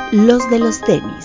Los de los tenis.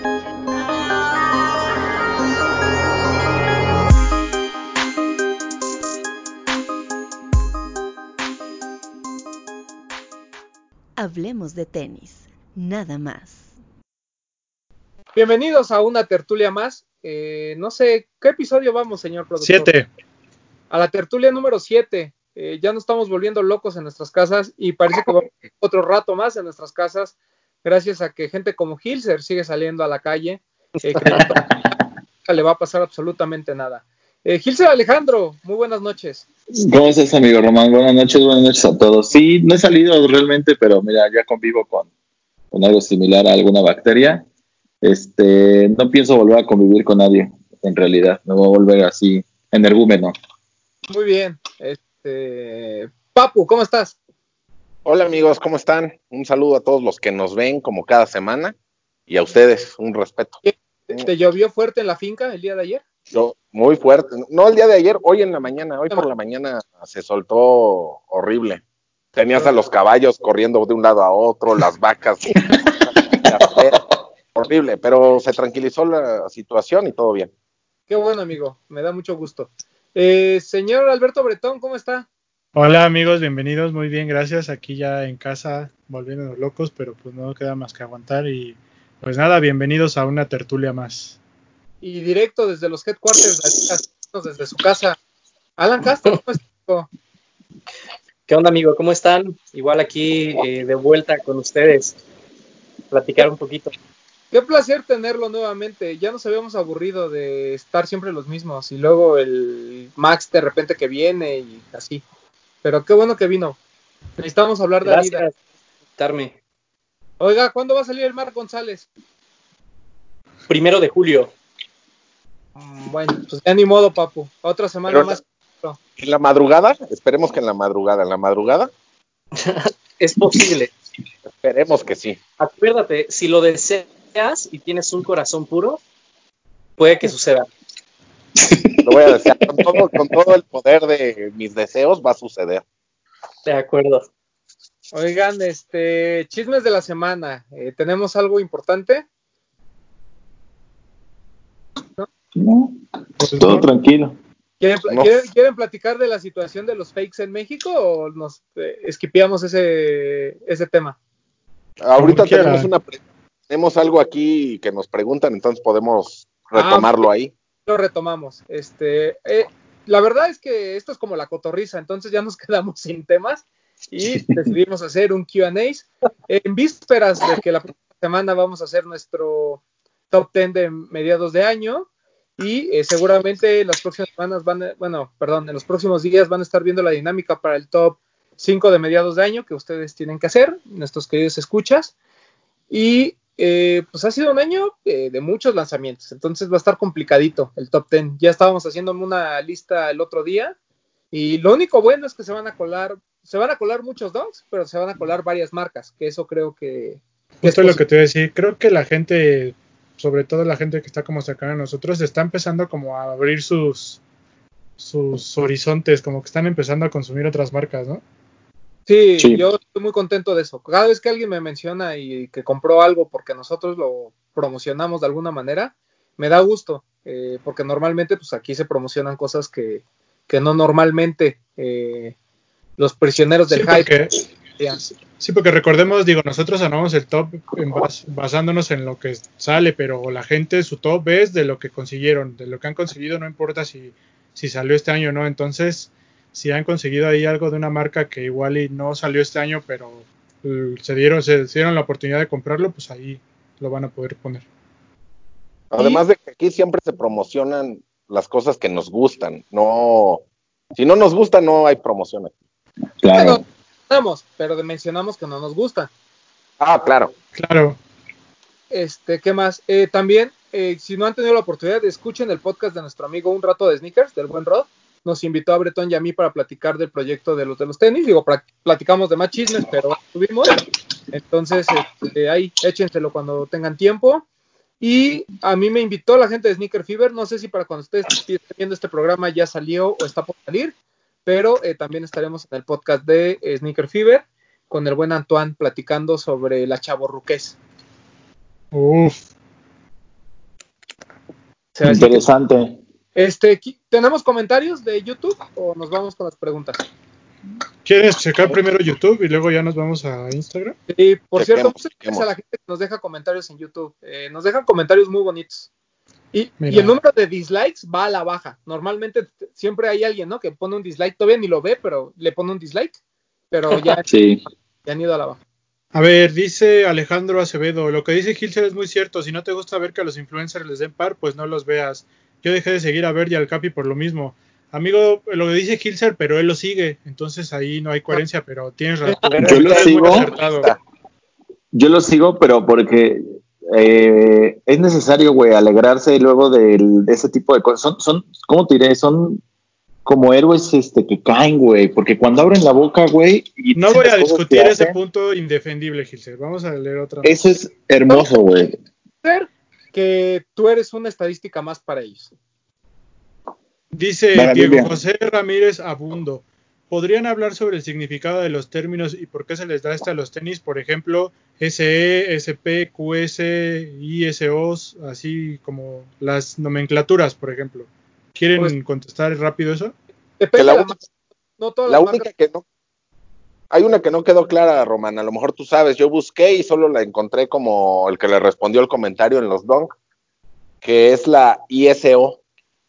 Hablemos de tenis, nada más. Bienvenidos a una tertulia más. No sé, ¿qué episodio vamos, señor productor? 7. A la tertulia número 7. Ya nos estamos volviendo locos en nuestras casas y parece que vamos otro rato más en nuestras casas, gracias a que gente como Hilser sigue saliendo a la calle, creyendo que le va a pasar absolutamente nada. Hilser Alejandro, muy buenas noches. ¿Cómo estás, amigo Román? Buenas noches a todos. Sí, no he salido realmente, pero mira, ya convivo con algo similar a alguna bacteria. No pienso volver a convivir con nadie, en realidad. Me voy a volver así, energúmeno. Muy bien. Papu, ¿cómo estás? Hola amigos, ¿cómo están? Un saludo a todos los que nos ven como cada semana y a ustedes un respeto. ¿Te llovió fuerte en la finca el día de ayer? Muy fuerte, no el día de ayer, hoy en la mañana, hoy por la mañana se soltó horrible. Tenías a los caballos corriendo de un lado a otro, las vacas, horrible, pero se tranquilizó la situación y todo bien. Qué bueno, amigo, me da mucho gusto. Señor Alberto Bretón, ¿cómo está? Hola amigos, bienvenidos, muy bien, gracias. Aquí ya en casa, volviéndonos locos, pero pues no queda más que aguantar. Y pues nada, bienvenidos a una tertulia más. Y directo desde los headquarters, desde su casa, Alan Castro, ¿cómo está? ¿Qué onda, amigo? ¿Cómo están? Igual aquí de vuelta con ustedes, platicar un poquito. Qué placer tenerlo nuevamente. Ya nos habíamos aburrido de estar siempre los mismos y luego el Max de repente que viene y así. Pero qué bueno que vino. Necesitamos hablar de Adidas. Gracias por invitarme. Oiga, ¿cuándo va a salir el Marc González? 1 de julio. Bueno, pues ya ni modo, papu. Otra semana más. En la madrugada, esperemos que en la madrugada. Es posible. Esperemos que sí. Acuérdate, si lo deseas y tienes un corazón puro, puede que suceda. Lo voy a desear con todo el poder de mis deseos, va a suceder. De acuerdo. Oigan, chismes de la semana. ¿Tenemos algo importante? No, todo tranquilo. ¿Quieren platicar de la situación de los fakes en México o nos esquipeamos ese tema? Ahorita tenemos algo aquí que nos preguntan, entonces podemos retomarlo ahí. Lo retomamos. La verdad es que esto es como la cotorriza, entonces ya nos quedamos sin temas y decidimos hacer un Q&A en vísperas de que la próxima semana vamos a hacer nuestro top 10 de mediados de año. Y seguramente las próximas semanas en los próximos días van a estar viendo la dinámica para el top 5 de mediados de año que ustedes tienen que hacer, nuestros queridos escuchas. Y pues ha sido un año de muchos lanzamientos, entonces va a estar complicadito el top 10. Ya estábamos haciendo una lista el otro día y lo único bueno es que se van a colar muchos dogs, pero se van a colar varias marcas, que eso creo que Justo es lo que te iba a decir, creo que la gente, sobre todo la gente que está como cercana a nosotros, está empezando como a abrir sus horizontes, como que están empezando a consumir otras marcas, ¿no? Sí, yo estoy muy contento de eso. Cada vez que alguien me menciona y que compró algo porque nosotros lo promocionamos de alguna manera, me da gusto, porque normalmente pues aquí se promocionan cosas que no normalmente los prisioneros del hype. Sí, porque recordemos, nosotros armamos el top basándonos en lo que sale, pero la gente, su top es de lo que consiguieron, de lo que han conseguido, no importa si salió este año o no. Entonces, si han conseguido ahí algo de una marca que igual y no salió este año, pero se dieron la oportunidad de comprarlo, pues ahí lo van a poder poner. Además de que aquí siempre se promocionan las cosas que nos gustan, no, si no nos gusta no hay promoción aquí. Claro. Pero mencionamos que no nos gusta. Ah, claro. ¿Qué más? También, si no han tenido la oportunidad, escuchen el podcast de nuestro amigo Un Rato de Sneakers, del buen Rod. Nos invitó a Bretón y a mí para platicar del proyecto de los tenis. Platicamos de más chismes, pero estuvimos. Entonces, ahí, échenselo cuando tengan tiempo. Y a mí me invitó la gente de Sneaker Fever. No sé si para cuando ustedes estén viendo este programa ya salió o está por salir, pero también estaremos en el podcast de Sneaker Fever con el buen Antoine platicando sobre la chavorruqués. Uf. O sea, así Interesante. que, ¿tenemos comentarios de YouTube o nos vamos con las preguntas? ¿Quieres checar primero YouTube y luego ya nos vamos a Instagram? Y por cierto, muchas gracias chequemos. a la gente que nos deja comentarios en YouTube. Nos dejan comentarios muy bonitos. Y Mira. el número de dislikes va a la baja. Normalmente siempre hay alguien, ¿no? Que pone un dislike, todavía ni lo ve, pero le pone un dislike. Pero ya, Sí. ya han ido a la baja. A ver, dice Alejandro Acevedo, lo que dice Gilser es muy cierto, si no te gusta ver que a los influencers les den par, pues no los veas. Yo dejé de seguir a Ver y al Capi por lo mismo. Amigo, lo que dice Gilser, pero él lo sigue, entonces ahí no hay coherencia, pero tienes razón. Yo lo Es muy sigo. acertado. Yo lo sigo, pero porque es necesario, güey, alegrarse luego de ese tipo de cosas. ¿Cómo te diré? Son como héroes que caen, güey, porque cuando abren la boca, güey, y No dicen voy las a cosas discutir que ese hacen, punto indefendible, Gilser. Vamos a leer otra. eso es hermoso, güey. Ser que tú eres una estadística más para ellos. Dice Para Diego Biblia. José Ramírez Abundo. ¿Podrían hablar sobre el significado de los términos y por qué se les da a los tenis? Por ejemplo, SE, SP, QS, ISOs, así como las nomenclaturas, por ejemplo. ¿Quieren Pues, contestar rápido eso? Depende Que de la la única- marca. No todas La las marcas. única que no. Hay una que no quedó clara, Román. A lo mejor tú sabes. Yo busqué y solo la encontré como el que le respondió el comentario en los Dunk, que es la ISO.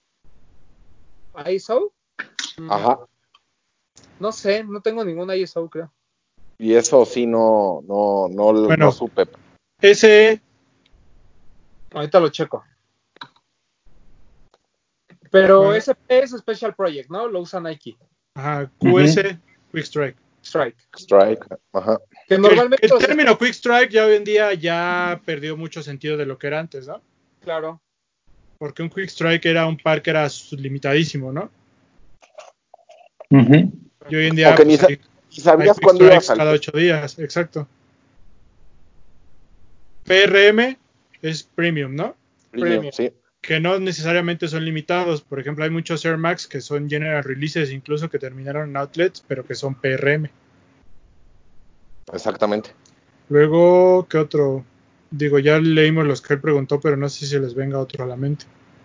ISO. Ajá. No sé, no tengo ninguna ISO, creo. Y eso sí no Bueno. supe. SE, Ahorita lo checo. Pero bueno, SP es Special Project, ¿no? Lo usa Nike. ajá, QS, Quick Strike. Strike. Strike. Ajá. Que normalmente El los término Quick Strike ya hoy en día ya perdió mucho sentido de lo que era antes, ¿no? claro. Porque un Quick Strike era un par que era limitadísimo, ¿no? Uh-huh. Y hoy en día Aunque pues, ni hay sabías Quick cuándo iba a Strikes salir. cada 8 días, exacto. PRM es Premium, ¿no? Premium, sí. Que no necesariamente son limitados. Por ejemplo, hay muchos Air Max que son General Releases, incluso que terminaron en outlets, pero que son PRM. Exactamente. Luego, ¿qué otro? Digo, ya leímos los que él preguntó, pero no sé si se les venga otro a la mente.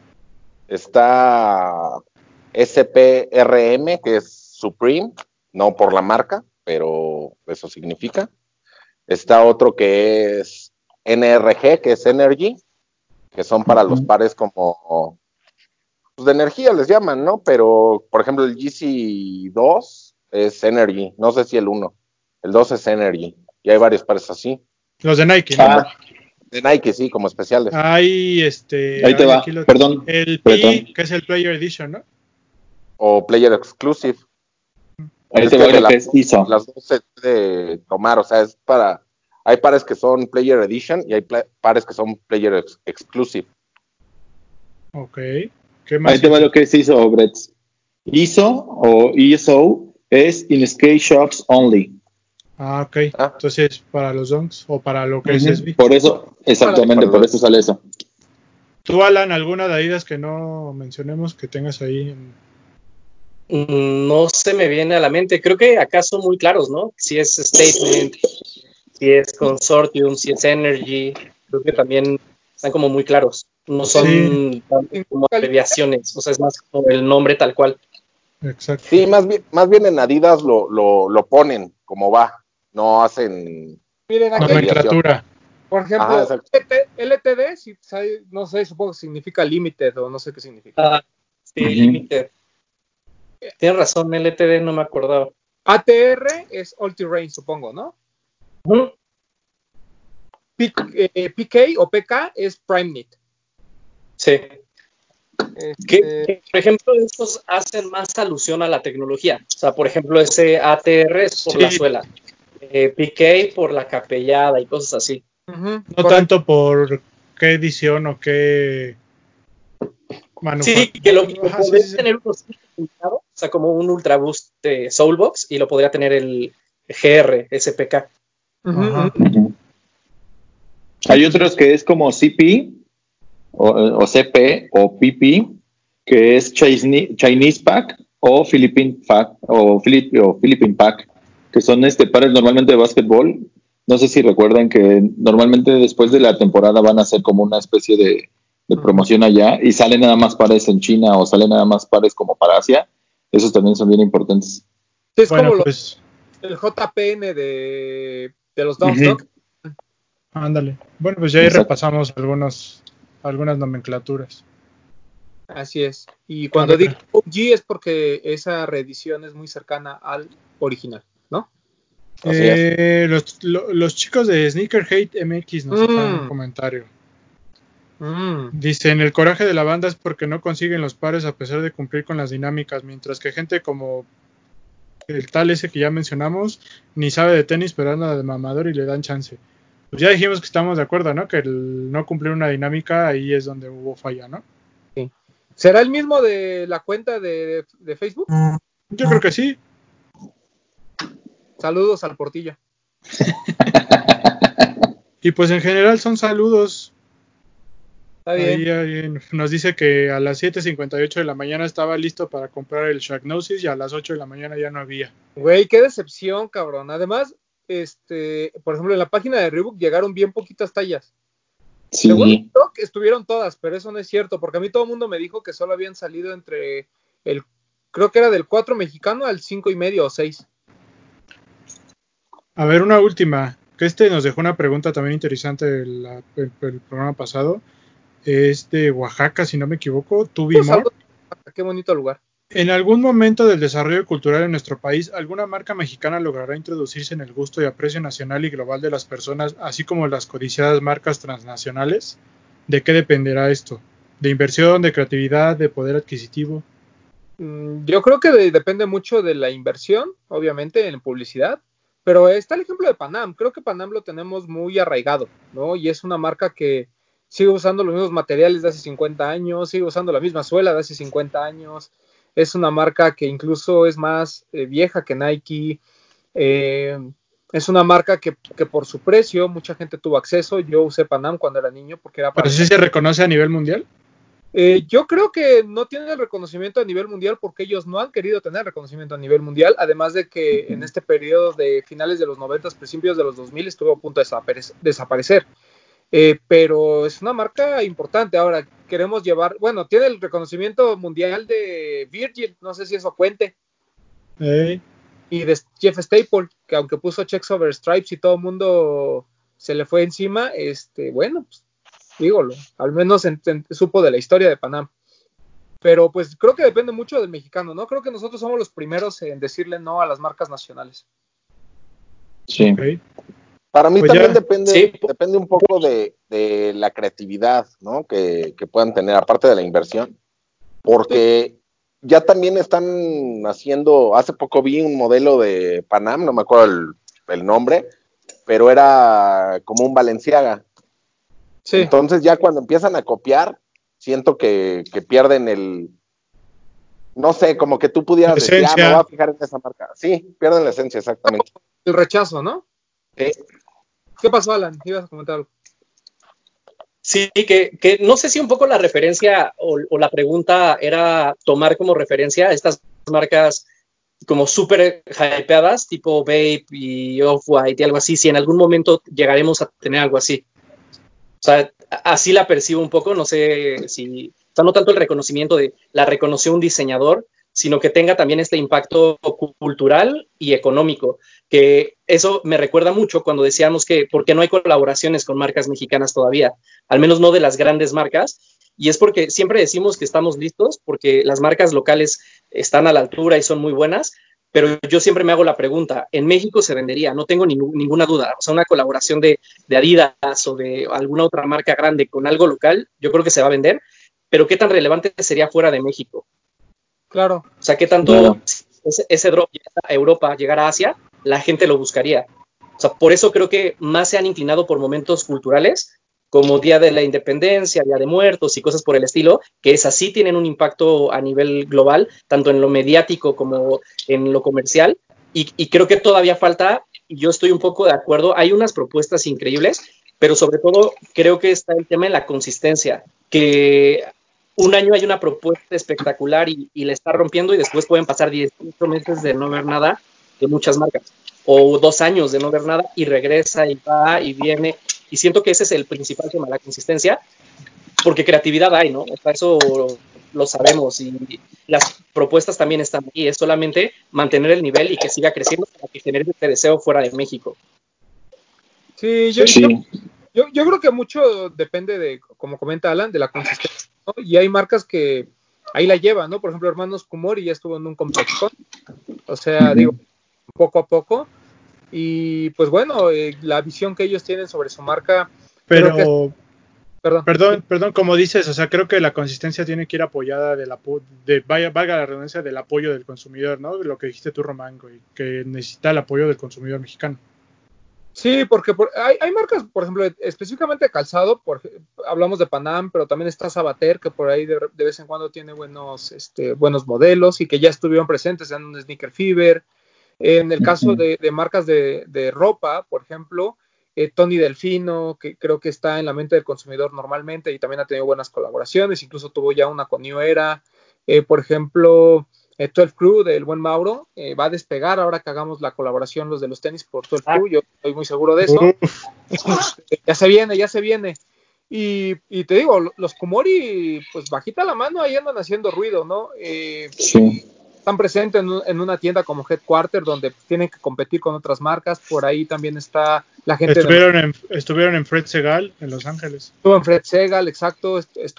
Está SPRM, que es Supreme, no por la marca, pero eso significa. Está otro que es NRG, que es Energy, que son para los pares como pues de energía les llaman, ¿no? Pero, por ejemplo, el GC2 es Energy, no sé si el 1. El 2 es Energy, y hay varios pares así. Los de Nike, ¿no? De Nike, sí, como especiales. Hay Ahí te hay va, aquí perdón. el Bretón. P, que es el Player Edition, ¿no? O Player Exclusive. Ahí Es te que va de lo que es ISO. las dos se puede tomar, o sea, es para... Hay pares que son Player Edition y hay pares que son Player Exclusive. Ok. ¿Qué más? Ahí te va lo que es ISO, Brett. ISO o ISO es in skate shops only. Ah, ok. Ah. Entonces, para los donks o para lo que es SB. Por eso, exactamente, por eso sale eso. ¿Tú, Alan, alguna de Adidas que no mencionemos que tengas ahí? No se me viene a la mente. Creo que acá son muy claros, ¿no? Si es Statement, si es Consortium, si es Energy. Creo que también están como muy claros. No son Sí. como abreviaciones. O sea, es más como el nombre tal cual. Exacto. Sí, más bien en Adidas lo ponen como va, no hacen Miren, aquí Nomenclatura. por ejemplo, Ajá, exacto. LTD, si, no sé, supongo que significa limited o no sé qué significa. Ah, sí, Limited. Tienes razón, LTD no me acordaba. ATR es All Terrain, supongo, ¿no? PK o PK es Prime Knit. Sí. Que, por ejemplo, estos hacen más alusión a la tecnología. O sea, por ejemplo, ese ATR es por la suela. PK por la capellada y cosas así. No tanto por qué edición o qué manufactura. Sí, que lo podría tener o sea, como un Ultra Boost de Soulbox y lo podría tener el GR, SPK. Hay otros que es como CP o CP o PP, que es Chinese Pack o Philippine Pack, que son pares normalmente de básquetbol. no sé si recuerdan que normalmente después de la temporada van a hacer como una especie de promoción allá y salen nada más pares en China o salen nada más pares como para Asia. Esos también son bien importantes. Sí, es Bueno, como pues, el JPN de los Ujú. Dumpstock. ándale. Bueno, pues ya ahí Exacto. repasamos algunas nomenclaturas. Así es. Y A cuando ver, digo OG es porque esa reedición es muy cercana al original, ¿no? Así es. los chicos de Sneaker Hate MX nos dejaron un Mm, comentario. mm. Dicen, el coraje de la banda es porque no consiguen los pares a pesar de cumplir con las dinámicas, mientras que gente como el tal ese que ya mencionamos, ni sabe de tenis, pero anda de mamador y le dan chance. Pues ya dijimos que estamos de acuerdo, ¿no? Que el no cumplir una dinámica, ahí es donde hubo falla, ¿no? Sí. ¿Será el mismo de la cuenta de Facebook? Yo creo que sí. Saludos al Portillo. Y pues en general son saludos. Está bien. Ahí nos dice que a las 7:58 de la mañana estaba listo para comprar el Sharknosis y a las 8 de la mañana ya no había. Güey, qué decepción, cabrón. Además, por ejemplo, en la página de Reebok llegaron bien poquitas tallas. Según Sí, TikTok estuvieron todas, pero eso no es cierto, porque a mí todo el mundo me dijo que solo habían salido entre creo que era del 4 mexicano al 5.5 o 6. A ver, una última, que nos dejó una pregunta también interesante el programa pasado. Es de Oaxaca, si no me equivoco, Tubimor. Saludos, qué bonito lugar. ¿En algún momento del desarrollo cultural en nuestro país, alguna marca mexicana logrará introducirse en el gusto y aprecio nacional y global de las personas, así como las codiciadas marcas transnacionales? ¿De qué dependerá esto? ¿De inversión, de creatividad, de poder adquisitivo? Yo creo que depende mucho de la inversión, obviamente, en publicidad, pero está el ejemplo de Panam. Creo que Panam lo tenemos muy arraigado, ¿no? Y es una marca que sigue usando los mismos materiales de hace 50 años, sigue usando la misma suela de hace 50 años. Es una marca que incluso es más vieja que Nike. Eh, es una marca que por su precio mucha gente tuvo acceso. Yo usé Panam cuando era niño porque era ¿Pero para sí se reconoce a nivel mundial? yo creo que no tienen el reconocimiento a nivel mundial porque ellos no han querido tener reconocimiento a nivel mundial, además de que en este periodo de finales de los 90, principios de los 2000 estuvo a punto de desaparecer. Pero es una marca importante. Ahora queremos llevar, bueno, tiene el reconocimiento mundial de Virgil, no sé si eso cuente, y de Jeff Staple, que aunque puso Checks Over Stripes y todo el mundo se le fue encima, bueno, pues, dígolo, al menos supo de la historia de Panam. Pero pues creo que depende mucho del mexicano, ¿no? Creo que nosotros somos los primeros en decirle no a las marcas nacionales. sí. Okay. Para mí Pues también ya, depende un poco de la creatividad, ¿no? Que puedan tener, aparte de la inversión, porque ya también están haciendo, hace poco vi un modelo de Panam, no me acuerdo el nombre, pero era como un Balenciaga. Sí, Entonces ya cuando empiezan a copiar, siento que pierden no sé, como que tú la pudieras decir, me voy esencia. a fijar en esa marca. Sí, pierden la esencia, exactamente. el rechazo, ¿no? Sí. ¿Qué pasó, Alan? Ibas a comentar algo. Sí, que no sé si un poco la referencia o la pregunta era tomar como referencia a estas marcas como súper hypeadas, tipo Bape y Off-White y algo así, si en algún momento llegaremos a tener algo así. O sea, así la percibo un poco, no sé si, o sea, no tanto el reconocimiento de la reconoció un diseñador, sino que tenga también este impacto cultural y económico, que eso me recuerda mucho cuando decíamos que por qué no hay colaboraciones con marcas mexicanas todavía, al menos no de las grandes marcas, y es porque siempre decimos que estamos listos, porque las marcas locales están a la altura y son muy buenas, pero yo siempre me hago la pregunta, ¿en México se vendería? No tengo ninguna duda, o sea, una colaboración de Adidas o de alguna otra marca grande con algo local, yo creo que se va a vender, pero ¿qué tan relevante sería fuera de México? Claro. O sea, ¿qué tanto Claro. ese drop llegara a Europa, llegara a Asia, la gente lo buscaría? O sea, por eso creo que más se han inclinado por momentos culturales, como Día de la Independencia, Día de Muertos y cosas por el estilo, que es así, tienen un impacto a nivel global, tanto en lo mediático como en lo comercial, y creo que todavía falta, y yo estoy un poco de acuerdo, hay unas propuestas increíbles, pero sobre todo creo que está el tema de la consistencia, que un año hay una propuesta espectacular y la está rompiendo y después pueden pasar 18 meses de no ver nada de muchas marcas. o 2 años de no ver nada y regresa y va y viene. Y siento que ese es el principal tema, la consistencia, porque creatividad hay, ¿no? O sea, eso lo sabemos y las propuestas también están ahí. Es solamente mantener el nivel y que siga creciendo para que genere este deseo fuera de México. Sí, Sí. yo creo que mucho depende de, como comenta Alan, de la consistencia, ¿no? Y hay marcas que ahí la llevan, ¿no? Por ejemplo, Hermanos Kumori ya estuvo en un ComplexCon, o sea, digo, poco a poco. Y pues bueno, la visión que ellos tienen sobre su marca, creo que, Pero, perdón, perdón, como dices, o sea, creo que la consistencia tiene que ir apoyada valga la redundancia, del apoyo del consumidor, ¿no? Lo que dijiste tú, Román, güey, que necesita el apoyo del consumidor mexicano. sí, porque hay marcas, por ejemplo, específicamente de calzado, hablamos de Panam, pero también está Sabater, que por ahí de vez en cuando tiene buenos modelos y que ya estuvieron presentes en un Sneaker Fever. En el caso de marcas de ropa, por ejemplo, Tony Delfino, que creo que está en la mente del consumidor normalmente y también ha tenido buenas colaboraciones, incluso tuvo ya una con New Era. Por ejemplo, 12 Crew del buen Mauro va a despegar ahora que hagamos la colaboración los de los tenis por 12 Crew, yo estoy muy seguro de eso. Ya se viene, ya se viene. Y te digo, los Kumori, pues bajita la mano, ahí andan haciendo ruido, ¿no? Sí. Están presentes en una tienda como Headquarter, donde tienen que competir con otras marcas. Por ahí también está la gente de... Estuvieron en Fred Segal, en Los Ángeles. Estuvo en Fred Segal, exacto.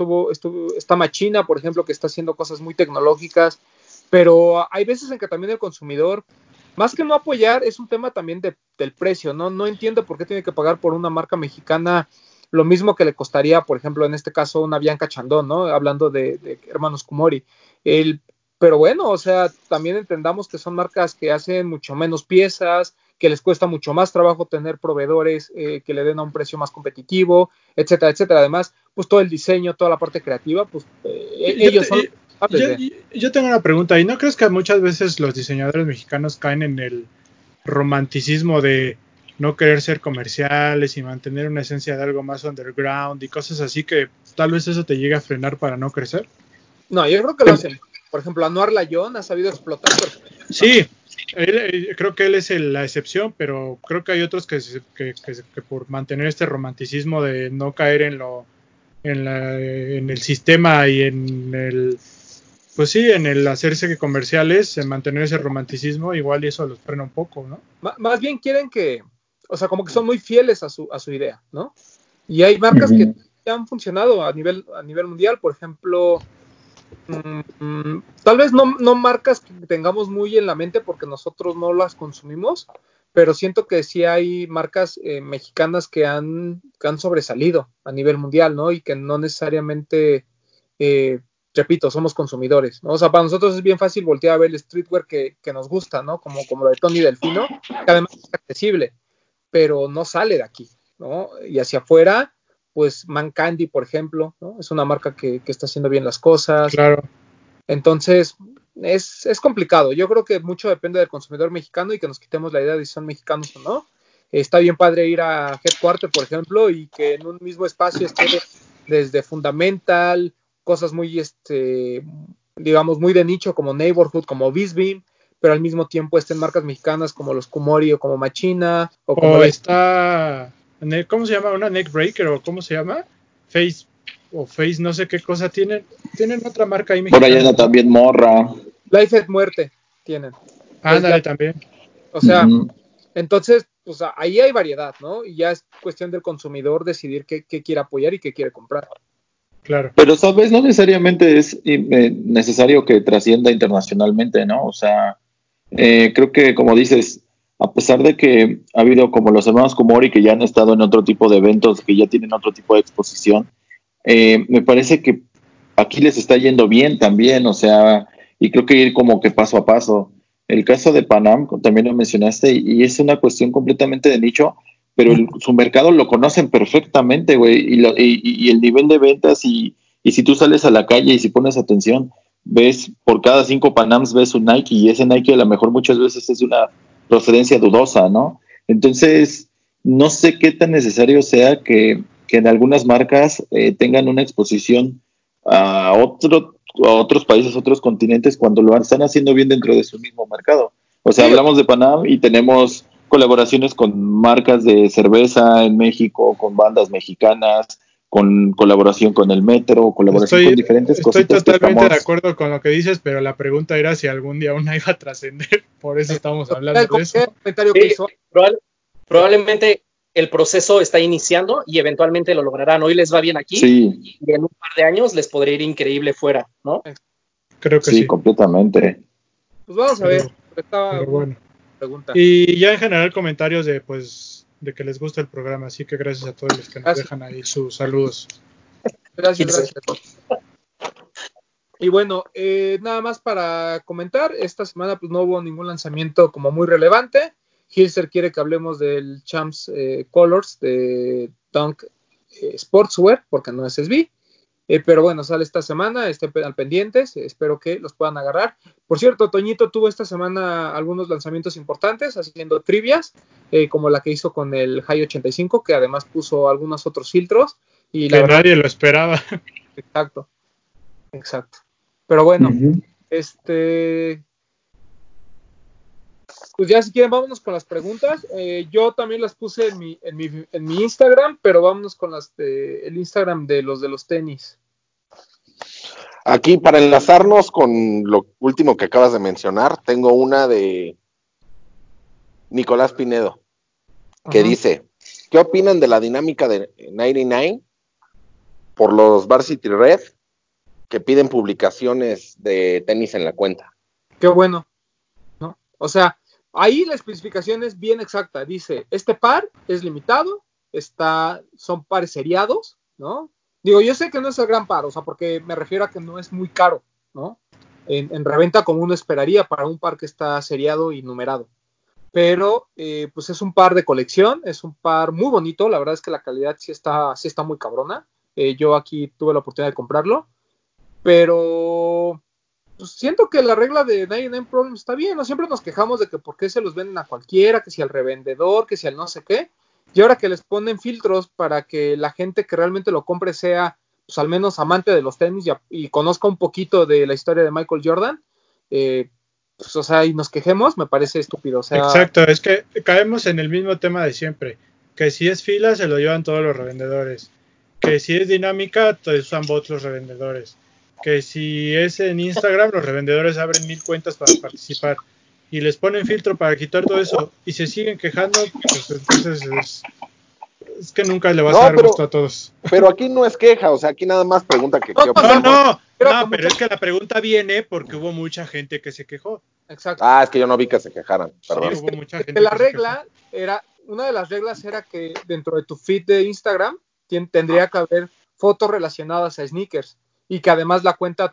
Está Machina, por ejemplo, que está haciendo cosas muy tecnológicas. Pero hay veces en que también el consumidor, más que no apoyar, es un tema también del precio, ¿no? No entiendo por qué tiene que pagar por una marca mexicana lo mismo que le costaría, por ejemplo, en este caso, una Bianca Chandon, ¿no? Hablando de Hermanos Kumori. Pero bueno, o sea, también entendamos que son marcas que hacen mucho menos piezas, que les cuesta mucho más trabajo tener proveedores que le den a un precio más competitivo, etcétera, etcétera. Además, pues todo el diseño, toda la parte creativa, pues ellos son Yo, de... yo tengo una pregunta, ¿y no crees que muchas veces los diseñadores mexicanos caen en el romanticismo de no querer ser comerciales y mantener una esencia de algo más underground y cosas así, que tal vez eso te llegue a frenar para no crecer? No, yo creo que lo hacen. Por ejemplo, Anuar Layón ha sabido explotar perfecto, ¿no? Sí, creo que él es la excepción, pero creo que hay otros que por mantener este romanticismo de no caer en el sistema y en el, pues sí, en el hacerse comerciales, en mantener ese romanticismo, igual y eso los frena un poco, ¿no? Más bien quieren que, o sea, como que son muy fieles a su idea, ¿no? Y hay marcas que ya han funcionado a nivel mundial, por ejemplo, tal vez no marcas que tengamos muy en la mente porque nosotros no las consumimos, pero siento que sí hay marcas mexicanas que han sobresalido a nivel mundial, ¿no? Y que no necesariamente, eh, repito, somos consumidores, ¿no? O sea, para nosotros es bien fácil voltear a ver el streetwear que nos gusta, ¿no? Como lo de Tony Delfino, que además es accesible, pero no sale de aquí, ¿no? Y hacia afuera, pues Man Candy, por ejemplo, ¿no? Es una marca que está haciendo bien las cosas. Claro. Entonces, es complicado. Yo creo que mucho depende del consumidor mexicano y que nos quitemos la idea de si son mexicanos o no. Está bien padre ir a Headquarter, por ejemplo, y que en un mismo espacio esté desde Fundamental, cosas muy, digamos, muy de nicho como Neighborhood, como Bisbeam, pero al mismo tiempo estén marcas mexicanas como los Kumori o como Machina o como O la... está, ¿cómo se llama? ¿Una neckbreaker o cómo se llama? Face o Face, no sé qué cosa tienen otra marca ahí Por allá mexicana, anda ¿no? también Morra. Life at Muerte tienen. Entonces Ándale ya, también. o sea, entonces, pues ahí hay variedad, ¿no? Y ya es cuestión del consumidor decidir qué quiere apoyar y qué quiere comprar. Claro. Pero, ¿sabes? No necesariamente es necesario que trascienda internacionalmente, ¿no? O sea, creo que, como dices, a pesar de que ha habido como los hermanos Kumori que ya han estado en otro tipo de eventos, que ya tienen otro tipo de exposición, me parece que aquí les está yendo bien también, o sea, y creo que ir como que paso a paso. El caso de Panam, también lo mencionaste, y es una cuestión completamente de nicho, pero su mercado lo conocen perfectamente, güey, y el nivel de ventas, y si tú sales a la calle y si pones atención, ves por cada 5 Panams ves un Nike, y ese Nike a lo mejor muchas veces es una procedencia dudosa, ¿no? Entonces, no sé qué tan necesario sea que en algunas marcas tengan una exposición a otros países, otros continentes, cuando lo están haciendo bien dentro de su mismo mercado. O sea, Sí, hablamos de Panam y tenemos colaboraciones con marcas de cerveza en México, con bandas mexicanas, con colaboración con el Metro, colaboración con diferentes Estoy cositas que totalmente de estamos... acuerdo con lo que dices, pero la pregunta era si algún día una iba a trascender. Por eso estamos hablando de eso. El comentario que hizo. Probablemente el proceso está iniciando y eventualmente lo lograrán. Hoy les va bien aquí Sí, y en un par de años les podría ir increíble fuera, ¿no? Creo que sí, sí. completamente. Pues vamos a ver. Estaba Pero una bueno. pregunta. Y ya en general comentarios de de que les gusta el programa, así que gracias a todos los que nos Gracias. dejan ahí sus saludos. Gracias. Y bueno, nada más para comentar, esta semana pues no hubo ningún lanzamiento como muy relevante. Hilser quiere que hablemos del Champs Colors de Dunk Sportswear, porque no es SB. Pero bueno, sale esta semana, estén al pendientes, espero que los puedan agarrar. Por cierto, Toñito tuvo esta semana algunos lanzamientos importantes, haciendo trivias, como la que hizo con el High 85, que además puso algunos otros filtros. Y la Que verdad, nadie lo esperaba. exacto. Pero bueno, Uh-huh. Pues ya si quieren vámonos con las preguntas. Yo también las puse en mi Instagram, pero vámonos con el Instagram de los tenis. Aquí, para enlazarnos con lo último que acabas de mencionar, tengo una de Nicolás Pinedo, que Ajá. dice, ¿qué opinan de la dinámica de 99 por los Varsity Red que piden publicaciones de tenis en la cuenta? Qué bueno, ¿no? O sea, ahí la especificación es bien exacta. Dice, este par es limitado, son pares seriados, ¿no? Digo, yo sé que no es el gran par, o sea, porque me refiero a que no es muy caro, ¿no? En reventa como uno esperaría para un par que está seriado y numerado. Pero pues es un par de colección, es un par muy bonito, la verdad es que la calidad sí está muy cabrona. Yo aquí tuve la oportunidad de comprarlo, pero pues siento que la regla de 99 Problems está bien, ¿no? Siempre nos quejamos de que por qué se los venden a cualquiera, que si al revendedor, que si al no sé qué, y ahora que les ponen filtros para que la gente que realmente lo compre sea, pues al menos amante de los tenis y conozca un poquito de la historia de Michael Jordan, pues o sea, y nos quejemos, me parece estúpido, o sea, Exacto, es que caemos en el mismo tema de siempre. Que si es fila, se lo llevan todos los revendedores. Que si es dinámica, usan bots los revendedores. Que si es en Instagram, los revendedores abren 1000 cuentas para participar. Y les ponen filtro para quitar todo eso. Y se siguen quejando, pues entonces es que nunca le vas a No, dar gusto a todos. pero aquí no es queja, o sea, aquí nada más pregunta que no, qué o sea, opinamos. creo que Pero es que la pregunta viene porque hubo mucha gente que se quejó. exacto. Ah, es que yo no vi que se quejaran, Sí, perdón. hubo mucha Que gente la que se quejó. regla una de las reglas era que dentro de tu feed de Instagram tendría que haber fotos relacionadas a sneakers y que además la cuenta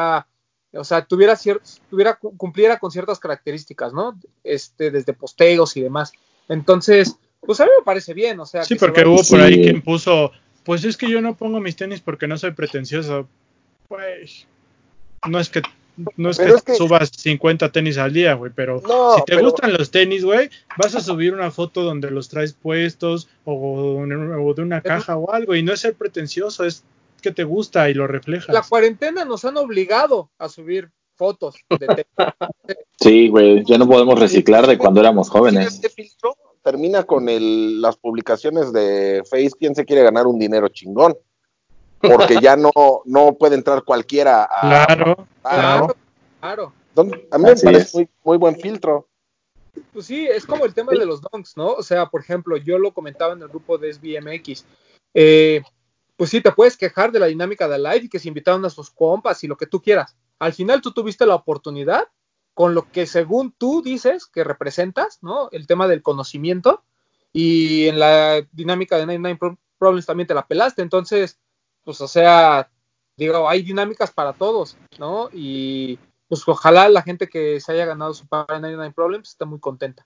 cumpliera con ciertas características, ¿no? Desde posteos y demás. Entonces, pues a mí me parece bien, o sea, Sí, que se porque vaya. hubo por ahí Sí, quien puso, pues es que yo no pongo mis tenis porque no soy pretencioso. Pues no es que no es que Pero es que, subas 50 tenis al día, güey, pero si no, te pero, gustan los tenis, güey, vas a subir una foto donde los traes puestos o de una caja o algo y no es ser pretencioso, es que te gusta y lo La reflejas. cuarentena nos han obligado a subir fotos de sí, güey, ya no podemos reciclar de cuando éramos jóvenes. este filtro termina con las publicaciones de Face, ¿quién se quiere ganar un dinero chingón? Porque ya no puede entrar cualquiera a Claro, participar, ¿no? Claro, claro. claro. Entonces, a mí me Así parece es. muy, muy buen filtro. Pues sí, es como el tema de los donks, ¿no? O sea, por ejemplo, yo lo comentaba en el grupo de SBMX. Pues sí, te puedes quejar de la dinámica de live y que se invitaron a sus compas y lo que tú quieras. Al final tú tuviste la oportunidad con lo que según tú dices que representas, ¿no? El tema del conocimiento y en la dinámica de 99 Problems también te la pelaste. Entonces, pues o sea, digo, hay dinámicas para todos, ¿no? Y pues ojalá la gente que se haya ganado su par en 99 Problems esté muy contenta.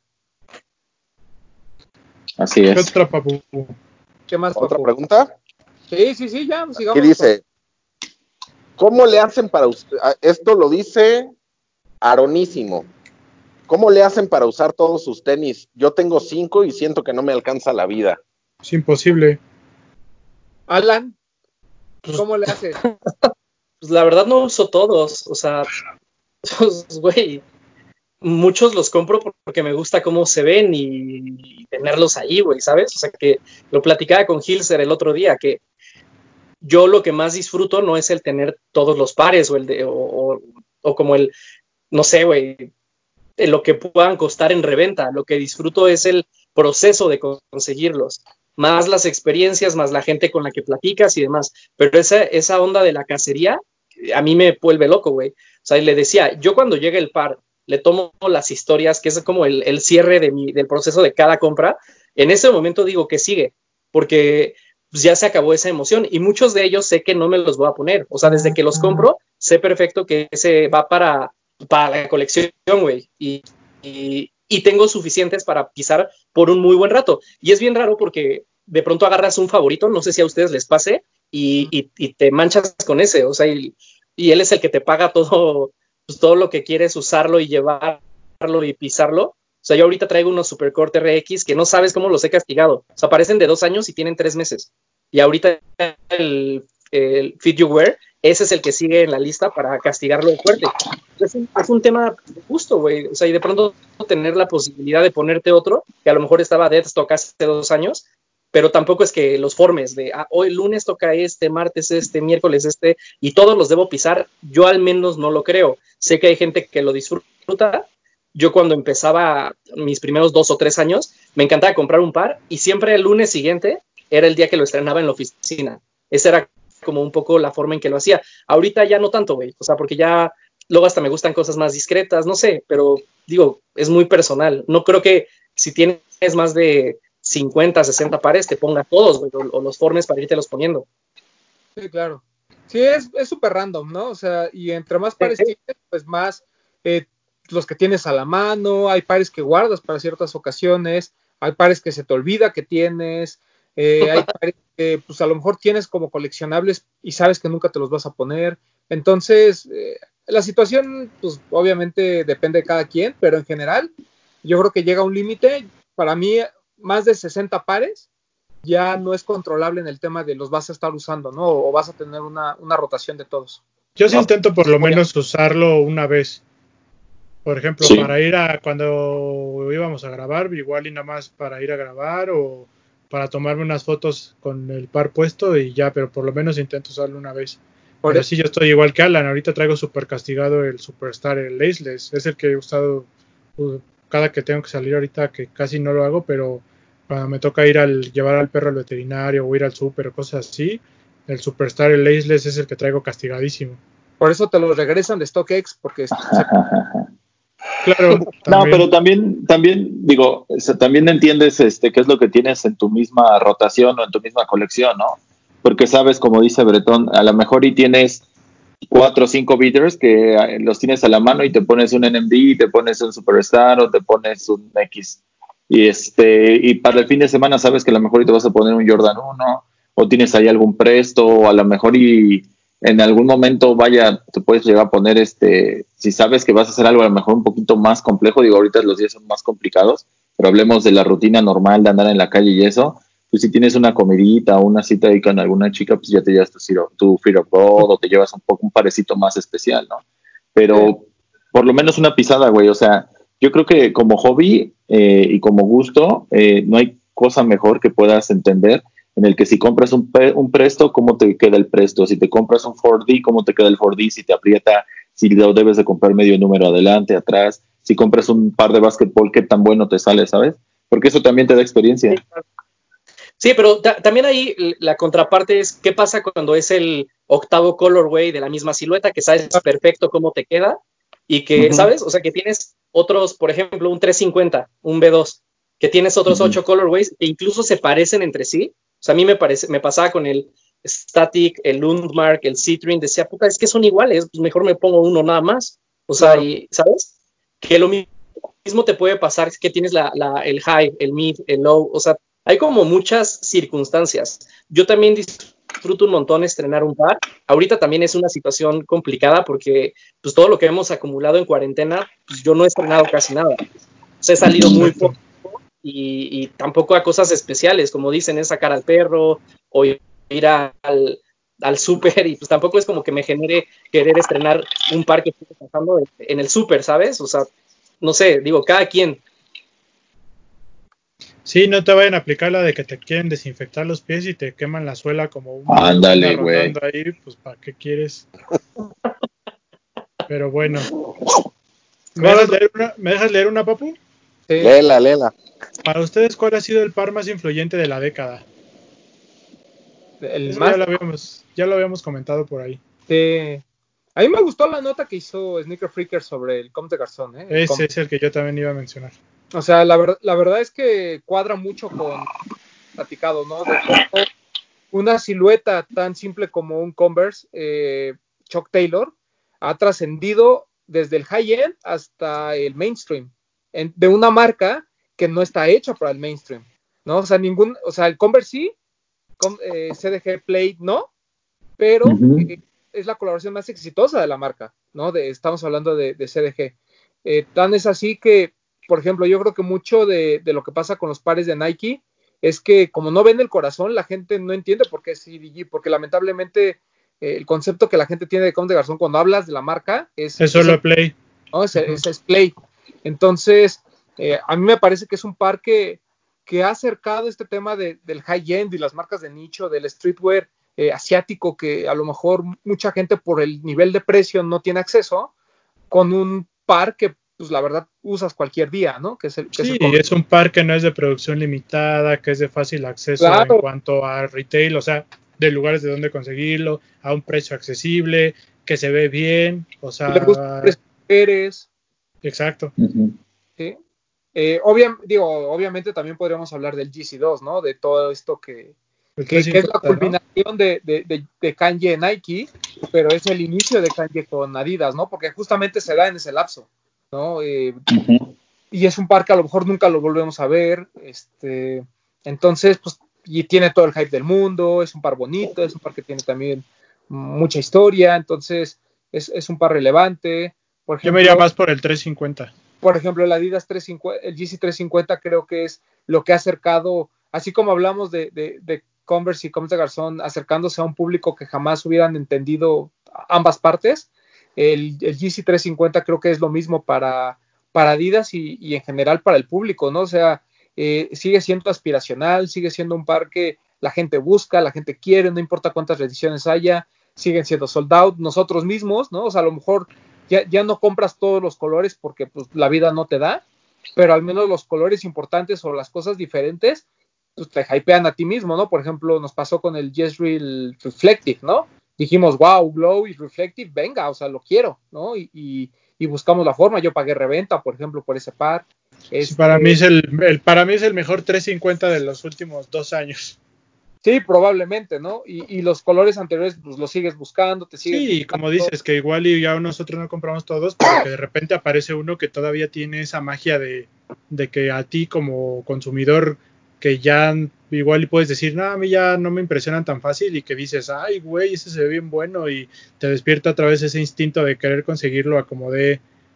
Así ¿Qué es. otra, papu? ¿Qué más, Otra papu? pregunta. Sí, ya, Aquí sigamos. dice, ¿cómo le hacen para esto lo dice Aronísimo? ¿Cómo le hacen para usar todos sus tenis? Yo tengo 5 y siento que no me alcanza la vida. Es imposible. Alan, Pues, ¿cómo le haces? pues la verdad no uso todos, o sea, pues, güey, muchos los compro porque me gusta cómo se ven y tenerlos ahí, güey, ¿sabes? O sea, que lo platicaba con Hilser el otro día, que yo lo que más disfruto no es el tener todos los pares o como el, no sé, güey, lo que puedan costar en reventa. Lo que disfruto es el proceso de conseguirlos, más las experiencias, más la gente con la que platicas y demás. Pero esa onda de la cacería a mí me vuelve loco, güey. O sea, y le decía, yo cuando llega el par, le tomo las historias, que es como el cierre del proceso de cada compra, en ese momento digo que sigue, porque pues, ya se acabó esa emoción y muchos de ellos sé que no me los voy a poner. O sea, desde que los compro, sé perfecto que ese va para la colección, güey, y tengo suficientes para pisar por un muy buen rato. Y es bien raro porque de pronto agarras un favorito, no sé si a ustedes les pase, y te manchas con ese, o sea, y él es el que te paga todo, pues, todo lo que quieres usarlo y llevarlo y pisarlo. O sea, yo ahorita traigo unos Supercore RX que no sabes cómo los he castigado. O sea, parecen de 2 años y tienen 3 meses. Y ahorita el Fit You Wear, ese es el que sigue en la lista para castigarlo fuerte. Es un tema de gusto, güey. O sea, y de pronto tener la posibilidad de ponerte otro, que a lo mejor estaba dead stock hace 2 años, pero tampoco es que los formes de hoy lunes toca este, martes este, miércoles este, y todos los debo pisar. Yo al menos no lo creo. Sé que hay gente que lo disfruta. Yo cuando empezaba mis primeros 2 o 3 años, me encantaba comprar un par y siempre el lunes siguiente era el día que lo estrenaba en la oficina. Esa era como un poco la forma en que lo hacía. Ahorita ya no tanto, güey. O sea, porque ya luego hasta me gustan cosas más discretas, no sé, pero digo, es muy personal. No creo que si tienes más de 50, 60 pares, te ponga todos, güey, o los formes para irte los poniendo. Sí, claro. Sí, es súper random, ¿no? O sea, y entre más pares tienes, pues más eh, los que tienes a la mano, hay pares que guardas para ciertas ocasiones, hay pares que se te olvida que tienes, hay pares que pues a lo mejor tienes como coleccionables y sabes que nunca te los vas a poner. Entonces, la situación, pues obviamente depende de cada quien, pero en general, yo creo que llega a un límite, para mí, más de 60 pares ya no es controlable en el tema de los vas a estar usando, ¿no? O vas a tener una rotación de todos. Yo sí No, intento por lo menos usarlo una vez. Por ejemplo, Sí. para ir a cuando íbamos a grabar, igual y nada más para ir a grabar o para tomarme unas fotos con el par puesto y ya, pero por lo menos intento usarlo una vez. Por Pero eso, sí, yo estoy igual que Alan. Ahorita traigo súper castigado el Superstar, el Aceless. Es el que he usado cada que tengo que salir ahorita, que casi no lo hago, pero cuando me toca llevar al perro al veterinario o ir al súper o cosas así, el Superstar, el Aceless es el que traigo castigadísimo. por eso te los regresan de StockX, porque Claro, No, también. pero también digo, también entiendes qué es lo que tienes en tu misma rotación o en tu misma colección, ¿no? Porque sabes, como dice Bretón, a lo mejor y tienes 4 o 5 beaters que los tienes a la mano y te pones un NMD, y te pones un Superstar o te pones un X. Y para el fin de semana sabes que a lo mejor y te vas a poner un Jordan 1 o tienes ahí algún Presto o a lo mejor y en algún momento vaya, te puedes llegar a poner si sabes que vas a hacer algo a lo mejor un poquito más complejo, digo, ahorita los días son más complicados, pero hablemos de la rutina normal de andar en la calle y eso, pues si tienes una comidita o una cita ahí con alguna chica, pues ya te llevas tu Fear of God o te llevas un parecito más especial, ¿no? Pero por lo menos una pisada, güey, o sea, yo creo que como hobby y como gusto, no hay cosa mejor que puedas entender en el que si compras un Presto, ¿cómo te queda el Presto? Si te compras un 4D, ¿cómo te queda el 4D? Si te aprieta, si lo debes de comprar medio número adelante, atrás. Si compras un par de básquetbol, ¿qué tan bueno te sale, sabes? Porque eso también te da experiencia. Sí, pero también ahí la contraparte es qué pasa cuando es el octavo colorway de la misma silueta, que sabes perfecto cómo te queda y que, ¿sabes? O sea, que tienes otros, por ejemplo, un 350, un B2, que tienes otros 8 colorways que incluso se parecen entre sí. O sea, a mí me pasaba con el Static, el Lundmark, el Citrine, decía, puta, es que son iguales, pues mejor me pongo uno nada más. O sea, claro. y, ¿sabes? Que lo mismo te puede pasar que tienes el high, el mid, el low, o sea, hay como muchas circunstancias. Yo también disfruto un montón estrenar un par. Ahorita también es una situación complicada porque pues todo lo que hemos acumulado en cuarentena, pues yo no he estrenado casi nada. O sea, he salido muy Exacto. poco y tampoco a cosas especiales, como dicen, es sacar al perro o ir al súper y pues tampoco es como que me genere querer estrenar un par que estoy pasando en el súper, ¿sabes? O sea, no sé, digo, cada quien. Sí, no te vayan a aplicar la de que te quieren desinfectar los pies y te queman la suela como un Ándale, anda güey. rondando ahí, pues ¿para qué quieres? Pero bueno. ¿Me dejas leer una, papu? Sí. Léela. Para ustedes, ¿cuál ha sido el par más influyente de la década? El Eso más. ya lo habíamos comentado por ahí. A mí me gustó la nota que hizo Sneaker Freaker sobre el Comte Garzón. Ese es el que yo también iba a mencionar. O sea, la verdad es que cuadra mucho con platicado, ¿no? De cómo una silueta tan simple como un Converse Chuck Taylor ha trascendido desde el high-end hasta el mainstream, de una marca que no está hecha para el mainstream, ¿no? O sea, el Converse sí, CDG Play no, pero es la colaboración más exitosa de la marca, ¿no? Estamos hablando de CDG. Tan es así que, por ejemplo, yo creo que mucho de lo que pasa con los pares de Nike es que como no ven el corazón, la gente no entiende por qué es CDG, porque lamentablemente el concepto que la gente tiene de Comme des Garçons cuando hablas de la marca es solo Play. ¿no? Es Play. Entonces, a mí me parece que es un par que ha acercado este tema del high-end y las marcas de nicho, del streetwear asiático, que a lo mejor mucha gente por el nivel de precio no tiene acceso, con un par que pues la verdad usas cualquier día, ¿no? Es un par que no es de producción limitada, que es de fácil acceso claro. En cuanto a retail, o sea, de lugares de donde conseguirlo, a un precio accesible, que se ve bien, o sea... Le gusta eres. Exacto. ¿Sí? Obviamente también podríamos hablar del GC2, ¿no? De todo esto que es la culminación, ¿no? de Kanye Nike, pero es el inicio de Kanye con Adidas, ¿no? Porque justamente se da en ese lapso, ¿no? Y es un par que a lo mejor nunca lo volvemos a ver, entonces, pues, y tiene todo el hype del mundo, es un par bonito, es un par que tiene también mucha historia, entonces es un par relevante. Por ejemplo, yo me iría más por el 350. Por ejemplo, el Adidas 350, el GC 350 creo que es lo que ha acercado, así como hablamos de Converse y Comme des Garçons, acercándose a un público que jamás hubieran entendido ambas partes, el GC 350 creo que es lo mismo para Adidas y en general para el público, ¿no? O sea, sigue siendo aspiracional, sigue siendo un par que la gente busca, la gente quiere, no importa cuántas ediciones haya, siguen siendo sold out, nosotros mismos, ¿no? O sea, a lo mejor ya no compras todos los colores porque pues, la vida no te da, pero al menos los colores importantes o las cosas diferentes pues, te hypean a ti mismo, ¿no? Por ejemplo, nos pasó con el Jezreel Reflective, ¿no? Dijimos, wow, Glow y Reflective, venga, o sea, lo quiero, ¿no? Y buscamos la forma, yo pagué reventa, por ejemplo, por ese par. Sí, para mí es el mejor 350 de los últimos 2 años. Sí, probablemente, ¿no? Y los colores anteriores, pues los sigues buscando, te sigues buscando. Sí, como dices, que igual y ya nosotros no compramos todos, pero que de repente aparece uno que todavía tiene esa magia de que a ti como consumidor, que ya igual y puedes decir, no, a mí ya no me impresionan tan fácil, y que dices, ay, güey, ese se ve bien bueno, y te despierta otra vez ese instinto de querer conseguirlo a como de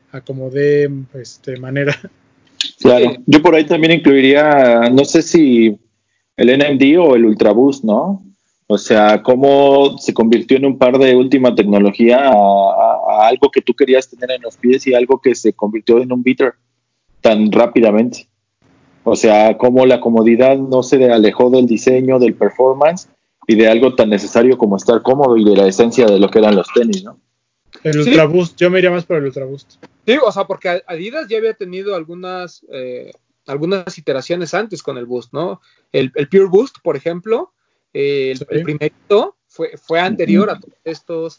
manera. Claro, yo por ahí también incluiría, no sé si el NMD o el Ultraboost, ¿no? O sea, cómo se convirtió en un par de última tecnología a algo que tú querías tener en los pies y algo que se convirtió en un beater tan rápidamente. O sea, cómo la comodidad no se alejó del diseño, del performance y de algo tan necesario como estar cómodo y de la esencia de lo que eran los tenis, ¿no? El Ultra Boost, yo me iría más por el Ultra Boost. Sí, o sea, porque Adidas ya había tenido algunas iteraciones antes con el Boost, ¿no? El Pure Boost, por ejemplo, el primerito fue anterior a todos estos.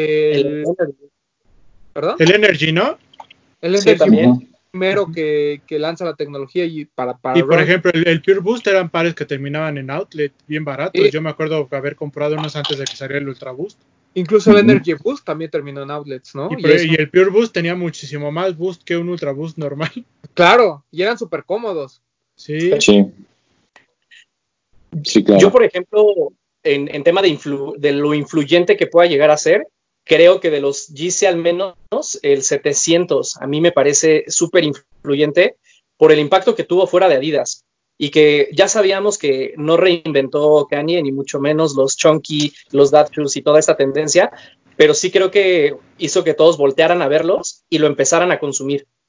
¿Perdón? El Energy, ¿no? El Energy también. Primero que lanza la tecnología y para y por ejemplo, el Pure Boost eran pares que terminaban en outlet bien baratos. Sí. Yo me acuerdo haber comprado unos antes de que saliera el Ultra Boost. Incluso el Energy Boost también terminó en outlets, ¿no? Y el Pure Boost tenía muchísimo más boost que un Ultra Boost normal. Claro, y eran súper cómodos. Sí. Sí, claro. Yo, por ejemplo, en tema de lo influyente que pueda llegar a ser, creo que de los GC al menos, el 700 a mí me parece súper influyente por el impacto que tuvo fuera de Adidas. Y que ya sabíamos que no reinventó Kanye, ni mucho menos los chunky, los dad shoes y toda esta tendencia, pero sí creo que hizo que todos voltearan a verlos y lo empezaran a consumir.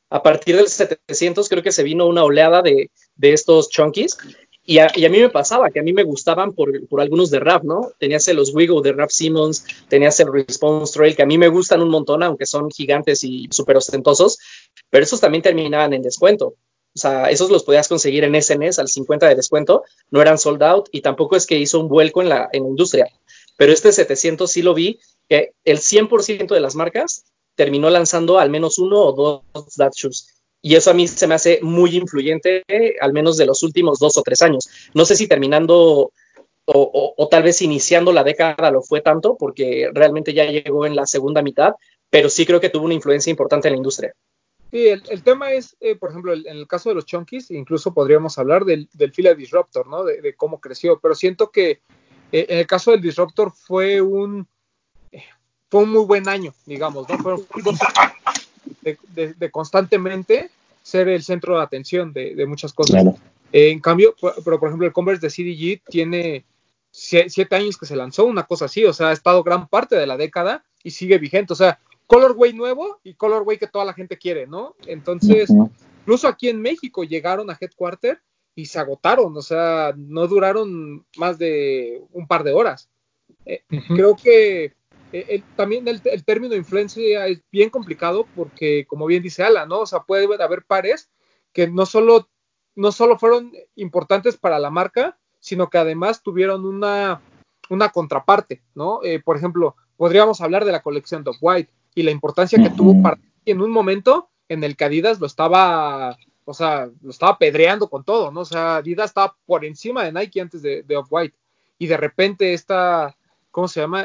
A partir del 700 creo que se vino una oleada de estos chunkies. Y a mí me pasaba que a mí me gustaban por algunos de rap, ¿no? Tenías los Wiggle de Rap Simmons, tenías el Response Trail, que a mí me gustan un montón, aunque son gigantes y súper ostentosos, pero esos también terminaban en descuento. O sea, esos los podías conseguir en SNES al 50 de descuento, no eran sold out y tampoco es que hizo un vuelco en la industria. Pero este 700 sí lo vi, que el 100% de las marcas terminó lanzando al menos uno o dos Dad Shoes. Y eso a mí se me hace muy influyente, al menos de los últimos 2 o 3 años. No sé si terminando o tal vez iniciando la década lo fue tanto, porque realmente ya llegó en la segunda mitad, pero sí creo que tuvo una influencia importante en la industria. Sí, el tema es, por ejemplo, en el caso de los chunkies, incluso podríamos hablar del Fila Disruptor, ¿no? De cómo creció, pero siento que en el caso del Disruptor fue un muy buen año, digamos, ¿no? Fueron 2 de constantemente ser el centro de atención de muchas cosas. Claro. En cambio, pero por ejemplo, el Converse de CDG tiene 7 años que se lanzó, una cosa así, o sea, ha estado gran parte de la década y sigue vigente, o sea, colorway nuevo y colorway que toda la gente quiere, ¿no? Entonces, incluso aquí en México llegaron a Headquarter y se agotaron, o sea, no duraron más de un par de horas. Creo que también el término influencia es bien complicado porque, como bien dice Alan, ¿no? O sea, puede haber pares que no solo fueron importantes para la marca, sino que además tuvieron una contraparte, ¿no? Por ejemplo, podríamos hablar de la colección de Off-White y la importancia que tuvo para en un momento en el que Adidas lo estaba pedreando con todo, ¿no? O sea, Adidas estaba por encima de Nike antes de Off-White y de repente ¿cómo se llama?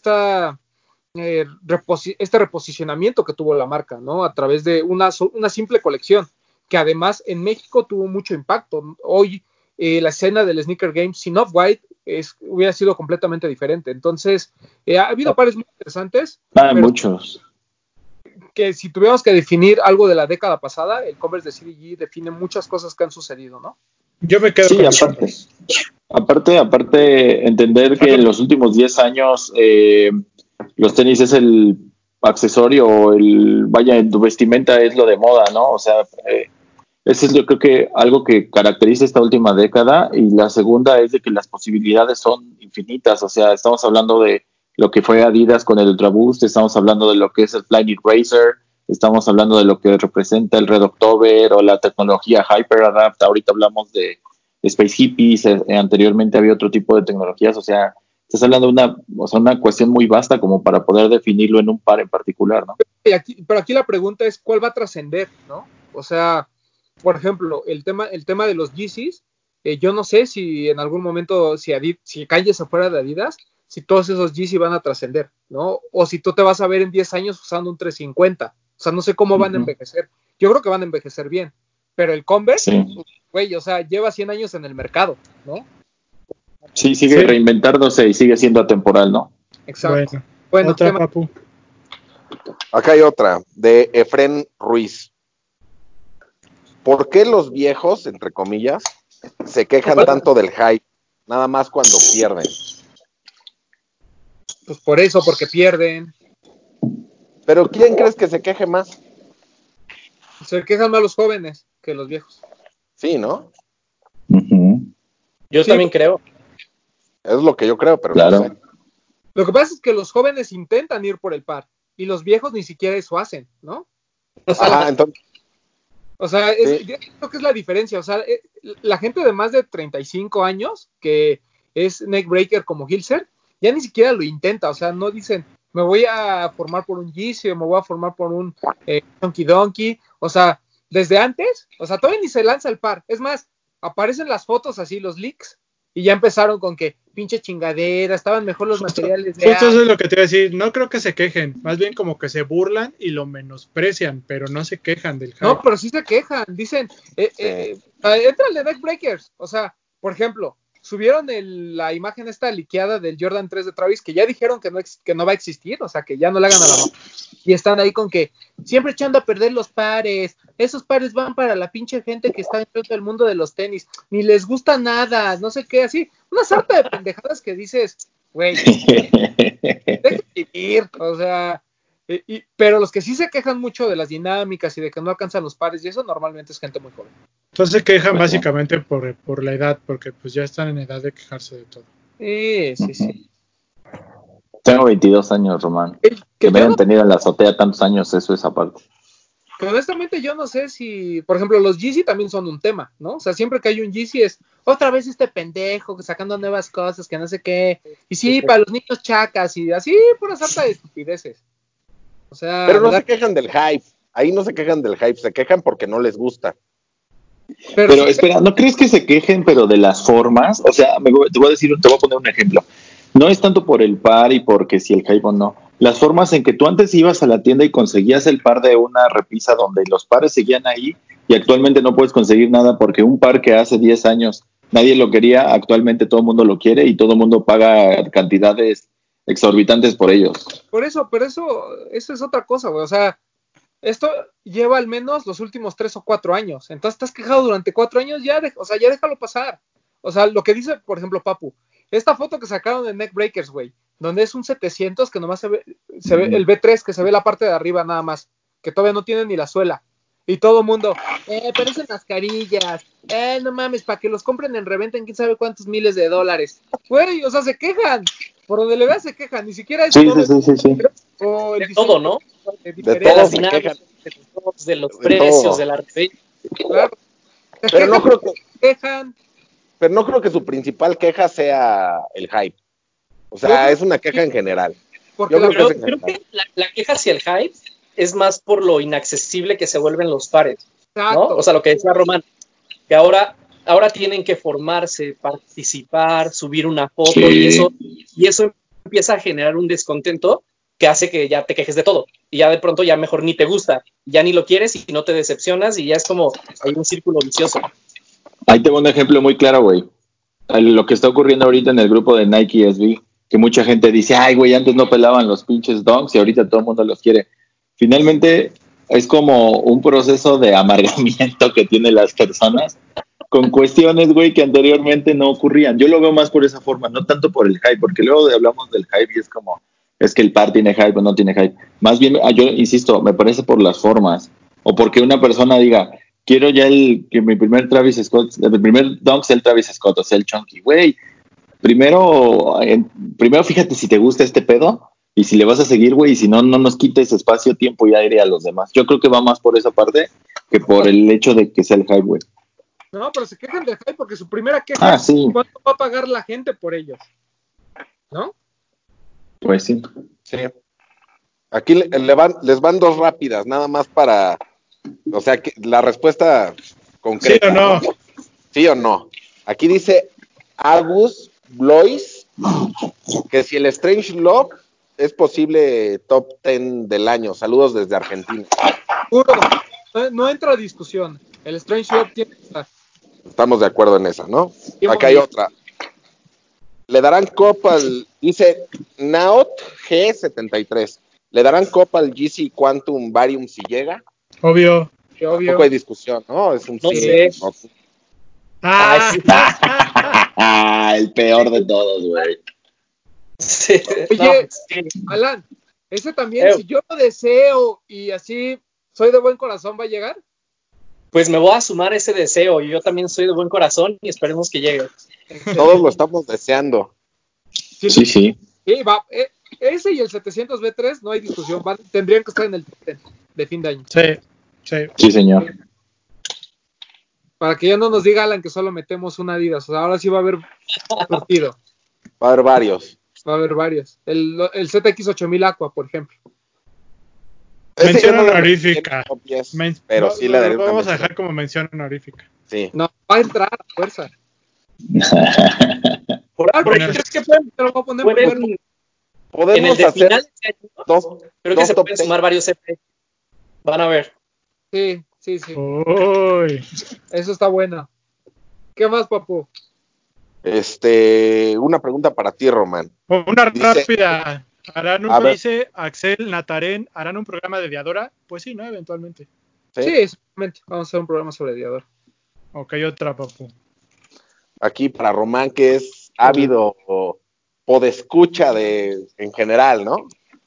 Este reposicionamiento que tuvo la marca, ¿no? A través de una simple colección, que además en México tuvo mucho impacto. Hoy la escena del sneaker game sin Off-White hubiera sido completamente diferente. Entonces, ha habido pares muy interesantes. Pero muchos. Que si tuviéramos que definir algo de la década pasada, el Converse de CDG define muchas cosas que han sucedido, ¿no? Yo me quedo con aparte, entender que en los últimos 10 años los tenis es el accesorio, en tu vestimenta es lo de moda, ¿no? O sea, eso es yo creo que algo que caracteriza esta última década, y la segunda es de que las posibilidades son infinitas, o sea, estamos hablando de lo que fue Adidas con el Ultra Boost, estamos hablando de lo que es el Flyknit Racer, estamos hablando de lo que representa el Red October o la tecnología Hyper Adapt, ahorita hablamos de Space Hippies, anteriormente había otro tipo de tecnologías, o sea, estás hablando de una cuestión muy vasta como para poder definirlo en un par en particular, ¿no? Pero aquí la pregunta es, ¿cuál va a trascender, no? O sea, por ejemplo, el tema de los Yeezys, yo no sé si en algún momento, si Kanye se fuera de Adidas, si todos esos Yeezy van a trascender, ¿no? O si tú te vas a ver en 10 años usando un 350. O sea, no sé cómo van a envejecer. Yo creo que van a envejecer bien. Pero el Converse, güey, o sea, lleva 100 años en el mercado, ¿no? Sí, sigue reinventándose y sigue siendo atemporal, ¿no? Exacto. Bueno, otra, Papu. Acá hay otra, de Efren Ruiz. ¿Por qué los viejos, entre comillas, se quejan tanto del hype? Nada más cuando pierden. Pues por eso, porque pierden. ¿Pero quién crees que se queje más? Se quejan más los jóvenes que los viejos. Sí, ¿no? Yo también creo. Es lo que yo creo, pero claro. no sé. Lo que pasa es que los jóvenes intentan ir por el par y los viejos ni siquiera eso hacen, ¿no? Entonces. O sea, yo creo que es la diferencia. O sea, la gente de más de 35 años, que es neckbreaker como Hilser, ya ni siquiera lo intenta. O sea, no dicen, me voy a formar por un Yeezy o me voy a formar por un Donkey Donkey. O sea, desde antes, o sea, todavía ni se lanza el par. Es más, aparecen las fotos así, los leaks, y ya empezaron con que pinche chingadera, estaban mejor los materiales de Justo eso es lo que te iba a decir. No creo que se quejen, más bien como que se burlan y lo menosprecian, pero no se quejan del hype. No, pero sí se quejan, dicen, entra el de Neckbreakers, o sea, por ejemplo, subieron la imagen esta liqueada del Jordan 3 de Travis, que ya dijeron que no va a existir, o sea, que ya no le hagan a la mano, y están ahí con que siempre echando a perder los pares, esos pares van para la pinche gente que está dentro del mundo de los tenis, ni les gusta nada, no sé qué, así, una sarta de pendejadas que dices, güey, dejen vivir, o sea, Pero los que sí se quejan mucho de las dinámicas y de que no alcanzan los pares y eso normalmente es gente muy joven. Entonces se quejan Pues, básicamente por la edad, porque pues ya están en edad de quejarse de todo. Sí. Tengo 22 años, Román. Que Que me yo hayan no, tenido en la azotea tantos años, eso es aparte. que honestamente yo no sé si, por ejemplo, los Yeezy también son un tema, ¿no? O sea, siempre que hay un Yeezy es otra vez este pendejo sacando nuevas cosas, que no sé qué. Y sí, para los niños chacas y así, pura sarta de estupideces. O sea, Pero no ¿verdad? se quejan del hype. Ahí no se quejan del hype, se quejan porque no les gusta. Pero Pero sí, espera, ¿no crees que se quejen, pero de las formas? O sea, te voy a decir, te voy a poner un ejemplo. No es tanto por el par y porque si el hype o no. Las formas en que tú antes ibas a la tienda y conseguías el par de una repisa donde los pares seguían ahí y actualmente no puedes conseguir nada porque un par que hace 10 años nadie lo quería, actualmente todo el mundo lo quiere y todo el mundo paga cantidades exorbitantes por ellos. pero eso es otra cosa, güey. O sea, esto lleva al menos los últimos 3 o 4 años. Entonces estás quejado durante 4 años, o sea, ya déjalo pasar. O sea, lo que dice, por ejemplo, Papu, esta foto que sacaron de Neckbreakers, güey, donde es un 700 que nomás se ve el B3, que se ve la parte de arriba nada más, que todavía no tiene ni la suela. Y todo el mundo, parecen mascarillas, no mames, para que los compren en reventa en quién sabe cuántos miles de dólares. Güey, o sea, se quejan. Por donde le veas se quejan, ni siquiera es Sí, todo sí, sí, sí, sí. o el De diseño todo, ¿no? De De diferente. todo las se dinámicas, quejan, de los drops, de los de precios, de todo. la reventa. Claro, se Pero quejan, no creo que, quejan. pero no creo que su principal queja sea el hype. O Yo sea, creo es una que queja sí, en general. porque Yo la creo que es Pero en creo general. que la queja hacia el hype es más por lo inaccesible que se vuelven los pares, ¿no? O exacto. sea, lo que decía Román, que ahora tienen que formarse, participar, subir una foto y eso empieza a generar un descontento que hace que ya te quejes de todo y ya de pronto ya mejor ni te gusta, ya ni lo quieres y no te decepcionas y ya es como hay un círculo vicioso. Ahí tengo un ejemplo muy claro, güey. Lo que está ocurriendo ahorita en el grupo de Nike SB, que mucha gente dice, ay, güey, antes no pelaban los pinches donks y ahorita todo el mundo los quiere. Finalmente es como un proceso de amargamiento que tienen las personas con cuestiones, güey, que anteriormente no ocurrían. Yo lo veo más por esa forma, no tanto por el hype, porque luego hablamos del hype y es como, es que el par tiene hype o no tiene hype. Más bien, yo insisto, me parece por las formas, o porque una persona diga, quiero ya que mi primer Travis Scott, el primer dunk sea el Travis Scott, o sea, el Chunky, güey. Primero fíjate si te gusta este pedo y si le vas a seguir, güey, y si no, no nos quites espacio, tiempo y aire a los demás. Yo creo que va más por esa parte que por el hecho de que sea el hype, güey. No, pero se quejan de hype porque su primera queja Ah, es sí, cuánto va a pagar la gente por ellos, ¿no? pues sí. Sí. Aquí les van dos rápidas, nada más para, o sea, que la respuesta ¿Sí o concreta, ¿no? no? ¿Sí o no? Aquí dice Agus Blois que si el Strange Love es posible top 10 del año. Saludos desde Argentina. Puro, no entra a discusión. El Strange Love tiene que estar. Estamos de acuerdo en esa, ¿no? Hemos Acá hay leído. otra. Le darán copa al, dice Naot G73. ¿Le darán copa al GC Quantum Varium si llega? Obvio. Sí, Tampoco hay obvio. discusión, ¿no? Es un No sí. Sí. sé. No. Ay, Ah, sí. El peor de todos, güey. Sí. No, Oye, pues, sí. Alan, ese también, si yo lo deseo y así soy de buen corazón, ¿va a llegar? Pues me voy a sumar ese deseo. Yo también soy de buen corazón y esperemos que llegue. Todos lo estamos deseando. Sí, Sí, sí. sí, va, ese y el 700 B3 no hay discusión, tendrían que estar en el top 10 de fin de año. sí, sí. Sí, señor. Para que ya no nos diga Alan que solo metemos una Adidas. O sea, ahora sí va a haber partido. Va a haber varios. Va a haber varios. El ZX8000 Aqua, por ejemplo. Ese yo Mención no lo metería en honorífica. el top 10, pero sí le Lo daré una vamos a mención. dejar como mención honorífica. Sí. No, va a entrar a fuerza. ¿Por Bueno, ahí crees que pueden, Te lo voy a poner en primer lugar. en el Podemos de hacer final de este año, dos, creo que dos se top pueden 10. sumar varios EP. Van a ver. Sí, sí, sí. uy. Eso está bueno. ¿Qué más, papu? Una pregunta para ti, Román. Una Dice, rápida. a ver, Dice Axel Natarén, ¿harán un programa de Diadora? Pues sí, ¿no? Eventualmente. Sí, ¿sí? seguramente. Vamos a hacer un programa sobre Diador. Ok, otra, papu. Aquí para Román, que es ávido podescucha en general, ¿no?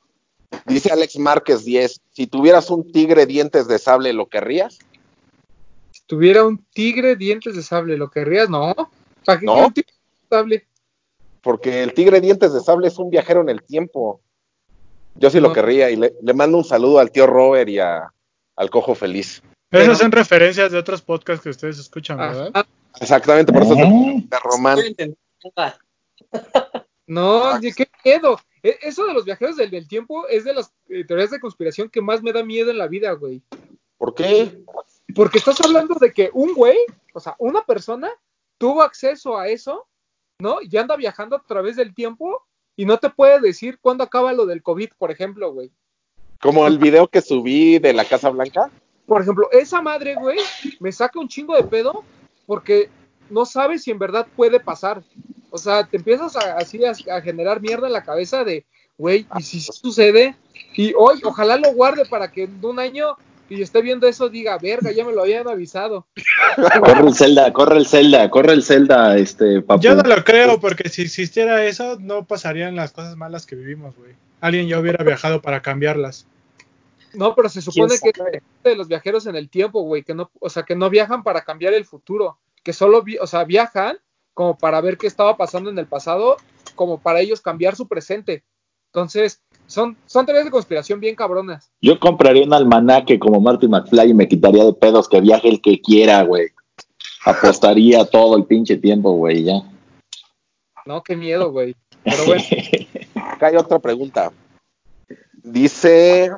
Dice Alex Márquez 10, si tuvieras un tigre dientes de sable, ¿lo querrías? Si tuviera un tigre dientes de sable, ¿lo querrías? No. ¿Para qué ¿No? quiero un tigre de sable? Porque el tigre dientes de sable es un viajero en el tiempo. Yo sí lo No. querría y le mando un saludo al tío Robert y al Cojo Feliz. Esas son referencias de otros podcasts que ustedes escuchan, ¿verdad? Ajá. Exactamente, por eso te pregunté, Román. No entendí nada. No, qué miedo. Eso de los viajeros del tiempo es de las teorías de conspiración que más me da miedo en la vida, güey. ¿Por qué? Porque estás hablando de que un güey, o sea, una persona tuvo acceso a eso, ¿no? Y anda viajando a través del tiempo y no te puede decir cuándo acaba lo del COVID, por ejemplo, güey. Como el video que subí de la Casa Blanca. Por ejemplo, esa madre, güey, me saca un chingo de pedo porque no sabes si en verdad puede pasar. O sea, te empiezas así a generar mierda en la cabeza de, güey, ¿y si sucede? Y hoy, ojalá lo guarde para que en un año y esté viendo eso diga, verga, ya me lo habían avisado. Corre el Zelda, papu. Yo no lo creo, porque si existiera eso, no pasarían las cosas malas que vivimos, güey. Alguien ya hubiera viajado para cambiarlas. No, pero se supone que ¿Quién sabe? es de los viajeros en el tiempo, güey, que no, o sea, que no viajan para cambiar el futuro, que solo, o sea, viajan como para ver qué estaba pasando en el pasado, como para ellos cambiar su presente. Entonces, son teorías de conspiración bien cabronas. Yo compraría un almanaque como Marty McFly y me quitaría de pedos que viaje el que quiera, güey. Apostaría todo el pinche tiempo, güey, ya. No, qué miedo, güey. Pero bueno, Acá hay otra pregunta. Dice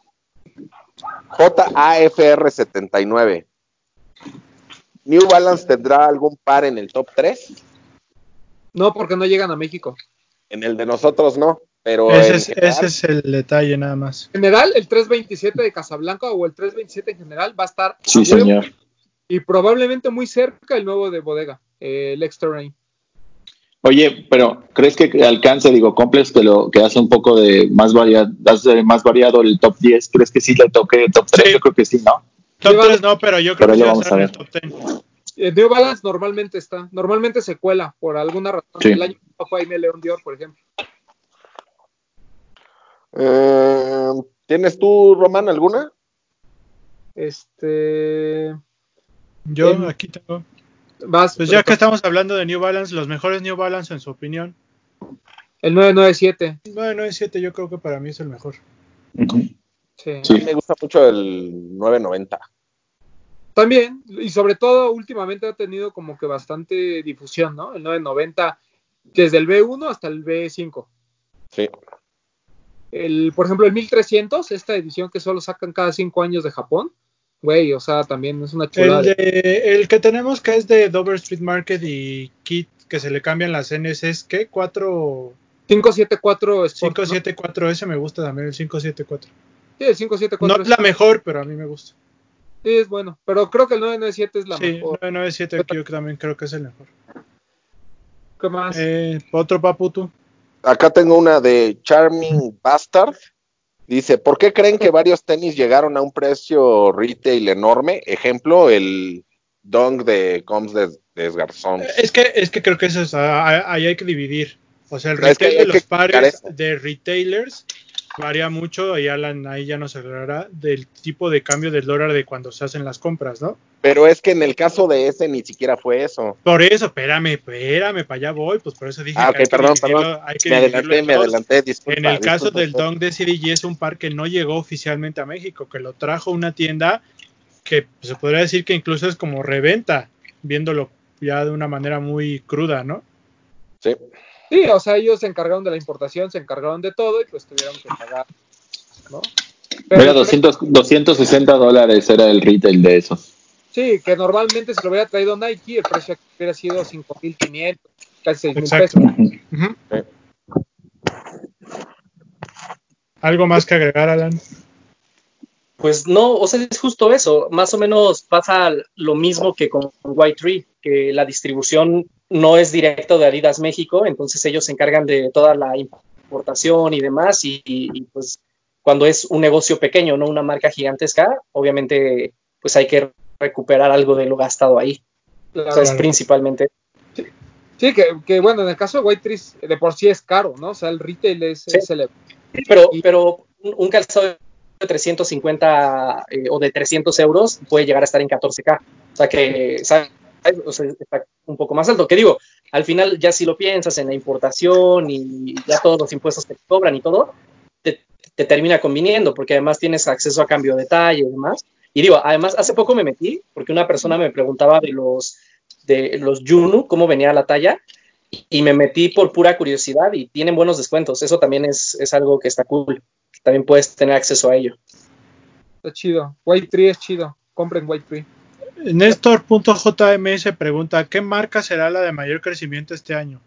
JAFR79. ¿New Balance tendrá algún par en el top 3? no, porque no llegan a México. En el de nosotros no, pero Ese es el detalle nada más. En general, el 327 de Casablanca o el 327 en general va a estar Sí, a huevo señor. y probablemente muy cerca el nuevo de Bodega, el X-Terrain. Oye, pero ¿crees que alcance, Complex, que hace un poco de hace más variado el top 10? ¿Crees que sí le toque el top 3? Sí. Yo creo que sí, ¿no? Top 3 no, pero yo creo Pero que ahí sí lo va a vamos estar a en el ver. top 10. El New Balance normalmente se cuela por alguna razón. Sí. El año pasado fue Aimee León Dior, por ejemplo. ¿Tienes tú, Román, alguna? Yo aquí tengo. Vas, Pues pero ya que estamos hablando de New Balance, los mejores New Balance en su opinión. el 997. 997 yo creo que para mí es el mejor. Uh-huh. Sí. A mí me gusta mucho el 990. También, y sobre todo últimamente ha tenido como que bastante difusión, ¿no? El 990, desde el B1 hasta el B5. Sí. Por ejemplo, el 1300, esta edición que solo sacan cada 5 años de Japón, güey, o sea, también es una chulada. El que tenemos que es de Dover Street Market y Kit, que se le cambian las Ns, es ¿qué? 574 Sport, 574, ese me gusta también, el 574. Sí, el 574 No es la mejor, pero a mí me gusta. Sí, es bueno, pero creo que el 997 es la Sí, mejor. 997 yo también creo que es el mejor. ¿Qué más? Otro paputu. Acá tengo una de Charming Bastard. Dice, ¿por qué creen que varios tenis llegaron a un precio retail enorme? Ejemplo, el Dunk de Combs de Garzón. Es que creo que eso es, ahí hay que dividir. O sea, el No, es que retail hay de que los pares explicar eso. de retailers varía mucho y Alan ahí ya nos hablará del tipo de cambio del dólar de cuando se hacen las compras, ¿no? Pero es que en el caso de ese ni siquiera fue eso. Por eso, espérame, para allá voy, pues por eso dije que Ok, hay que perdón. dividirlo en Me dos. adelanté, disculpa. En el caso disculpa. del Dunk de CDG es un par que no llegó oficialmente a México, que lo trajo una tienda que se podría decir que incluso es como reventa, viéndolo ya de una manera muy cruda, ¿no? Sí. Sí, o sea, ellos se encargaron de la importación, se encargaron de todo y pues tuvieron que pagar, ¿no? Pero Mira, $260 era el retail de esos. sí, que normalmente si lo hubiera traído Nike, el precio hubiera sido 5,500, casi 6,000 Exacto. pesos. Uh-huh. Sí. ¿Algo más que agregar, Alan? Pues no, o sea, es justo eso. Más o menos pasa lo mismo que con White Tree, que la distribución no es directo de Adidas México, entonces ellos se encargan de toda la importación y demás, y pues cuando es un negocio pequeño, no una marca gigantesca, obviamente pues hay que recuperar algo de lo gastado ahí. Claro. O sea, es principalmente. Sí, que bueno, en el caso de White Trees de por sí es caro, ¿no? O sea, el retail es Sí. elevado. Pero un calzado de 350 o de 300 euros puede llegar a estar en 14K. O sea que, ¿sabes? O sea, está un poco más alto. Que digo, al final ya si lo piensas en la importación y ya todos los impuestos que te cobran y todo, te termina conviniendo, porque además tienes acceso a cambio de talla y demás. Y digo, además hace poco me metí, porque una persona me preguntaba de los Yunu, cómo venía la talla, y me metí por pura curiosidad y tienen buenos descuentos. Eso también es algo que está cool. También puedes tener acceso a ello. Está chido. White Tree es chido. Compren White Tree. Néstor.jms pregunta, ¿qué marca será la de mayor crecimiento este año?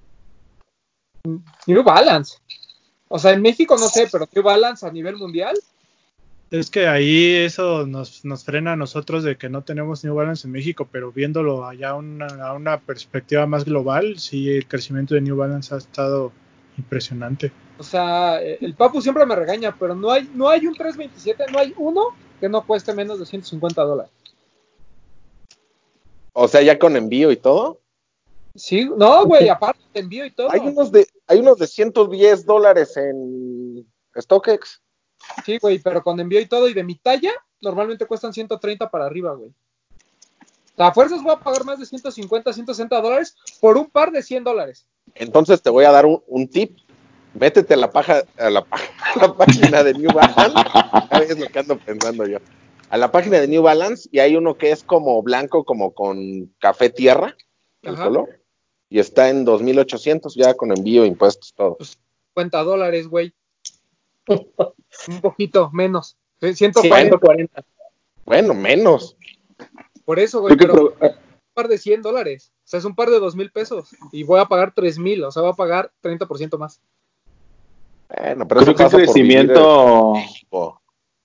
New Balance. O sea, en México no sé, pero New Balance a nivel mundial. Es que ahí eso nos frena a nosotros de que no tenemos New Balance en México, pero viéndolo allá a una perspectiva más global, sí, el crecimiento de New Balance ha estado impresionante. O sea, el Papu siempre me regaña, pero no hay un 327, no hay uno que no cueste menos de $150. O sea, ya con envío y todo. Sí, no, güey, aparte de envío y todo. Hay unos de $110 en StockX. Sí, güey, pero con envío y todo y de mi talla, normalmente cuestan 130 para arriba, güey. O sea, a fuerzas voy a pagar más de 150, $160 por un par de $100. Entonces te voy a dar un tip. Métete a la página de New Balance. Es lo que ando pensando yo. A la página de New Balance y hay uno que es como blanco, como con café tierra, el Ajá. color. Y está en 2,800 ya con envío, impuestos, todo. Pues $50, güey. Un poquito menos. 140. 140. Bueno, menos. Por eso, güey, Creo pero que un par de $100. O sea, es un par de 2,000 pesos. Y voy a pagar 3,000. O sea, voy a pagar 30% más. Bueno, pero creo eso que el pasa por vivir crecimiento, en México.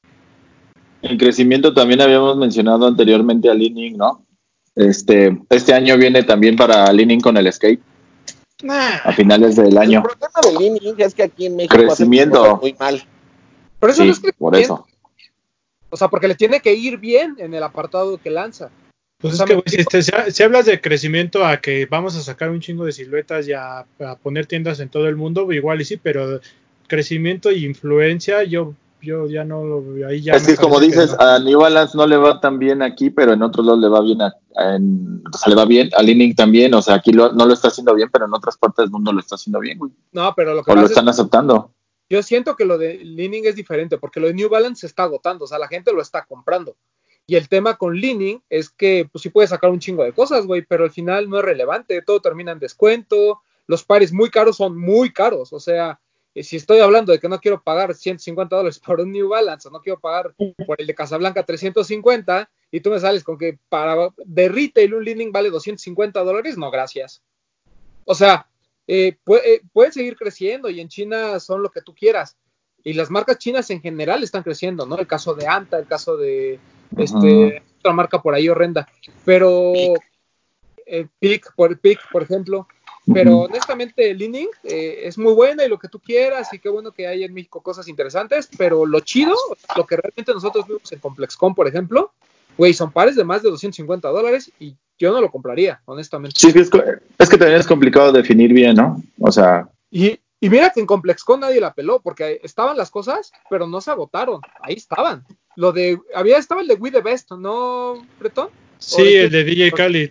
el crecimiento también habíamos mencionado anteriormente a Li-Ning, ¿no? Este año viene también para Li-Ning con el skate a finales del El año. problema del Li-Ning es que aquí en México hacen las Crecimiento. cosas muy mal. Pero eso no es Sí, por crecimiento. eso. O sea, porque le tiene que ir bien en el apartado que lanza. Pues O es sea, que, me güey, si hablas de crecimiento a que vamos a sacar un chingo de siluetas y a poner tiendas en todo el mundo, igual y sí, pero crecimiento y influencia, yo ya no lo veo. Ahí ya Es me que como parece que dices, no. a New Balance no le va tan bien aquí, pero en otros lados le va bien, o sea, le va bien, a Li-Ning también, o sea, aquí no lo está haciendo bien, pero en otras partes del mundo lo está haciendo bien, güey. no, pero lo que O lo pasa es están aceptando. yo siento que lo de Li-Ning es diferente, porque lo de New Balance se está agotando, o sea, la gente lo está comprando. Y el tema con Li-Ning es que, pues sí puedes sacar un chingo de cosas, güey, pero al final no es relevante, todo termina en descuento, los pares muy caros son muy caros, o sea, si estoy hablando de que no quiero pagar $150 por un New Balance, o no quiero pagar por el de Casablanca 350, y tú me sales con que de retail un Li-Ning vale $250, no, gracias. O sea, pueden seguir creciendo y en China son lo que tú quieras. Y las marcas chinas en general están creciendo, ¿no? El caso de Anta, el caso de otra marca por ahí horrenda. Pero Peak, por ejemplo. Pero honestamente, Li-Ning es muy buena y lo que tú quieras, y qué bueno que hay en México cosas interesantes, pero lo chido, lo que realmente nosotros vimos en ComplexCon, por ejemplo, güey, son pares de más de $250 y yo no lo compraría, honestamente. Sí, es que también es complicado definir bien, ¿no? O sea, Y mira que en ComplexCon nadie la peló, porque estaban las cosas, pero no se agotaron. Ahí estaban. Estaba el de We the Best, ¿no, Bretón? ¿O de Sí, el quién? de DJ Khaled.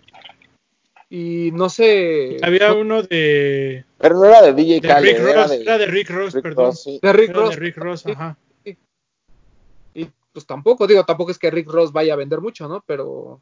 Y no sé. Había No, uno Pero no era de DJ de Rick Khaled, era Ross, era de de Rick Ross, Rick perdón. Ross, sí. de Rick Era de Ross. Rick Ross, Sí, ajá. sí. Y pues tampoco es que Rick Ross vaya a vender mucho, ¿no? Pero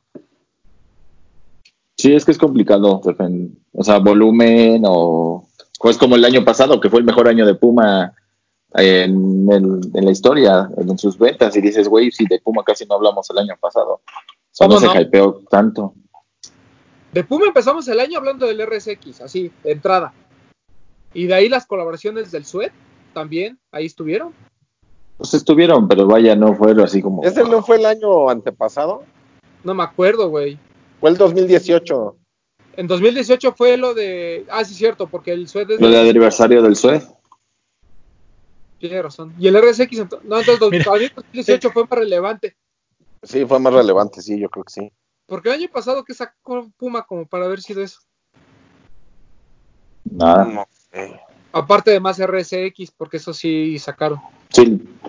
sí, es que es complicado, o sea, volumen o pues como el año pasado, que fue el mejor año de Puma en la historia, en sus ventas, y dices, güey, si de Puma casi no hablamos el año pasado. O sea, no ¿cómo se no? hypeó tanto. De Puma empezamos el año hablando del RSX, así, de entrada. Y de ahí las colaboraciones del Sweat también, ahí estuvieron. Pues estuvieron, pero vaya, no fue así como... ¿Ese no fue el año antepasado? No me acuerdo, güey. Fue el 2018. En 2018 fue lo de. Ah, sí, cierto, porque el Sweat es Lo de del. aniversario del Suez. Tiene razón. Y el RSX, no, entonces Mira, para mí 2018 fue más relevante. Sí, fue más relevante, sí, yo creo que sí. Porque el año pasado, ¿qué sacó Puma como para haber sido eso? Nada. No sé. Aparte de más RSX, porque eso sí sacaron. Sí,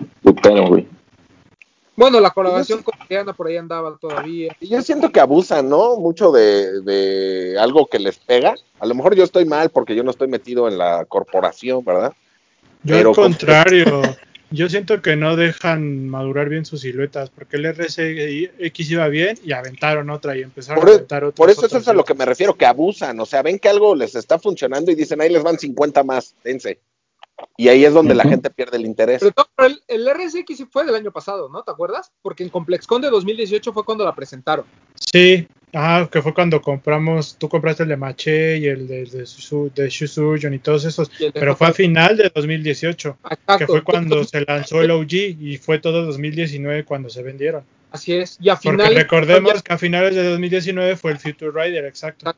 espero, güey. Bueno, la colaboración coreana por ahí andaba todavía. Y yo siento que abusan, ¿no? Mucho de algo que les pega. A lo mejor yo estoy mal porque yo no estoy metido en la corporación, ¿verdad? Yo Pero al contrario, yo siento que no dejan madurar bien sus siluetas, porque el RSX iba bien y aventaron otra y empezaron a aventar otras. Por eso eso es a lo que me refiero, que abusan. O sea, ven que algo les está funcionando y dicen, ahí les van 50 más, dense. Y ahí es donde la gente pierde el interés. Pero el RSX sí fue del año pasado, ¿no? ¿Te acuerdas? Porque en ComplexCon de 2018 fue cuando la presentaron. Sí, que fue cuando tú compraste el de Maché y el de Shusurgeon y todos esos, pero fue a final de 2018, Exacto. que fue cuando se lanzó el OG y fue todo 2019 cuando se vendieron. Así es, y a Porque finales... recordemos que a finales de 2019 fue el Future Rider, exacto.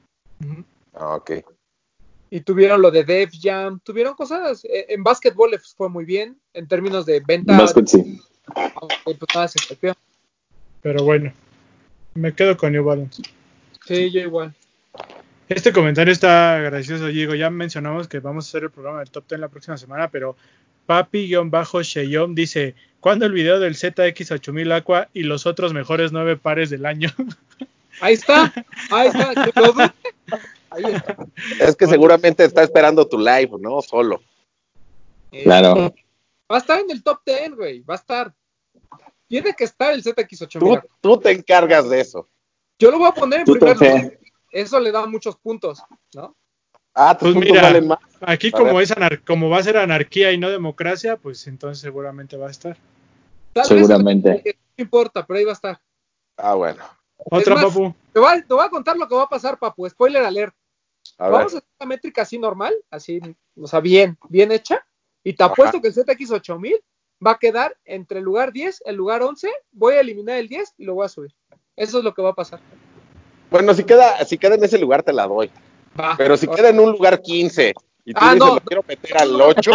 Ok. Y tuvieron lo de Def Jam, tuvieron cosas, en básquetbol les fue muy bien, en términos de venta. Basket, sí. Pues nada, se copió. Pero bueno, me quedo con New Balance. Sí, yo igual. Este comentario está gracioso, Diego. Ya mencionamos que vamos a hacer el programa del Top 10 la próxima semana, pero Papi-Sheyom dice, ¿cuándo el video del ZX8000 Aqua y los otros mejores 9 pares del año? Ahí está, que lo dude. Ahí está. Es que seguramente está esperando tu live, ¿no? Solo. Claro. Va a estar en el top 10, güey, va a estar. Tiene que estar el ZX8000. Tú te encargas de eso. Yo lo voy a poner en Tú primer ten fe. lugar. Eso le da muchos puntos, ¿no? Tus Pues puntos mira, valen más. aquí A como ver. como va a ser anarquía y no democracia, pues entonces seguramente va a estar. Tal Seguramente. vez no importa, pero ahí va a estar. Bueno. Otra, Es más, Papu. te voy a contar lo que va a pasar, Papu. Spoiler alert. A Vamos ver. a hacer una métrica así normal, así, o sea, bien hecha. Y te apuesto que el ZX8000 va a quedar entre el lugar 10, el lugar 11. Voy a eliminar el 10 y lo voy a subir. Eso es lo que va a pasar. Bueno, si queda en ese lugar te la doy. Va. Pero si queda en un lugar 15 y tú dices, no. lo quiero meter al 8.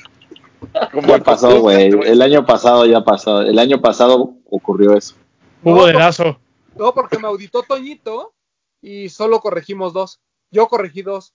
Ya pasó, güey. El año pasado ya pasó. El año pasado ocurrió eso. Hubo dedazo. No, porque me auditó Toñito y solo corregimos 2. Yo corregí 2.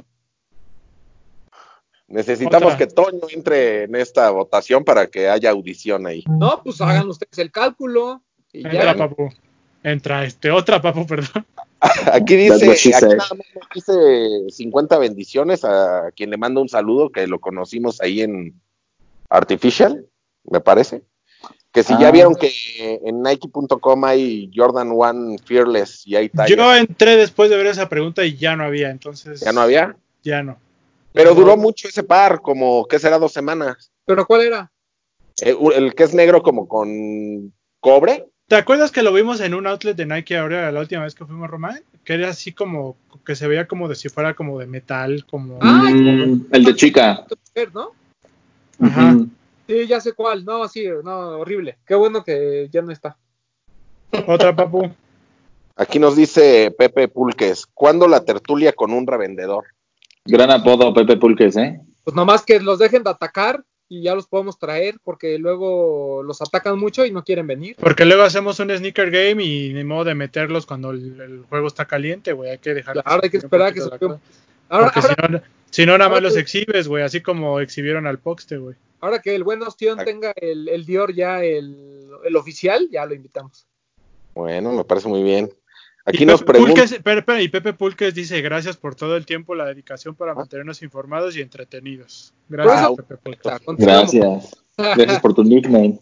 Necesitamos que Toño entre en esta votación para que haya audición ahí. No, pues hagan ustedes el cálculo. Y Entra, ya. Papu. Otra, Papu, perdón. Aquí dice, That's what she said. nada más nos dice 50 bendiciones a quien le manda un saludo, que lo conocimos ahí en Artificial, me parece. Que si ya vieron que en Nike.com hay Jordan 1 Fearless y hay tallas. Yo entré después de ver esa pregunta y ya no había, entonces... ¿Ya no había? Ya no. Pero duró mucho ese par, como, ¿qué será? 2 semanas. ¿Pero cuál era? El que es negro como con cobre. ¿Te acuerdas que lo vimos en un outlet de Nike ahora la última vez que fuimos a Roma? Que era así como, que se veía como de si fuera como de metal, como... El de chica. ¿No? Ajá. Sí, ya sé cuál. No, sí, no, horrible. Qué bueno que ya no está. Otra, Papu. Aquí nos dice Pepe Pulques, ¿cuándo la tertulia con un revendedor? Gran apodo, Pepe Pulques, ¿eh? Pues nomás que los dejen de atacar y ya los podemos traer porque luego los atacan mucho y no quieren venir. Porque luego hacemos un sneaker game y ni modo de meterlos cuando el juego está caliente, güey. Hay que dejar. Claro, hay que esperar a que se Porque si no, nada más los exhibes, güey. Así como exhibieron al Poxte, güey. Ahora que el buen Ostión tenga el Dior ya, el oficial, ya lo invitamos. Bueno, me parece muy bien. Aquí nos preguntan. Y Pepe Pulques dice, gracias por todo el tiempo, la dedicación para mantenernos informados y entretenidos. Gracias, Pepe Pulques. Gracias. Gracias por tu nickname.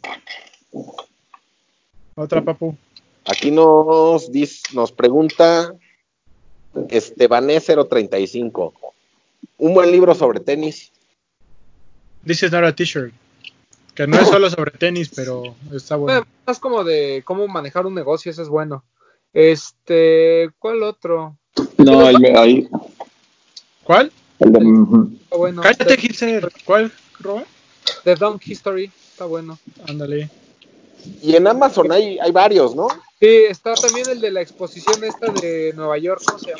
Otra, Papu. Aquí nos pregunta Estebané035. Un buen libro sobre tenis. This is not a t-shirt. Que no es solo sobre tenis, pero está bueno. Es como de cómo manejar un negocio, eso es bueno. ¿Cuál otro? No, ahí. ¿Cuál? El de... Está bueno. Cállate, Gilser. ¿Cuál, Robert? The Dunk History, está bueno. Ándale. Y en Amazon hay varios, ¿no? Sí, está también el de la exposición esta de Nueva York, ¿cómo se llama?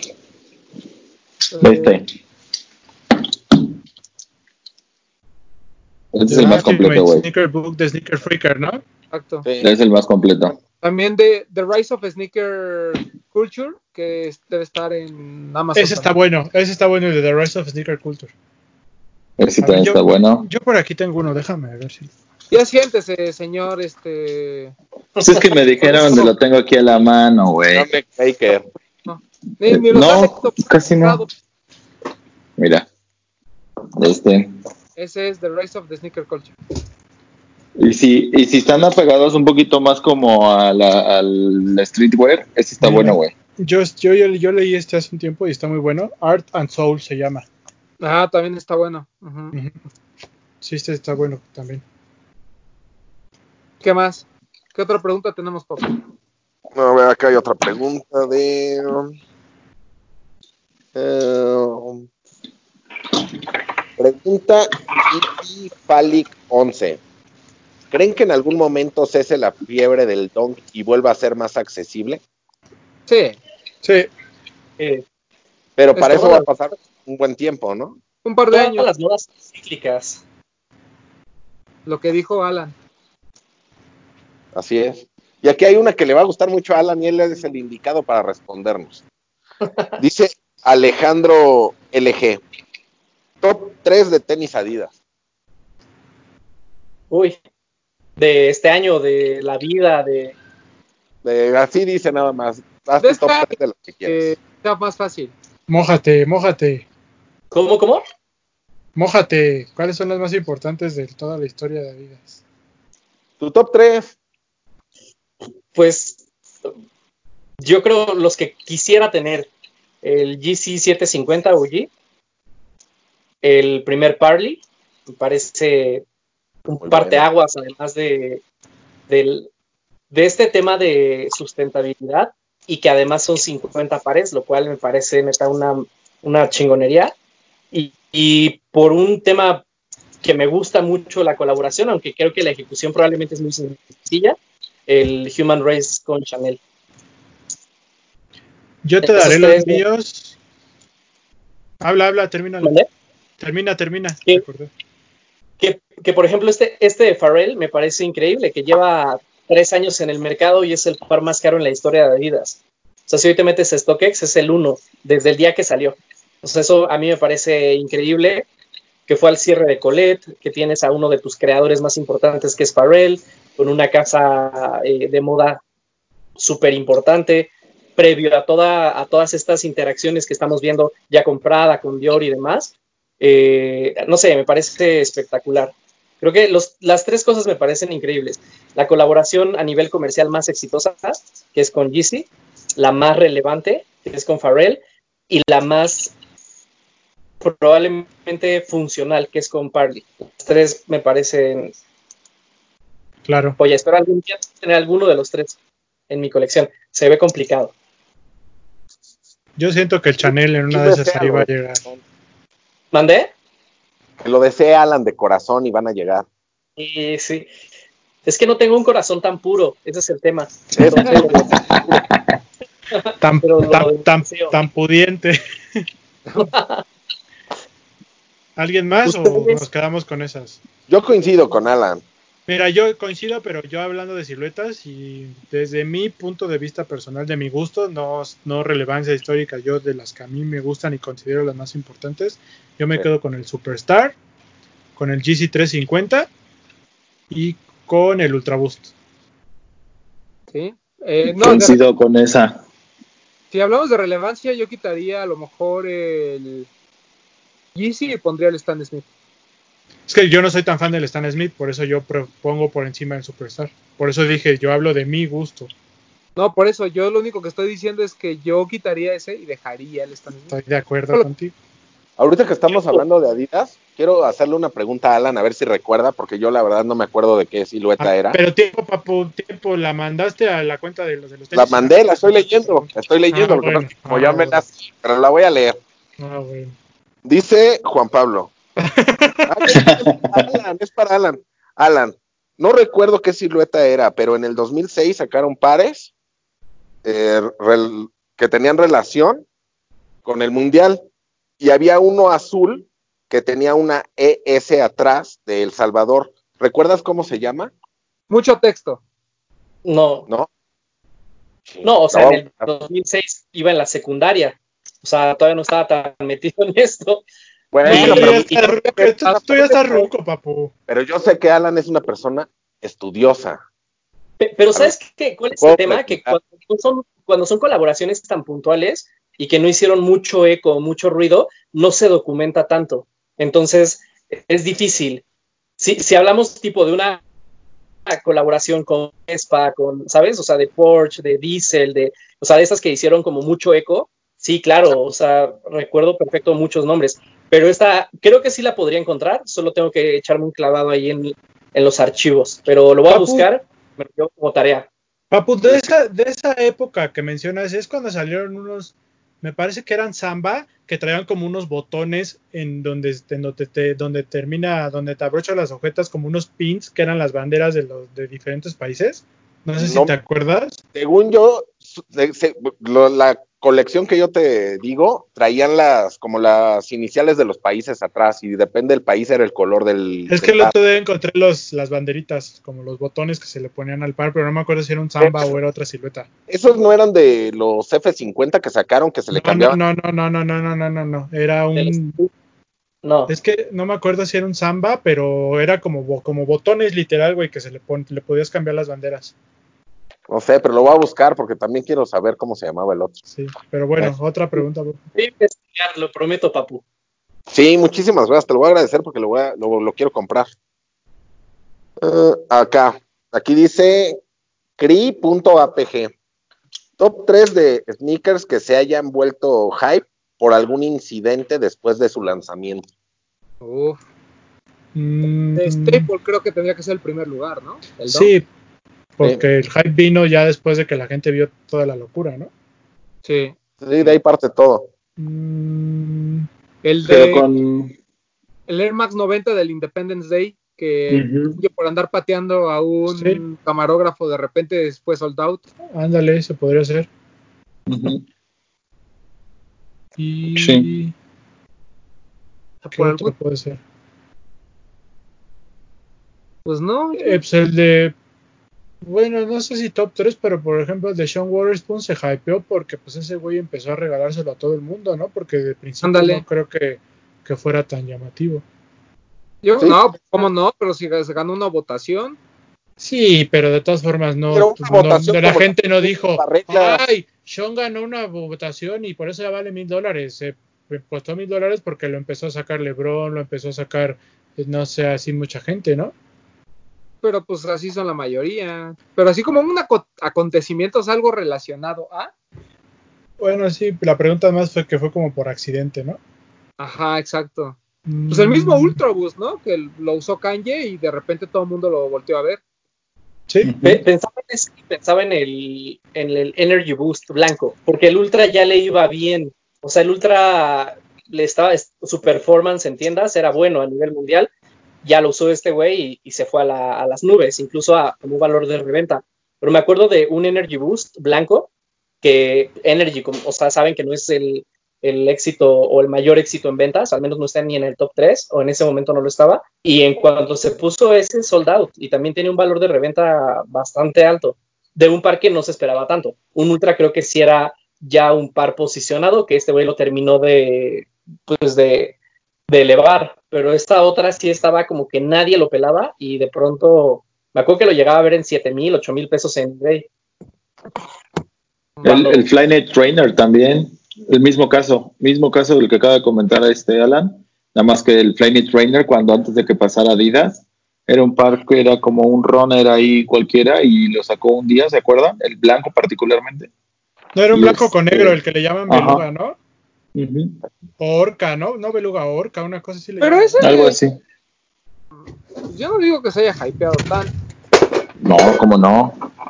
Este es el más completo, güey. Sneaker Book de Sneaker Freaker, ¿no? Exacto. Sí. Es el más completo. También de The Rise of Sneaker Culture, que debe estar en Amazon. Ese está bueno, el de The Rise of Sneaker Culture. Ese también está bueno. Yo por aquí tengo uno, déjame ver si... Ya siéntese, señor, Pues es que me dijeron donde lo tengo aquí a la mano, güey. Dame Baker. No, ni los ha No, leído. casi no. Mira, este. Ese es The Rise of the Sneaker Culture. Y si están apegados un poquito más como al streetwear, ese está Mira, bueno, güey. yo leí este hace un tiempo y está muy bueno. Art and Soul se llama. Ah, también está bueno. Ujú. Ujú. Sí, este está bueno también. ¿Qué más? ¿Qué otra pregunta tenemos, papá? A ver, acá hay otra pregunta de... pregunta Falic 11. ¿Creen que en algún momento cese la fiebre del dunk y vuelva a ser más accesible? Sí, Sí, Pero para Esto eso va a vale. pasar un buen tiempo, ¿no? Un par de Todas años, las modas son cíclicas. lo que dijo Alan. Así es. Y aquí hay una que le va a gustar mucho a Alan y él es el indicado para respondernos. Dice Alejandro LG. Top 3 de tenis Adidas. Uy, de este año, de la vida, de... Así dice nada más. Haz tu top Deja 3 de lo que que quieras. sea más fácil. mójate. ¿Cómo? Mójate. ¿Cuáles son las más importantes de toda la historia de Adidas? Tu top 3. Pues yo creo los que quisiera tener, el GC 750 OG, el primer Parley, me parece un Muy bueno. parteaguas, además del, de este tema de sustentabilidad y que además son 50 pares, lo cual me parece neta una chingonería. Y por un tema que me gusta mucho la colaboración, aunque creo que la ejecución probablemente es muy sencilla, el Human Race con Chanel. Yo te daré Esos los tres, míos. Habla, termínalo. ¿vale? Termina, Que, recordé. que por ejemplo este de Pharrell me parece increíble, que lleva 3 años en el mercado y es el par más caro en la historia de Adidas. O sea, si hoy te metes a StockX, es el 1 desde el día que salió. O sea, eso a mí me parece increíble, que fue al cierre de Colette, que tienes a uno de tus creadores más importantes, que es Pharrell, con una casa de moda súper importante, previo a todas estas interacciones que estamos viendo ya con Prada, con Dior y demás. No sé, me parece espectacular. Creo que las tres cosas me parecen increíbles. La colaboración a nivel comercial más exitosa, que es con Yeezy, la más relevante, que es con Pharrell, y la más probablemente funcional, que es con Parley. Las tres me parecen... Claro. Oye, espero algún día tener alguno de los tres en mi colección. Se ve complicado. Yo siento que el Chanel en Sí, una de esas ahí va a llegar. ¿Mandé? Que lo desee Alan de corazón y van a llegar. Y sí. Es que no tengo un corazón tan puro. Ese es el tema. Entonces, Tan, pero tan, lo tan, deseo. tan pudiente. ¿Alguien más o nos Ustedes, quedamos con esas? Yo coincido con Alan. Mira, yo coincido, pero yo hablando de siluetas y desde mi punto de vista personal, de mi gusto, no relevancia histórica, yo de las que a mí me gustan y considero las más importantes, yo me quedo con el Superstar, con el GC 350 y con el Ultra Boost. ¿Sí? Coincido con esa. Si hablamos de relevancia, yo quitaría a lo mejor el Yeezy y pondría el Stan Smith. Es que yo no soy tan fan del Stan Smith, por eso yo pongo por encima del Superstar. Por eso dije, yo hablo de mi gusto. No, por eso yo lo único que estoy diciendo es que yo quitaría ese y dejaría el Stan Smith. Estoy de acuerdo contigo. Ahorita que estamos hablando de Adidas, quiero hacerle una pregunta a Alan a ver si recuerda, porque yo la verdad no me acuerdo de qué silueta era. Pero tiempo, papu, tiempo, la mandaste a la cuenta de los tenis. La mandé, la estoy leyendo, lo que bueno, pasa es que como ya me las... Pero la voy a leer. Bueno. Dice Juan Pablo. Alan, es para Alan. Alan, no recuerdo qué silueta era, pero en el 2006 sacaron pares que tenían relación con el Mundial. Y había uno azul que tenía una ES atrás de El Salvador. ¿Recuerdas cómo se llama? Mucho texto. no. ¿No? No, o sea, en el 2006 iba en la secundaria. O sea, todavía no estaba tan metido en esto. Bueno, Sí, pero, tú ya estás ruco, papu. pero yo sé que Alan es una persona estudiosa. Pero ¿sabes qué? ¿Cuál es el Puedo tema? Que platicar. cuando son colaboraciones tan puntuales y que no hicieron mucho eco, mucho ruido, no se documenta tanto. Entonces, es difícil. Si hablamos tipo de una colaboración con Vespa, con, ¿sabes? O sea, de Porsche, de Diesel, o sea, de esas que hicieron como mucho eco. Sí, claro, o sea, recuerdo perfecto muchos nombres. Pero esta, creo que sí la podría encontrar, solo tengo que echarme un clavado ahí en los archivos. Pero lo voy a Papu, buscar, me lo llevo como tarea. Papu, de esa época que mencionas, es cuando salieron unos, me parece que eran Samba, que traían como unos botones donde te abrochas las ojetas, como unos pins, que eran las banderas de diferentes países. No sé si No, te acuerdas. según yo, la colección que yo te digo, traían como las iniciales de los países atrás y depende del país era el color Es que el otro día encontré las banderitas, como los botones que se le ponían al par, pero no me acuerdo si era un Samba o era otra silueta. Esos no eran de los F-50 que sacaron que se le No, cambiaban. no. Era un. No. Es que no me acuerdo si era un Samba, pero era como botones literal, güey, que le podías cambiar las banderas. No sé, pero lo voy a buscar porque también quiero saber cómo se llamaba el otro. Sí, pero bueno, otra pregunta. Voy a investigar, lo prometo, papu. Sí, muchísimas gracias, te lo voy a agradecer porque lo quiero comprar. Aquí dice cri.apg. Top 3 de sneakers que se hayan vuelto hype por algún incidente después de su lanzamiento. Uf. Mm, De Staple creo que tendría que ser el primer lugar, ¿no? El Dunk. sí, porque el hype vino ya después de que la gente vio toda la locura, ¿no? Sí. Sí, de ahí parte todo. Mm, El Pero de con... el Air Max 90 del Independence Day, que Ujú, yo por andar pateando a sí, un camarógrafo de repente fue sold out. ándale, se podría hacer. ujú, sí. Y ¿qué Por otro algún, puede ser? pues no, Pues el de, bueno, no sé si top 3, pero por ejemplo el de Sean Waterspoon se hypeó porque pues ese güey empezó a regalárselo a todo el mundo, ¿no? Porque de principio no ándale. creo que fuera tan llamativo. Yo, Sí, no, ¿cómo no? Pero si se ganó una votación, Sí, pero de todas formas pero una votación la como gente no dijo, la regla. ay, Sean ganó una votación y por eso ya vale $1,000. Se costó $1,000 porque lo empezó a sacar LeBron, lo empezó a sacar, no sé, así mucha gente, ¿no? pero pues así son la mayoría. Pero así como un acontecimiento es algo relacionado a. Bueno, sí, la pregunta más fue que fue como por accidente, ¿no? Ajá, exacto. Pues el mismo Mm, Ultraboost, ¿no? Que lo usó Kanye y de repente todo el mundo lo volteó a ver. sí, Ujú. Pensaba en el Energy Boost blanco, porque el Ultra ya le iba bien. O sea, el Ultra su performance en tiendas era bueno a nivel mundial. Ya lo usó este güey y se fue a las nubes, incluso a un valor de reventa. Pero me acuerdo de un Energy Boost blanco, que Energy, o sea, saben que no es el éxito o el mayor éxito en ventas, al menos no está ni en el top 3 o en ese momento no lo estaba. Y en cuanto se puso ese sold out, y también tiene un valor de reventa bastante alto, de un par que no se esperaba tanto. Un Ultra creo que sí era ya un par posicionado, que este güey lo terminó pues de elevar, pero esta otra sí estaba como que nadie lo pelaba y de pronto me acuerdo que lo llegaba a ver en 7,000, 8,000 pesos en eBay. El Flyknit Trainer también, el mismo caso del que acaba de comentar Alan, nada más que el Flyknit Trainer cuando antes de que pasara Adidas, era un par que era como un runner ahí cualquiera y lo sacó un día, ¿se acuerdan? El blanco particularmente. no era un Y blanco con negro, el que le llaman ajá, beluga, ¿no? ujú, O orca, ¿no? No beluga, orca, una cosa así le Pero llaman, ¿no? algo ese, así. pues yo no digo que se haya hypeado tanto. No, como no.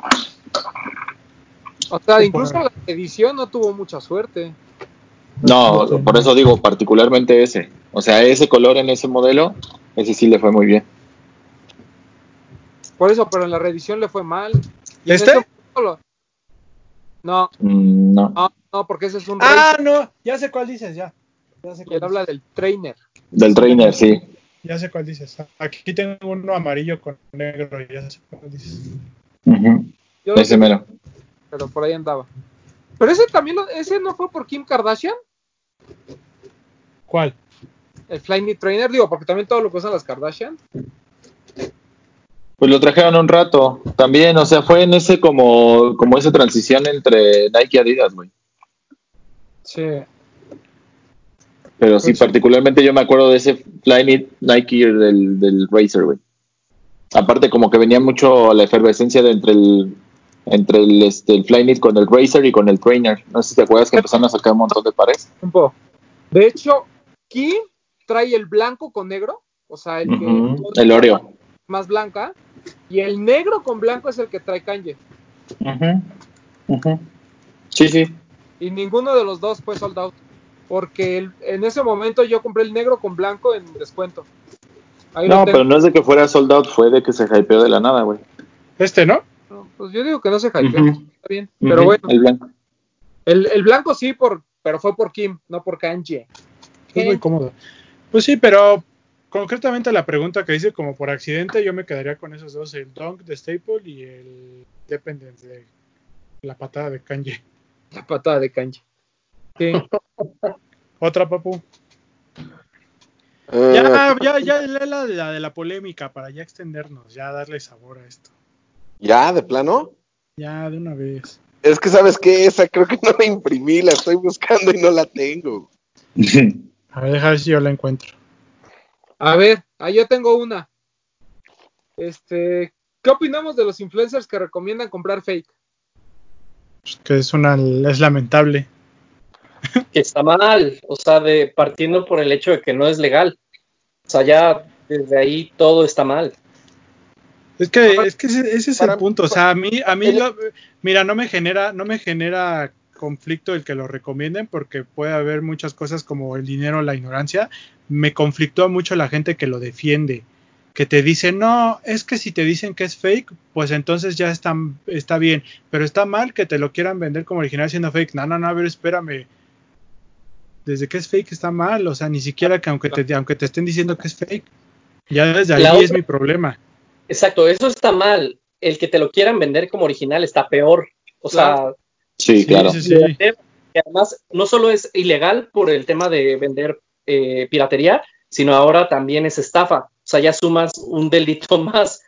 O sea, incluso Bueno, la edición no tuvo mucha suerte. No, por eso digo particularmente ese. O sea, ese color en ese modelo, ese sí le fue muy bien. Por eso, pero en la reedición le fue mal. Y en ese ¿Este? momento no, No, no, porque ese es un Ah, Racer no, ya sé cuál dices, ya. Ya sé y él cuál habla dices. del trainer. del Sí, trainer, sí. ya sé cuál dices. Aquí tengo uno amarillo con negro, ya sé cuál dices. Ujú, Yo lo ese tenía, mero. pero por ahí andaba. Pero ese también, ese no fue por Kim Kardashian. ¿Cuál? El Flyknit Trainer, digo, porque también todo lo que usan las Kardashian. Pues lo trajeron un rato también, o sea, fue en ese como esa transición entre Nike y Adidas, güey. Sí. Pero sí, Pues sí. particularmente yo me acuerdo de ese Flyknit Nike del Racer, güey. Aparte como que venía mucho la efervescencia de el Flyknit con el Racer y con el Trainer. No sé si te acuerdas que empezaron a sacar un montón de pares. De hecho, Kim trae el blanco con negro, o sea, el que El Oreo. más blanca, y el negro con blanco es el que trae Kanye. Sí, sí. Y ninguno de los dos fue sold out, porque en ese momento yo compré el negro con blanco en descuento. Ahí lo No, tengo. pero no es de que fuera sold out, fue de que se hypeó de la nada, güey. ¿no? No, pues yo digo que no se hypeó, está bien. Pero bueno, El blanco. el blanco sí, pero fue por Kim, no por Kanye. Es muy cómodo. Pues sí, pero concretamente la pregunta que hice como por accidente, yo me quedaría con esos dos, el Dunk de Staple y el Dependence de la patada de Kanye. La patada de Kanye. Sí. Otra, papu. Ya la de la polémica para ya extendernos, ya darle sabor a esto. ¿Ya, de plano? Ya, de una vez. Es que, ¿sabes qué? Esa creo que no la imprimí, la estoy buscando y no la tengo. A ver, deja ver si yo la encuentro. A ver, yo tengo una. ¿Qué opinamos de los influencers que recomiendan comprar fake? Pues que es lamentable. Que está mal, o sea, partiendo por el hecho de que no es legal. O sea, ya desde ahí todo está mal. Es que ese es el Para- punto. O sea, mira, no me genera conflicto el que lo recomienden porque puede haber muchas cosas como el dinero, la ignorancia. Me conflictúa mucho la gente que lo defiende, que te dice, no, es que si te dicen que es fake, pues entonces ya está bien, pero está mal que te lo quieran vender como original siendo fake. No, a ver, espérame. Desde que es fake está mal, o sea, ni siquiera que aunque te estén diciendo que es fake, ya desde ahí es mi problema. Exacto, eso está mal. El que te lo quieran vender como original está peor. O sea, Sí, claro. Sí. que además no solo es ilegal por el tema de vender piratería, sino ahora también es estafa. O sea, ya sumas un delito más.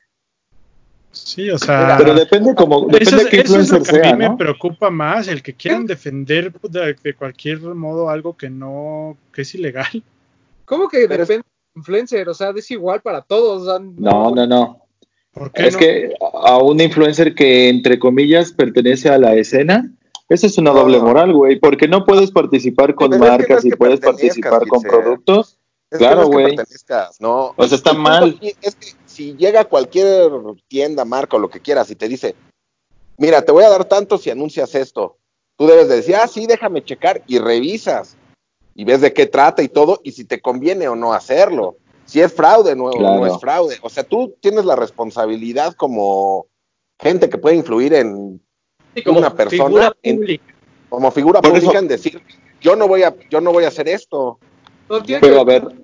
Sí, o sea, Pero depende de qué eso es lo influencer que a mí sea, me ¿no? preocupa más, el que quieran defender de cualquier modo algo que es ilegal. ¿Cómo que Pero depende del influencer? O sea, es igual para todos. O sea, No. ¿Por qué Es no? que a un influencer que, entre comillas, pertenece a la escena, esa es una doble no, moral, güey, porque no puedes participar con pero es que no marcas es y que puedes pertenezcas, participar con Gilser. productos. Es que no Claro, es que güey. pertenezcas, no. O sea, está El punto mal. aquí es que si llega cualquier tienda, marca o lo que quieras y te dice, mira, te voy a dar tanto si anuncias esto, tú debes de decir, sí, déjame checar y revisas y ves de qué trata y todo y si te conviene o no hacerlo. Si es fraude o no es Claro. fraude. O sea, tú tienes la responsabilidad como gente que puede influir en Sí, como una figura persona, pública. como figura Por pública eso, en decir, yo no voy a hacer esto. no tiene que pero a ver. ver,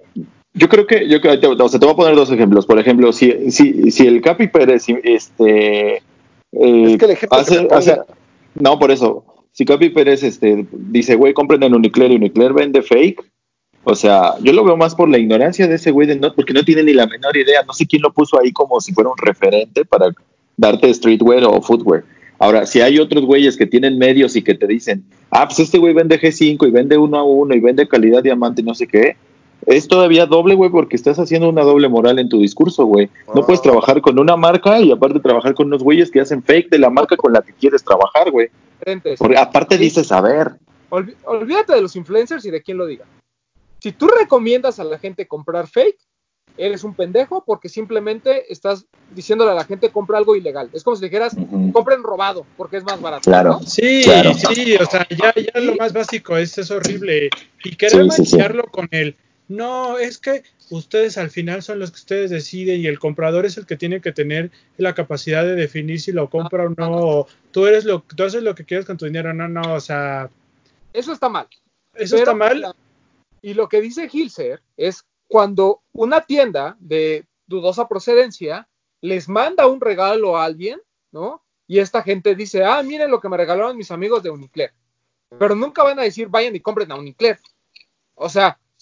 o sea, te voy a poner dos ejemplos. Por ejemplo, si el Capi Pérez, Es que el ejemplo que me hace, ponga, no, por eso, si Capi Pérez, dice, güey, compren en Unicler y Unicler vende fake, o sea, yo lo veo más por la ignorancia de ese güey, porque no tiene ni la menor idea, no sé quién lo puso ahí como si fuera un referente para darte streetwear o footwear. Ahora, si hay otros güeyes que tienen medios y que te dicen, pues este güey vende G5 y vende 1 a 1 y vende calidad diamante y no sé qué, es todavía doble, güey, porque estás haciendo una doble moral en tu discurso, güey. No puedes trabajar con una marca y aparte trabajar con unos güeyes que hacen fake de la marca con la que quieres trabajar, güey. Diferentes. Porque aparte Sí. dices, a ver. Olvídate de los influencers y de quién lo diga. Si tú recomiendas a la gente comprar fake, eres un pendejo porque simplemente estás diciéndole a la gente compra algo ilegal. Es como si dijeras, compren robado porque es más barato. Claro. ¿No? Sí, Claro. sí, o sea, ya ¿Sí? lo más básico es horrible. Y querer Sí. maquillarlo con no, es que ustedes al final son los que ustedes deciden y el comprador es el que tiene que tener la capacidad de definir si lo compra o no. Tú haces lo que quieres con tu dinero, no, o sea, Eso está mal. eso está Pero, mal. y lo que dice Hilser es cuando una tienda de dudosa procedencia les manda un regalo a alguien, ¿no? Y esta gente dice, miren lo que me regalaron mis amigos de Unicler. Pero nunca van a decir, vayan y compren a Unicler. O sea,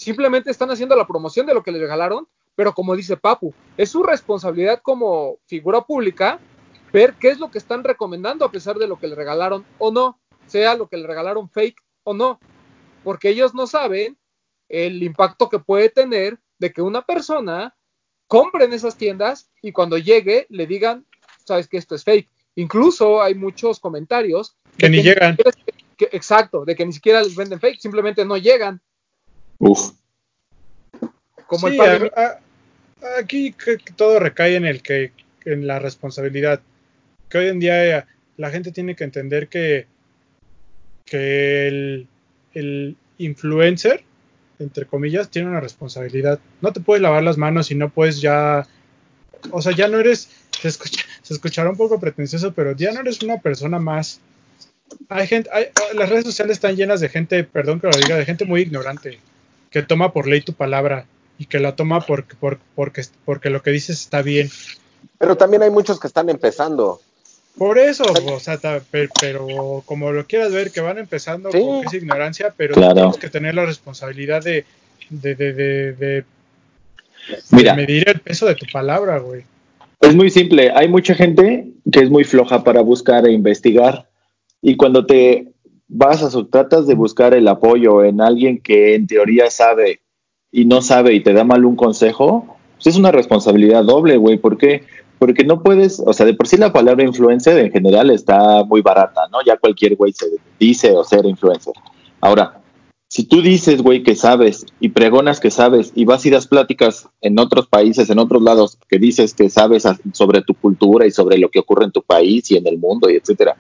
simplemente están haciendo la promoción de lo que les regalaron, pero como dice Papu, es su responsabilidad como figura pública ver qué es lo que están recomendando a pesar de lo que le regalaron o no, sea lo que le regalaron fake o no, porque ellos no saben el impacto que puede tener de que una persona compre en esas tiendas y cuando llegue le digan, sabes que esto es fake. Incluso hay muchos comentarios que ni llegan. Exacto, de que ni siquiera les venden fake, simplemente no llegan. Uf. Como Sí, el par de... aquí que todo recae en la responsabilidad. Que hoy en día la gente tiene que entender que el influencer, entre comillas, tiene una responsabilidad. No te puedes lavar las manos y no puedes ya, o sea, ya no eres, se escuchará un poco pretencioso, pero ya no eres una persona más. Las redes sociales están llenas de gente, perdón que lo diga, de gente muy ignorante, que toma por ley tu palabra y que la toma porque lo que dices está bien. Pero también hay muchos que están empezando. Por eso, o sea, pero como lo quieras ver, que van empezando Sí. con esa ignorancia, pero Claro. tú tienes que tener la responsabilidad de Mira, medir el peso de tu palabra, güey. es muy simple. Hay mucha gente que es muy floja para buscar e investigar. Y cuando te tratas de buscar el apoyo en alguien que en teoría sabe y no sabe y te da mal un consejo, pues es una responsabilidad doble, güey. ¿Por qué? Porque no puedes, o sea, de por sí la palabra influencer en general está muy barata, ¿no? Ya cualquier güey se dice o ser influencer. Ahora, si tú dices, güey, que sabes y pregonas que sabes y vas y das pláticas en otros países, en otros lados, que dices que sabes sobre tu cultura y sobre lo que ocurre en tu país y en el mundo y etcétera,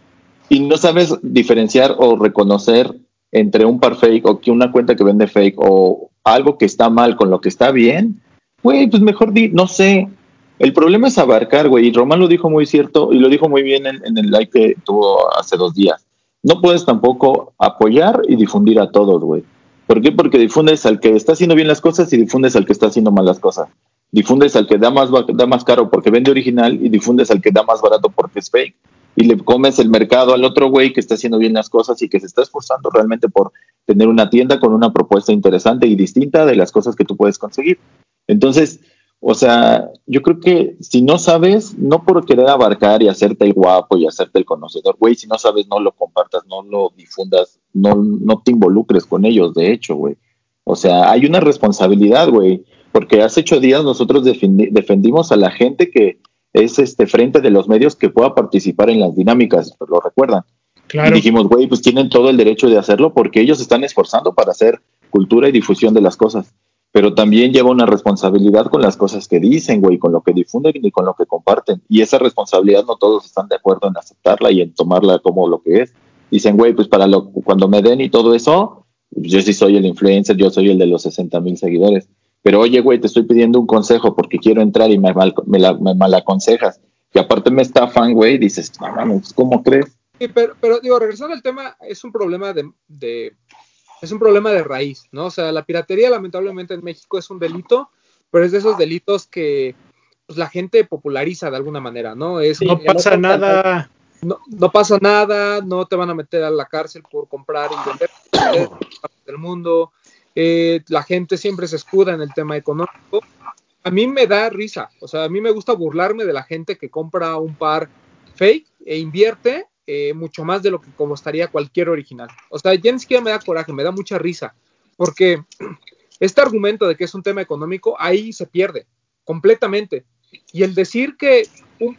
y no sabes diferenciar o reconocer entre un par fake o que una cuenta que vende fake o algo que está mal con lo que está bien, güey, pues mejor no sé. El problema es abarcar, güey, y Román lo dijo muy cierto y lo dijo muy bien en el live que tuvo hace 2 días. No puedes tampoco apoyar y difundir a todos, güey. ¿Por qué? Porque difundes al que está haciendo bien las cosas y difundes al que está haciendo mal las cosas. Difundes al que da más caro porque vende original y difundes al que da más barato porque es fake y le comes el mercado al otro güey que está haciendo bien las cosas y que se está esforzando realmente por tener una tienda con una propuesta interesante y distinta de las cosas que tú puedes conseguir. Entonces, o sea, yo creo que si no sabes, no por querer abarcar y hacerte el guapo y hacerte el conocedor, güey, si no sabes, no lo compartas, no lo difundas, no te involucres con ellos, de hecho, güey. O sea, hay una responsabilidad, güey, porque hace 8 días nosotros defendimos a la gente que es frente de los medios que pueda participar en las dinámicas, pues lo recuerdan. Y Claro. dijimos, güey, pues tienen todo el derecho de hacerlo porque ellos están esforzando para hacer cultura y difusión de las cosas. Pero también lleva una responsabilidad con las cosas que dicen, güey, con lo que difunden y con lo que comparten. Y esa responsabilidad no todos están de acuerdo en aceptarla y en tomarla como lo que es. Dicen, güey, pues cuando me den y todo eso, yo sí soy el influencer, yo soy el de los 60,000 seguidores. Pero oye, güey, te estoy pidiendo un consejo porque quiero entrar y me mal aconsejas. Y aparte me estafan, güey, dices, no mames, ¿cómo crees? Sí, pero digo, regresando al tema, es un problema es un problema de raíz, ¿no? O sea, la piratería lamentablemente en México es un delito, pero es de esos delitos que pues, la gente populariza de alguna manera, ¿no? Es No pasa nada. no pasa nada, no te van a meter a la cárcel por comprar y vender del mundo. La gente siempre se escuda en el tema económico. A mí me da risa, o sea, a mí me gusta burlarme de la gente que compra un par fake e invierte mucho más de lo que costaría cualquier original. O sea, ya ni siquiera me da coraje, me da mucha risa, porque este argumento de que es un tema económico, ahí se pierde completamente. Y el decir que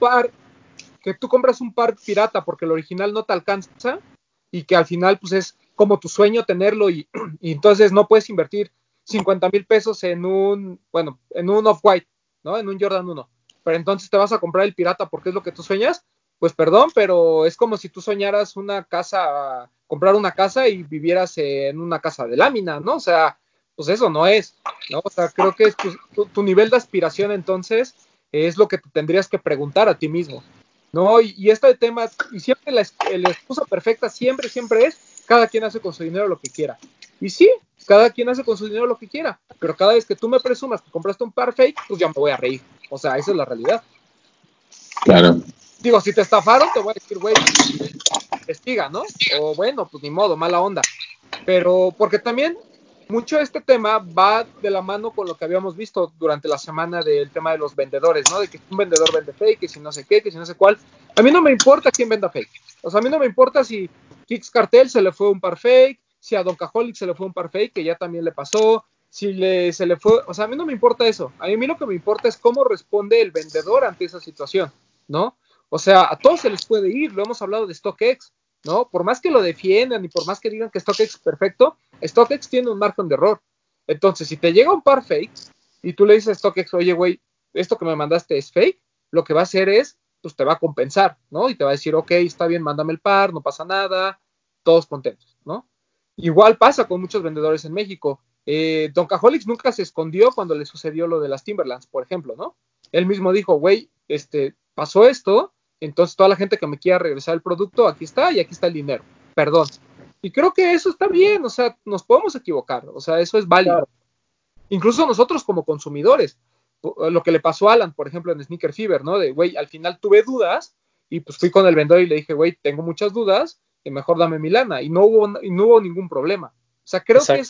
que tú compras un par pirata porque el original no te alcanza y que al final pues es como tu sueño tenerlo y entonces no puedes invertir 50,000 pesos en en un Off-White, ¿no? En un Jordan 1. Pero entonces te vas a comprar el pirata porque es lo que tú sueñas. Pues perdón, pero es como si tú soñaras comprar una casa y vivieras en una casa de lámina, ¿no? O sea, pues eso no es, ¿no? O sea, creo que es tu nivel de aspiración entonces es lo que te tendrías que preguntar a ti mismo. ¿No? Y este tema, y siempre la excusa perfecta siempre es, cada quien hace con su dinero lo que quiera. Y sí, cada quien hace con su dinero lo que quiera, pero cada vez que tú me presumas que compraste un par fake, pues ya me voy a reír. O sea, esa es la realidad. Claro. Digo, si te estafaron, te voy a decir, güey, investiga, ¿no? O bueno, pues ni modo, mala onda. Pero, porque también mucho de este tema va de la mano con lo que habíamos visto durante la semana del tema de los vendedores, ¿no? De que un vendedor vende fake, que si no sé qué, que si no sé cuál. A mí no me importa quién venda fake. O sea, a mí no me importa si Kix Cartel se le fue un par fake, si a Don Cajolic se le fue un par fake, que ya también le pasó, se le fue, o sea, a mí no me importa eso. A mí lo que me importa es cómo responde el vendedor ante esa situación, ¿no? O sea, a todos se les puede ir, lo hemos hablado de StockX, ¿no? Por más que lo defiendan y por más que digan que StockX es perfecto, StockX tiene un margen de error. Entonces, si te llega un par fake y tú le dices a StockX, oye, güey, esto que me mandaste es fake, lo que va a hacer es, pues te va a compensar, ¿no? Y te va a decir, ok, está bien, mándame el par, no pasa nada, todos contentos, ¿no? Igual pasa con muchos vendedores en México. Don Cajolix nunca se escondió cuando le sucedió lo de las Timberlands, por ejemplo, ¿no? Él mismo dijo, güey, pasó esto, entonces toda la gente que me quiera regresar el producto, aquí está y aquí está el dinero, perdón. Y creo que eso está bien, o sea, nos podemos equivocar, o sea, eso es válido. Claro. Incluso nosotros como consumidores, lo que le pasó a Alan, por ejemplo, en Sneaker Fever, ¿no? De, güey, al final tuve dudas y pues fui con el vendedor y le dije, güey, tengo muchas dudas, y mejor dame mi lana, y no hubo ningún problema. O sea, creo que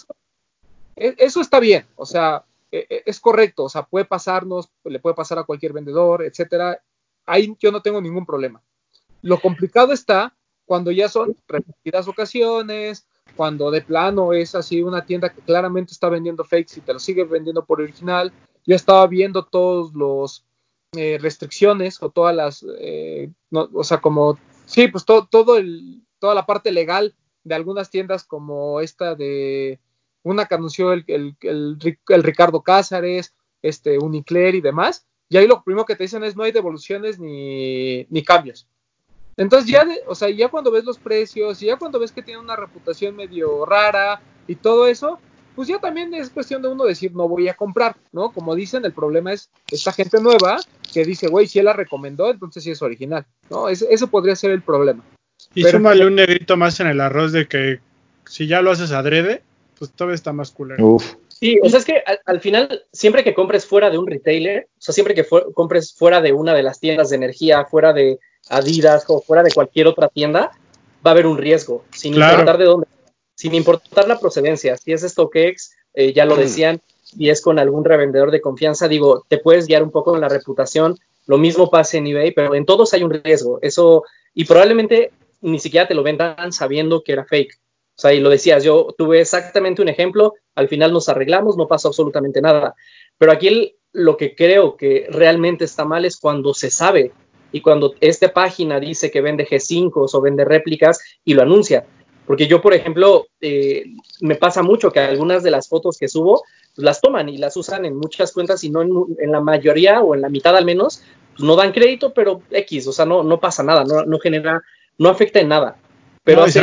eso está bien, o sea, es correcto, o sea, puede pasarnos, le puede pasar a cualquier vendedor, etcétera. Ahí yo no tengo ningún problema. Lo complicado está cuando ya son repetidas ocasiones, cuando de plano es así una tienda que claramente está vendiendo fakes y te lo sigue vendiendo por original. Yo estaba viendo todos los restricciones o todas las, no, o sea, como, sí, pues toda la parte legal de algunas tiendas como esta de una que anunció el Ricardo Cázares, Unicler y demás, y ahí lo primero que te dicen es no hay devoluciones ni cambios. Entonces ya, o sea, ya cuando ves los precios, ya cuando ves que tiene una reputación medio rara y todo eso, pues ya también es cuestión de uno decir no voy a comprar, ¿no? Como dicen, el problema es esta gente nueva que dice, güey, si él la recomendó, entonces sí es original, ¿no? Eso podría ser el problema. Y súmale un negrito más en el arroz de que si ya lo haces adrede, pues todavía está más culero. Uf. Sí, o sea, es que al final, siempre que compres fuera de un retailer, o sea, siempre que compres fuera de una de las tiendas de energía, fuera de Adidas o fuera de cualquier otra tienda, va a haber un riesgo, sin importar de dónde, sin importar la procedencia. Si es StockX, ya lo decían, si es con algún revendedor de confianza, digo, te puedes guiar un poco en la reputación. Lo mismo pasa en eBay, pero en todos hay un riesgo. Eso, y probablemente ni siquiera te lo vendan sabiendo que era fake. O sea, y lo decías, yo tuve exactamente un ejemplo, al final nos arreglamos, no pasó absolutamente nada. Pero aquí lo que creo que realmente está mal es cuando se sabe y cuando esta página dice que vende G5 o vende réplicas y lo anuncia. Porque yo, por ejemplo, me pasa mucho que algunas de las fotos que subo pues las toman y las usan en muchas cuentas y no en la mayoría o en la mitad al menos, pues no dan crédito, pero X, o sea, no pasa nada, no genera, no afecta en nada. Pero no,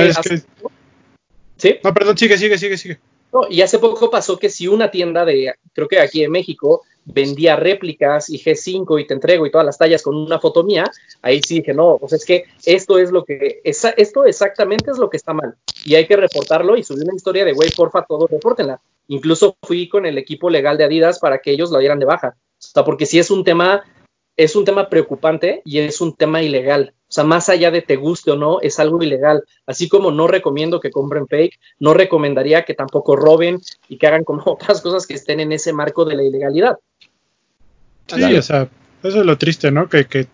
¿sí? No, perdón, sigue. No, y hace poco pasó que si una tienda creo que aquí en México, vendía réplicas y G5 y te entrego y todas las tallas con una foto mía, ahí sí dije, no, pues es que esto exactamente es lo que está mal. Y hay que reportarlo y subí una historia de, güey, porfa, todos repórtenla. Incluso fui con el equipo legal de Adidas para que ellos lo dieran de baja. O sea, porque sí es un tema preocupante y es un tema ilegal. O sea, más allá de te guste o no, es algo ilegal. Así como no recomiendo que compren fake, no recomendaría que tampoco roben y que hagan como otras cosas que estén en ese marco de la ilegalidad. Sí, claro. O sea, eso es lo triste, ¿no? Que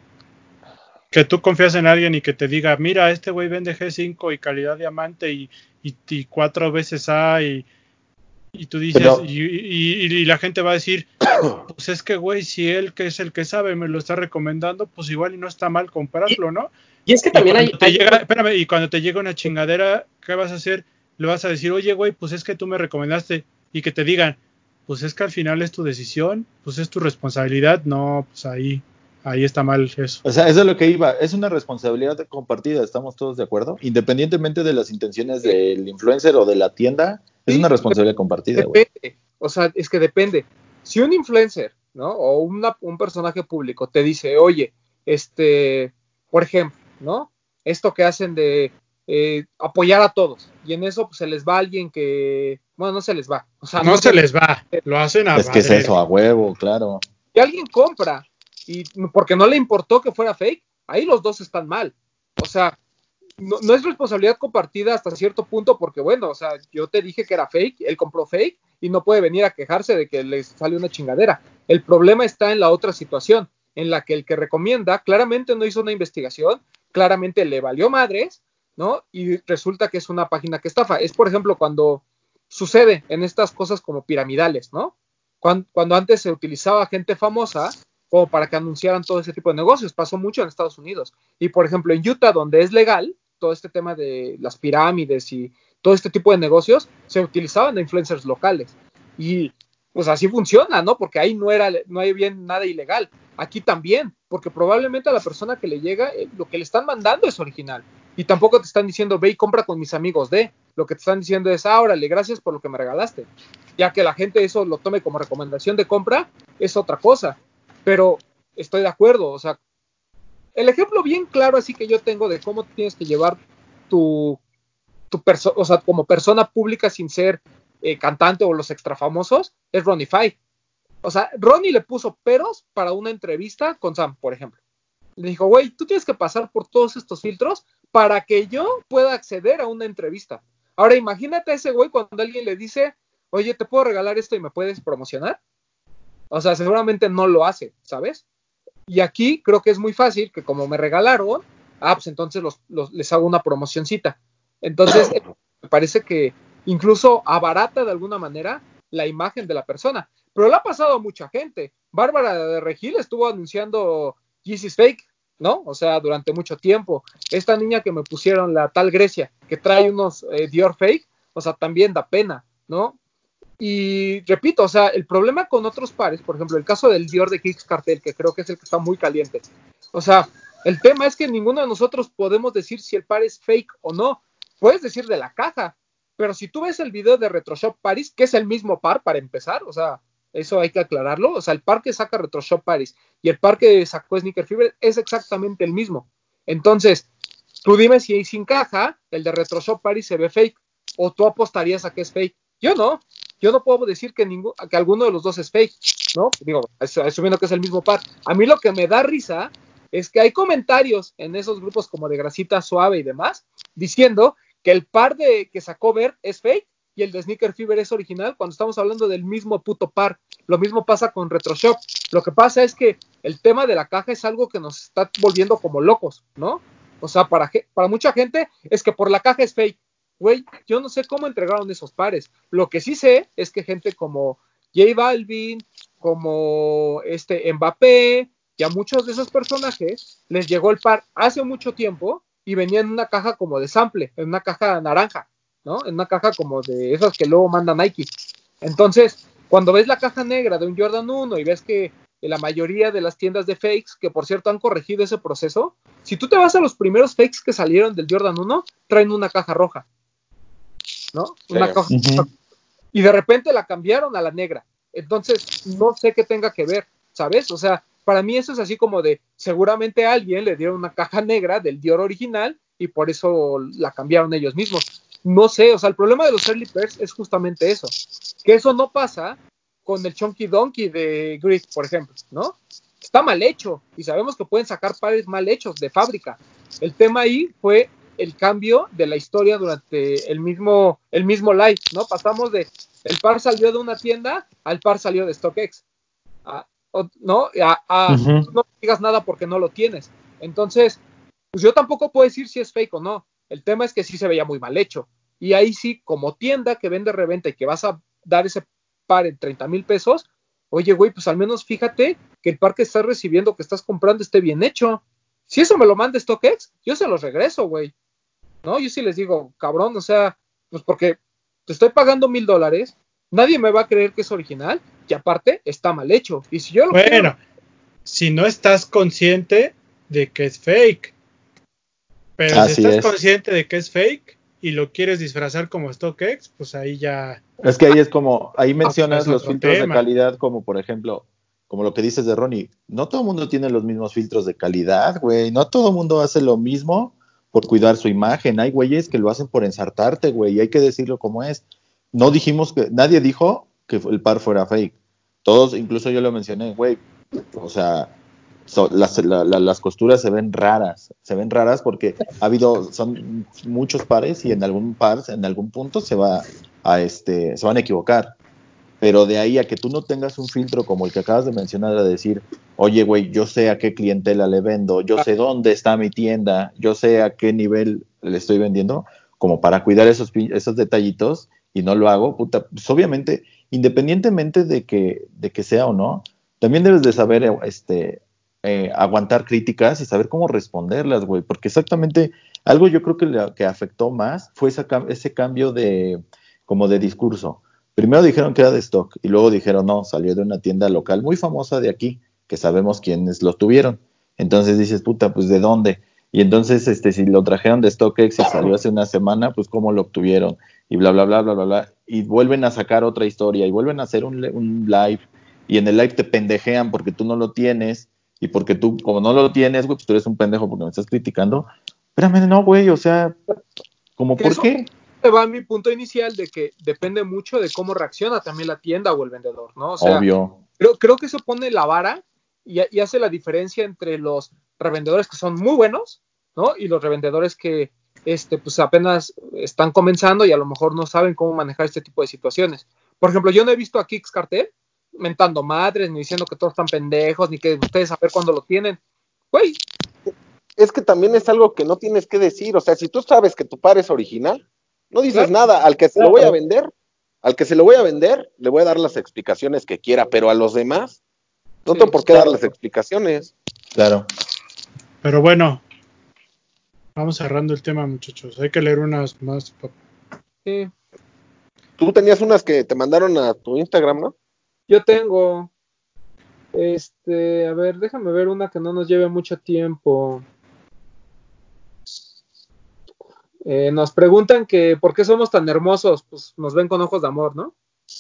tú confías en alguien y que te diga, mira, este güey vende G5 y calidad diamante y 4 veces A y tú dices, pero, y la gente va a decir, pues es que güey, si él que es el que sabe me lo está recomendando, pues igual y no está mal comprarlo, ¿no? Y es que también y cuando te llega una chingadera, ¿qué vas a hacer? Le vas a decir, oye güey, pues es que tú me recomendaste, y que te digan, pues es que al final es tu decisión, pues es tu responsabilidad, no, pues ahí está mal eso. O sea, eso es lo que iba, es una responsabilidad compartida, ¿estamos todos de acuerdo? Independientemente de las intenciones del influencer o de la tienda, es una responsabilidad compartida, güey. O sea, es que depende. Si un influencer, ¿no? O un personaje público te dice, oye, por ejemplo, ¿no? Esto que hacen de apoyar a todos, y en eso pues, se les va alguien que, bueno, no se les va. O sea, no se les va, lo hacen a Es que es eso, a huevo, claro. Si alguien compra y porque no le importó que fuera fake, ahí los dos están mal. O sea, no es responsabilidad compartida hasta cierto punto porque, bueno, o sea, yo te dije que era fake, él compró fake y no puede venir a quejarse de que le sale una chingadera. El problema está en la otra situación, en la que el que recomienda claramente no hizo una investigación, claramente le valió madres, ¿no? Y resulta que es una página que estafa. Es, por ejemplo, cuando sucede en estas cosas como piramidales, ¿no? Cuando antes se utilizaba gente famosa como para que anunciaran todo ese tipo de negocios. Pasó mucho en Estados Unidos. Y, por ejemplo, en Utah, donde es legal, todo este tema de las pirámides y todo este tipo de negocios se utilizaban de influencers locales. Y pues así funciona, ¿no? Porque ahí no hay bien nada ilegal. Aquí también, porque probablemente a la persona que le llega, lo que le están mandando es original. Y tampoco te están diciendo, ve y compra con mis amigos de. Lo que te están diciendo es, órale, gracias por lo que me regalaste. Ya que la gente eso lo tome como recomendación de compra, es otra cosa. Pero estoy de acuerdo, o sea, el ejemplo bien claro así que yo tengo de cómo tienes que llevar o sea, como persona pública sin ser cantante o los extra famosos, es Ronnie Five. O sea, Ronnie le puso peros para una entrevista con Sam, por ejemplo. Le dijo, güey, tú tienes que pasar por todos estos filtros para que yo pueda acceder a una entrevista. Ahora imagínate a ese güey cuando alguien le dice, oye, ¿te puedo regalar esto y me puedes promocionar? O sea, seguramente no lo hace, ¿sabes? Y aquí creo que es muy fácil que como me regalaron, pues entonces les hago una promocioncita. Entonces, me parece que incluso abarata de alguna manera la imagen de la persona. Pero le ha pasado a mucha gente. Bárbara de Regil estuvo anunciando Yeezy's Fake, ¿no? O sea, durante mucho tiempo. Esta niña que me pusieron, la tal Grecia, que trae unos Dior Fake, o sea, también da pena, ¿no? Y repito, o sea, el problema con otros pares, por ejemplo, el caso del Dior de Kicks Cartel, que creo que es el que está muy caliente. O sea, el tema es que ninguno de nosotros podemos decir si el par es fake o no. Puedes decir de la caja, pero si tú ves el video de Retroshop Paris, que es el mismo par para empezar, o sea, eso hay que aclararlo. O sea, el par que saca Retroshop Paris y el par que sacó Sneaker Fever es exactamente el mismo. Entonces, tú dime si sin caja, el de Retroshop Paris se ve fake, o tú apostarías a que es fake. Yo no puedo decir que alguno de los dos es fake, ¿no? Digo, asumiendo que es el mismo par. A mí lo que me da risa es que hay comentarios en esos grupos como de Grasita Suave y demás, diciendo que el par que sacó Bert es fake y el de Sneaker Fever es original cuando estamos hablando del mismo puto par. Lo mismo pasa con Retroshop. Lo que pasa es que el tema de la caja es algo que nos está volviendo como locos, ¿no? O sea, para mucha gente es que por la caja es fake. Güey, yo no sé cómo entregaron esos pares. Lo que sí sé es que gente como J Balvin, como Mbappé, y a muchos de esos personajes les llegó el par hace mucho tiempo y venía en una caja como de sample, en una caja naranja, ¿no? En una caja como de esas que luego manda Nike. Entonces, cuando ves la caja negra de un Jordan 1 y ves que la mayoría de las tiendas de fakes, que por cierto han corregido ese proceso, si tú te vas a los primeros fakes que salieron del Jordan 1, traen una caja roja, ¿no? Sí. Una caja. Uh-huh. Y de repente la cambiaron a la negra. Entonces, no sé qué tenga que ver, ¿sabes? O sea, para mí eso es así como de, seguramente a alguien le dieron una caja negra del Dior original y por eso la cambiaron ellos mismos. No sé, o sea, el problema de los early pairs es justamente eso, que eso no pasa con el Chunky Donkey de Grid, por ejemplo, ¿no? Está mal hecho y sabemos que pueden sacar pares mal hechos de fábrica. El tema ahí fue el cambio de la historia durante el mismo live, ¿no? Pasamos de el par salió de una tienda al par salió de StockX, ¿no? Uh-huh. No digas nada porque no lo tienes. Entonces, pues yo tampoco puedo decir si es fake o no. El tema es que sí se veía muy mal hecho. Y ahí sí, como tienda que vende reventa y que vas a dar ese par en 30,000 pesos, oye, güey, pues al menos fíjate que el par que estás recibiendo, que estás comprando, esté bien hecho. Si eso me lo manda StockX, yo se los regreso, güey. ¿No? Yo sí les digo, cabrón, o sea, pues porque te estoy pagando $1,000, nadie me va a creer que es original y aparte está mal hecho. Y si yo lo quiero... si no estás consciente de que es fake, pero si estás consciente de que es fake y lo quieres disfrazar como StockX, pues ahí ya... Es que ahí es como, ahí mencionas los filtros de calidad, como por ejemplo, como lo que dices de Ronnie, no todo el mundo tiene los mismos filtros de calidad, güey, no todo el mundo hace lo mismo por cuidar su imagen, hay güeyes que lo hacen por ensartarte, güey, y hay que decirlo como es. No dijimos que, nadie dijo que el par fuera fake, todos, incluso yo lo mencioné, güey, o sea, las costuras se ven raras porque son muchos pares y en algún punto se van a equivocar. Pero de ahí a que tú no tengas un filtro como el que acabas de mencionar, a decir, oye, güey, yo sé a qué clientela le vendo, yo sé dónde está mi tienda, yo sé a qué nivel le estoy vendiendo, como para cuidar esos detallitos, y no lo hago, puta, pues obviamente, independientemente de que sea o no, también debes de saber aguantar críticas y saber cómo responderlas, güey, porque exactamente algo yo creo que afectó más fue ese cambio como de discurso. Primero dijeron que era de stock y luego dijeron no, salió de una tienda local muy famosa de aquí, que sabemos quiénes lo tuvieron. Entonces dices, puta, pues ¿de dónde? Y entonces, si lo trajeron de StockX y salió hace una semana, pues ¿cómo lo obtuvieron? Y bla, bla, bla, bla, bla, bla. Y vuelven a sacar otra historia y vuelven a hacer un live. Y en el live te pendejean porque tú no lo tienes. Y porque tú, como no lo tienes, güey, pues tú eres un pendejo porque me estás criticando. Espérame, no, güey, o sea, ¿cómo por qué? Va a mi punto inicial de que depende mucho de cómo reacciona también la tienda o el vendedor, ¿no? O sea, obvio. Creo que eso pone la vara y hace la diferencia entre los revendedores que son muy buenos, ¿no? Y los revendedores que pues apenas están comenzando y a lo mejor no saben cómo manejar este tipo de situaciones. Por ejemplo, yo no he visto a Kix Cartel mentando madres, ni diciendo que todos están pendejos, ni que ustedes saber cuándo lo tienen. Güey. Es que también es algo que no tienes que decir. O sea, si tú sabes que tu par es original, no dices nada. Al que se lo voy a vender, le voy a dar las explicaciones que quiera, pero a los demás, no tengo por qué darles explicaciones. Claro. Pero bueno, vamos cerrando el tema, muchachos. Hay que leer unas más. Sí. Tú tenías unas que te mandaron a tu Instagram, ¿no? Yo tengo. A ver, déjame ver una que no nos lleve mucho tiempo. Nos preguntan que por qué somos tan hermosos, pues nos ven con ojos de amor, ¿no?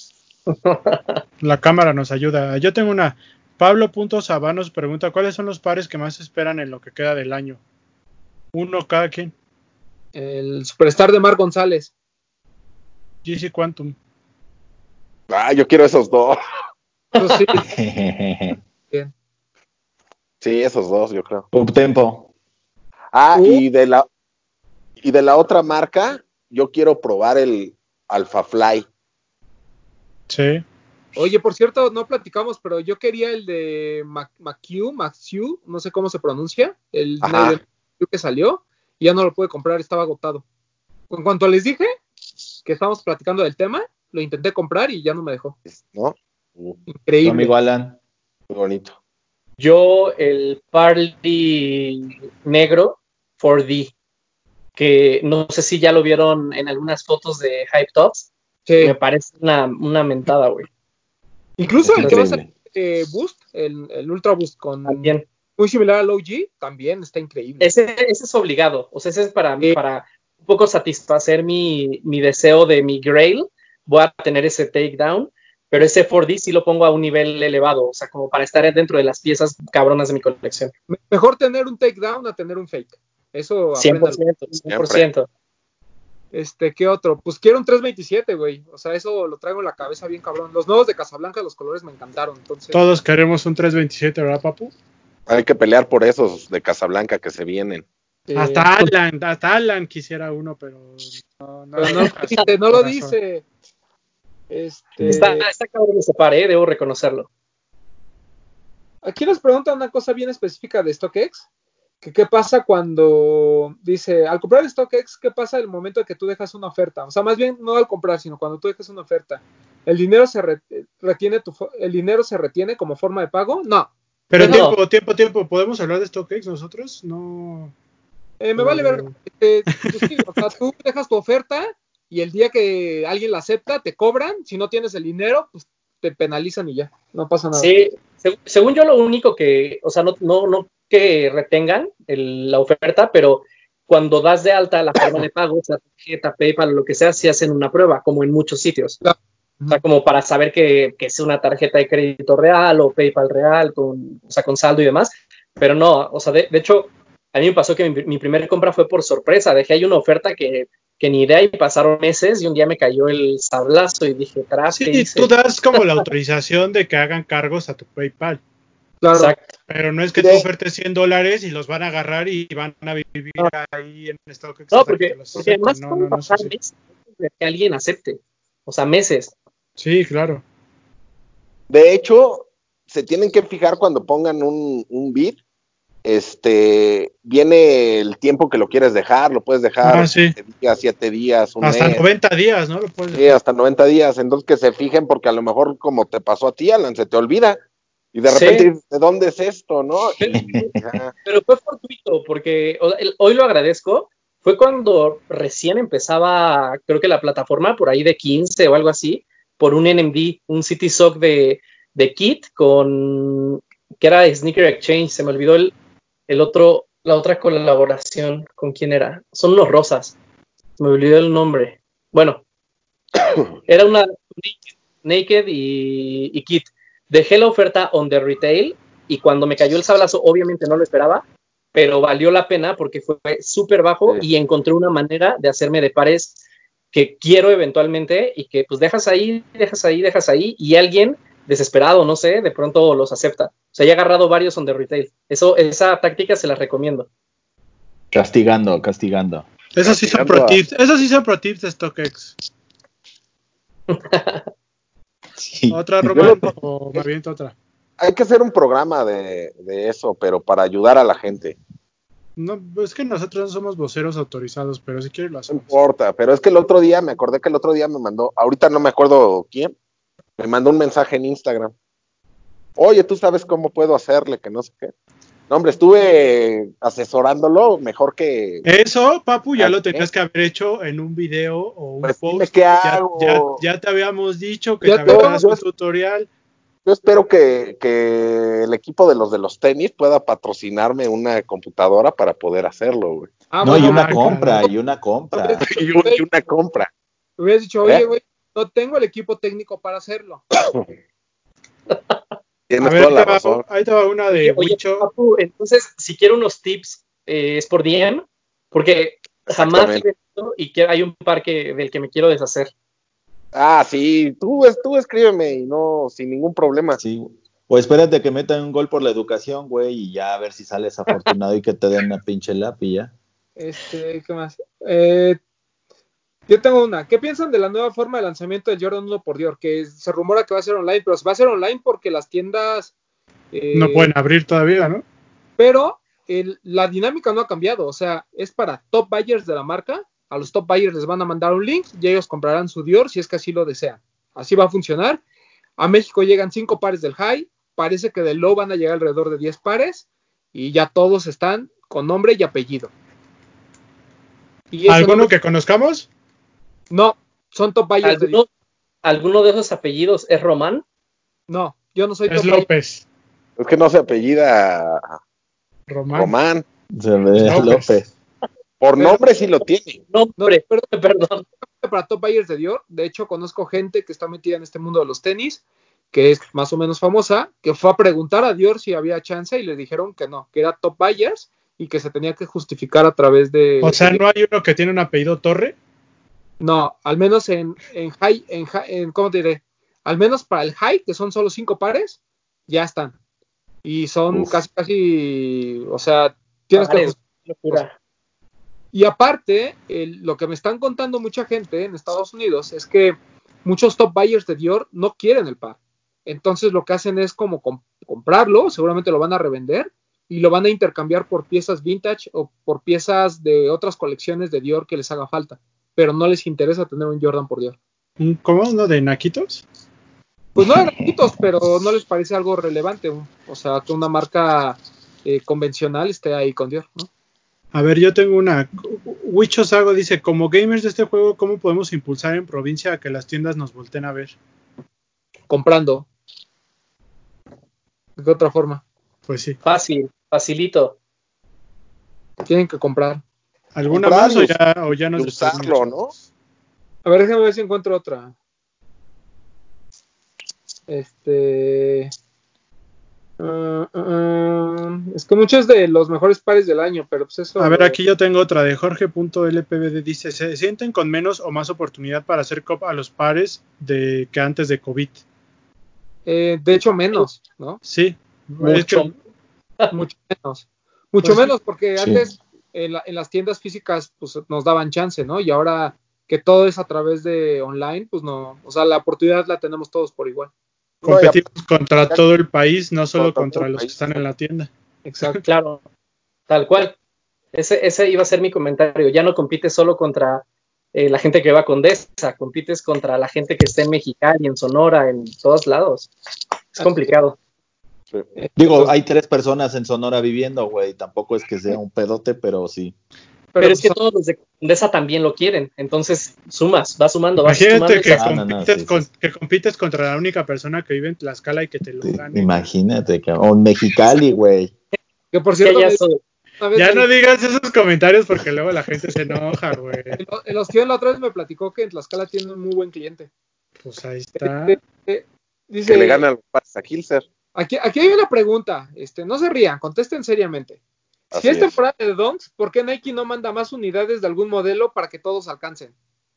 La cámara nos ayuda. Yo tengo una. Pablo.sabanos pregunta, ¿cuáles son los pares que más esperan en lo que queda del año? Uno cada quien. El superstar de Mar González. GC Quantum. Yo quiero esos dos. Pues sí. Bien. Sí, esos dos, yo creo. Uptempo. Y de la otra marca, yo quiero probar el Alpha Fly. Sí. Oye, por cierto, no platicamos, pero yo quería el de Maxiu, no sé cómo se pronuncia, el que salió, y ya no lo pude comprar, estaba agotado. En cuanto les dije que estábamos platicando del tema, lo intenté comprar y ya no me dejó. ¿No? Increíble. Tu amigo Alan. Muy bonito. Yo el Parley negro 4D, que no sé si ya lo vieron en algunas fotos de Hype Tops. Sí. Me parece una mentada, güey. Incluso el que va a ser Boost, el Ultra Boost con también. Muy similar al OG, también está increíble. Ese es obligado, o sea, ese es para un poco satisfacer mi deseo de mi Grail, voy a tener ese takedown, pero ese 4D sí lo pongo a un nivel elevado, o sea, como para estar dentro de las piezas cabronas de mi colección. Mejor tener un takedown a tener un fake. Eso 100%. ¿Qué otro? Pues quiero un 327, güey. O sea, eso lo traigo en la cabeza bien cabrón. Los nuevos de Casablanca, los colores me encantaron. Entonces... Todos queremos un 327, ¿verdad, papu? Hay que pelear por esos de Casablanca que se vienen. Hasta Alan quisiera uno, pero no lo dice. Está cabrón ese par, debo reconocerlo. Aquí nos preguntan una cosa bien específica de StockX. ¿Qué pasa cuando dice, al comprar StockX, qué pasa el momento en que tú dejas una oferta? O sea, más bien no al comprar, sino cuando tú dejas una oferta. ¿El dinero se retiene como forma de pago? No. Pero tiempo. ¿Podemos hablar de StockX nosotros? No. Me vale ver. Pues sí, o sea, tú dejas tu oferta y el día que alguien la acepta, te cobran. Si no tienes el dinero, pues te penalizan y ya. No pasa nada. Sí, según yo lo único que, o sea, no que retengan la oferta, pero cuando das de alta la forma de pago, o sea, tarjeta, PayPal, lo que sea, sí hacen una prueba, como en muchos sitios. Claro. O sea, como para saber que es una tarjeta de crédito real o PayPal real, con saldo y demás. Pero no, o sea, de hecho, a mí me pasó que mi primera compra fue por sorpresa. Dejé ahí una oferta que ni idea y pasaron meses y un día me cayó el sablazo y dije, sí, tú das como la autorización de que hagan cargos a tu PayPal. Claro. Exacto. Pero no es que tú ofertes $100 y los van a agarrar y van a vivir ahí en StockX. No, hasta que porque, te los porque acepten. además No, pueden no es pasar así. meses de que alguien acepte. O sea, meses. Sí, claro. De hecho, se tienen que fijar cuando pongan un bid. Viene el tiempo que lo quieres dejar, lo puedes dejar Sí. 7 días, un Hasta mes. 90 días, ¿no? Lo puedes Sí, hasta 90 días. Entonces que se fijen porque a lo mejor como te pasó a ti, Alan, se te olvida. Y de repente dices, ¿de dónde es esto, no? Pero fue fortuito porque hoy lo agradezco. Fue cuando recién empezaba, creo que la plataforma por ahí de 15 o algo así, por un NMD, un CitySock de Kit con, que era Sneaker Exchange, se me olvidó la otra colaboración, ¿con quién era? Son unos rosas, se me olvidó el nombre. Bueno, era una Naked y Kit. Dejé la oferta on the retail y cuando me cayó el sablazo, obviamente no lo esperaba, pero valió la pena porque fue súper bajo y encontré una manera de hacerme de pares que quiero eventualmente y que pues dejas ahí y alguien desesperado, no sé, de pronto los acepta. O sea, ya he agarrado varios on the retail. Esa táctica se la recomiendo. Castigando. Esos sí son pro tips. Esos sí son pro tips de StockX. Sí. ¿Otra, Román? ¿O me aviento otra? Hay que hacer un programa de eso, pero para ayudar a la gente. No, es que nosotros no somos voceros autorizados, pero si quieres lo No hacemos. importa, pero es que me acordé que el otro día me mandó, ahorita no me acuerdo quién, me mandó un mensaje en Instagram. Oye, ¿tú sabes cómo puedo hacerle? Que no sé qué. No, hombre, estuve asesorándolo mejor que... Eso, papu, ya lo tenías que haber hecho en un video o un pues post. ¿qué hago? Ya te habíamos dicho que Ya te aventaras un tutorial. Yo espero que el equipo de los tenis pueda patrocinarme una computadora para poder hacerlo, güey. No, Bueno, y una compra. Y una compra. hubieras dicho, oye, güey, no tengo el equipo técnico para hacerlo. Tienes toda la razón. Ahí te va una de Oye, Wicho. Papu, entonces, si quiero unos tips, es por DM, porque jamás he visto y hay un par del que me quiero deshacer. Ah, sí, tú escríbeme y no, sin ningún problema. Sí. O espérate que metan un gol por la educación, güey, y ya a ver si sales afortunado y que te den una pinche lap y ya. ¿Qué más? Yo tengo una. ¿Qué piensan de la nueva forma de lanzamiento del Jordan 1 por Dior? Que se rumora que va a ser online, pero va a ser online porque las tiendas... no pueden abrir todavía, ¿no? Pero la dinámica no ha cambiado. O sea, es para top buyers de la marca. A los top buyers les van a mandar un link y ellos comprarán su Dior si es que así lo desean. Así va a funcionar. A México llegan 5 pares del high. Parece que del low van a llegar alrededor de 10 pares. Y ya todos están con nombre y apellido. Y ¿Alguno que conozcamos? No, son top buyers de Dior. ¿Alguno de esos apellidos es Román? No, yo no soy es top López. Es que no se apellida Román. Se ve López. Por nombre sí lo tiene. Nombre, perdón. Para top buyers de Dior, de hecho conozco gente que está metida en este mundo de los tenis, que es más o menos famosa, que fue a preguntar a Dior si había chance y le dijeron que no, que era top buyers y que se tenía que justificar a través de... O sea, ¿no hay uno que tiene un apellido Torre? No, al menos en high, ¿cómo te diré? Al menos para el high, que son solo 5 pares, ya están. Y son casi, o sea, tienes que justificar. Y aparte, lo que me están contando mucha gente en Estados Unidos es que muchos top buyers de Dior no quieren el par. Entonces lo que hacen es como comprarlo, seguramente lo van a revender y lo van a intercambiar por piezas vintage o por piezas de otras colecciones de Dior que les haga falta. Pero no les interesa tener un Jordan por Dior. ¿Cómo? ¿Uno de Naquitos? Pues no de Naquitos, pero no les parece algo relevante. O sea, que una marca convencional esté ahí con Dior, ¿no? A ver, yo tengo una. Wicho Sago dice, como gamers de este juego, ¿cómo podemos impulsar en provincia a que las tiendas nos volteen a ver? Comprando. ¿De qué otra forma? Pues sí. Facilito. Tienen que comprar. ¿Alguna más o ya nos usarlo, ¿no? A ver, déjame ver si encuentro otra. Es que muchos de los mejores pares del año, pero pues eso... A ver, aquí yo tengo otra de Jorge.lpbd, dice, ¿se sienten con menos o más oportunidad para hacer cop a los pares que antes de COVID? de hecho, menos, ¿no? Sí, Mucho. Mucho menos. Mucho Pues, menos, porque sí. antes en las tiendas físicas pues nos daban chance, ¿no? Y ahora que todo es a través de online, pues no, o sea, la oportunidad la tenemos todos por igual. No, ya, competimos contra ya todo el país, no solo contra todo contra el los que país. están en la tienda. Exacto. Claro, tal cual. Ese iba a ser mi comentario. Ya no compites solo contra la gente que va a Condesa, compites contra la gente que está en Mexicali, en Sonora, en todos lados. Es complicado. Sí. Digo, Pues, hay 3 personas en Sonora viviendo, güey. Tampoco es que sea un pedote, pero sí. Pero es pues, que todos los de Condesa también lo quieren. Entonces vas sumando Imagínate y que no, sí, sí. que compites contra la única persona que vive en Tlaxcala y que te lo gane. Imagínate, cabrón. O en Mexicali, güey. que por que cierto, ya una vez Ya me no dijo, digas esos comentarios porque luego la gente se enoja, güey. el Ostión la otra vez me platicó que en Tlaxcala tiene un muy buen cliente. Pues ahí está. Eh, Que le gane dice, al Barça Hilser. aquí hay una pregunta, no se rían, contesten seriamente. Si Así es es. temporada de Donks, ¿por qué Nike no manda más unidades de algún modelo para que todos alcancen?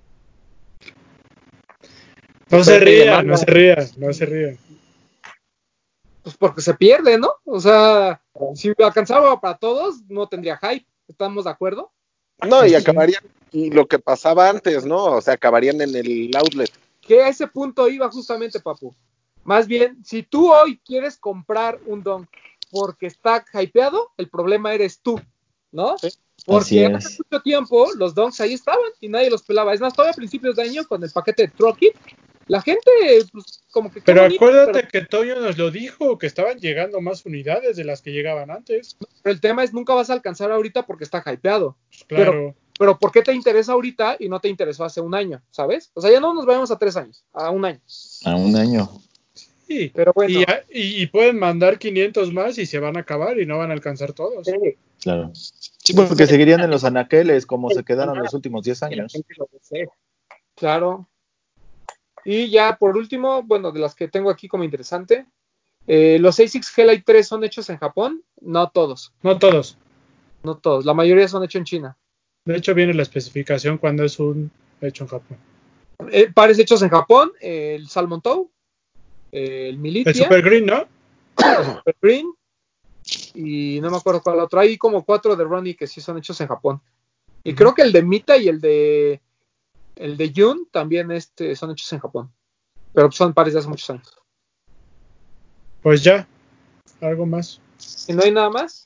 No se oferta y rían, no demanda. se rían, no se rían. Pues porque se pierde, ¿no? O sea, si alcanzaba para todos, no tendría hype. ¿Estamos de acuerdo? No, y Sí. acabarían, y lo que pasaba antes, ¿no? O sea, acabarían en el outlet. Que a ese punto iba justamente, papu. Más bien, si tú hoy quieres comprar un Dunk porque está hypeado, el problema eres tú, ¿no? Sí. Así Porque hace es. mucho tiempo los Dunks ahí estaban y nadie los pelaba. Es más, todavía a principios de año con el paquete de Throw Kit, la gente, pues, como que qué Pero bonito, acuérdate que Toyo nos lo dijo, que estaban llegando más unidades de las que llegaban antes. pero el tema es nunca vas a alcanzar ahorita porque está hypeado. Pues Pero, claro. pero ¿por qué te interesa ahorita y no te interesó hace un año? ¿Sabes? O sea, ya no nos vayamos a 3 años, a un año. A un año. Sí. Pero bueno. Y pueden mandar 500 más y se van a acabar y no van a alcanzar todos. Sí, Claro. Sí, porque seguirían en los anaqueles como se quedaron los últimos 10 que la años. gente lo desee. Claro. Y ya por último, bueno, de las que tengo aquí como interesante, los ASICS G-Lite 3 son hechos en Japón, no todos, No todos. no todos, la mayoría son hechos en China. De hecho, viene la especificación cuando es un hecho en Japón. Pares hechos en Japón, el Salmon Toe, el El Militia, Super Green, ¿no? el Super Green, y no me acuerdo cuál otro. Hay como 4 de Ronnie que sí son hechos en Japón. Y creo que el de Mita y el de Jun también son hechos en Japón. Pero son pares de hace muchos años. Pues ya, algo más. ¿Y no hay nada más?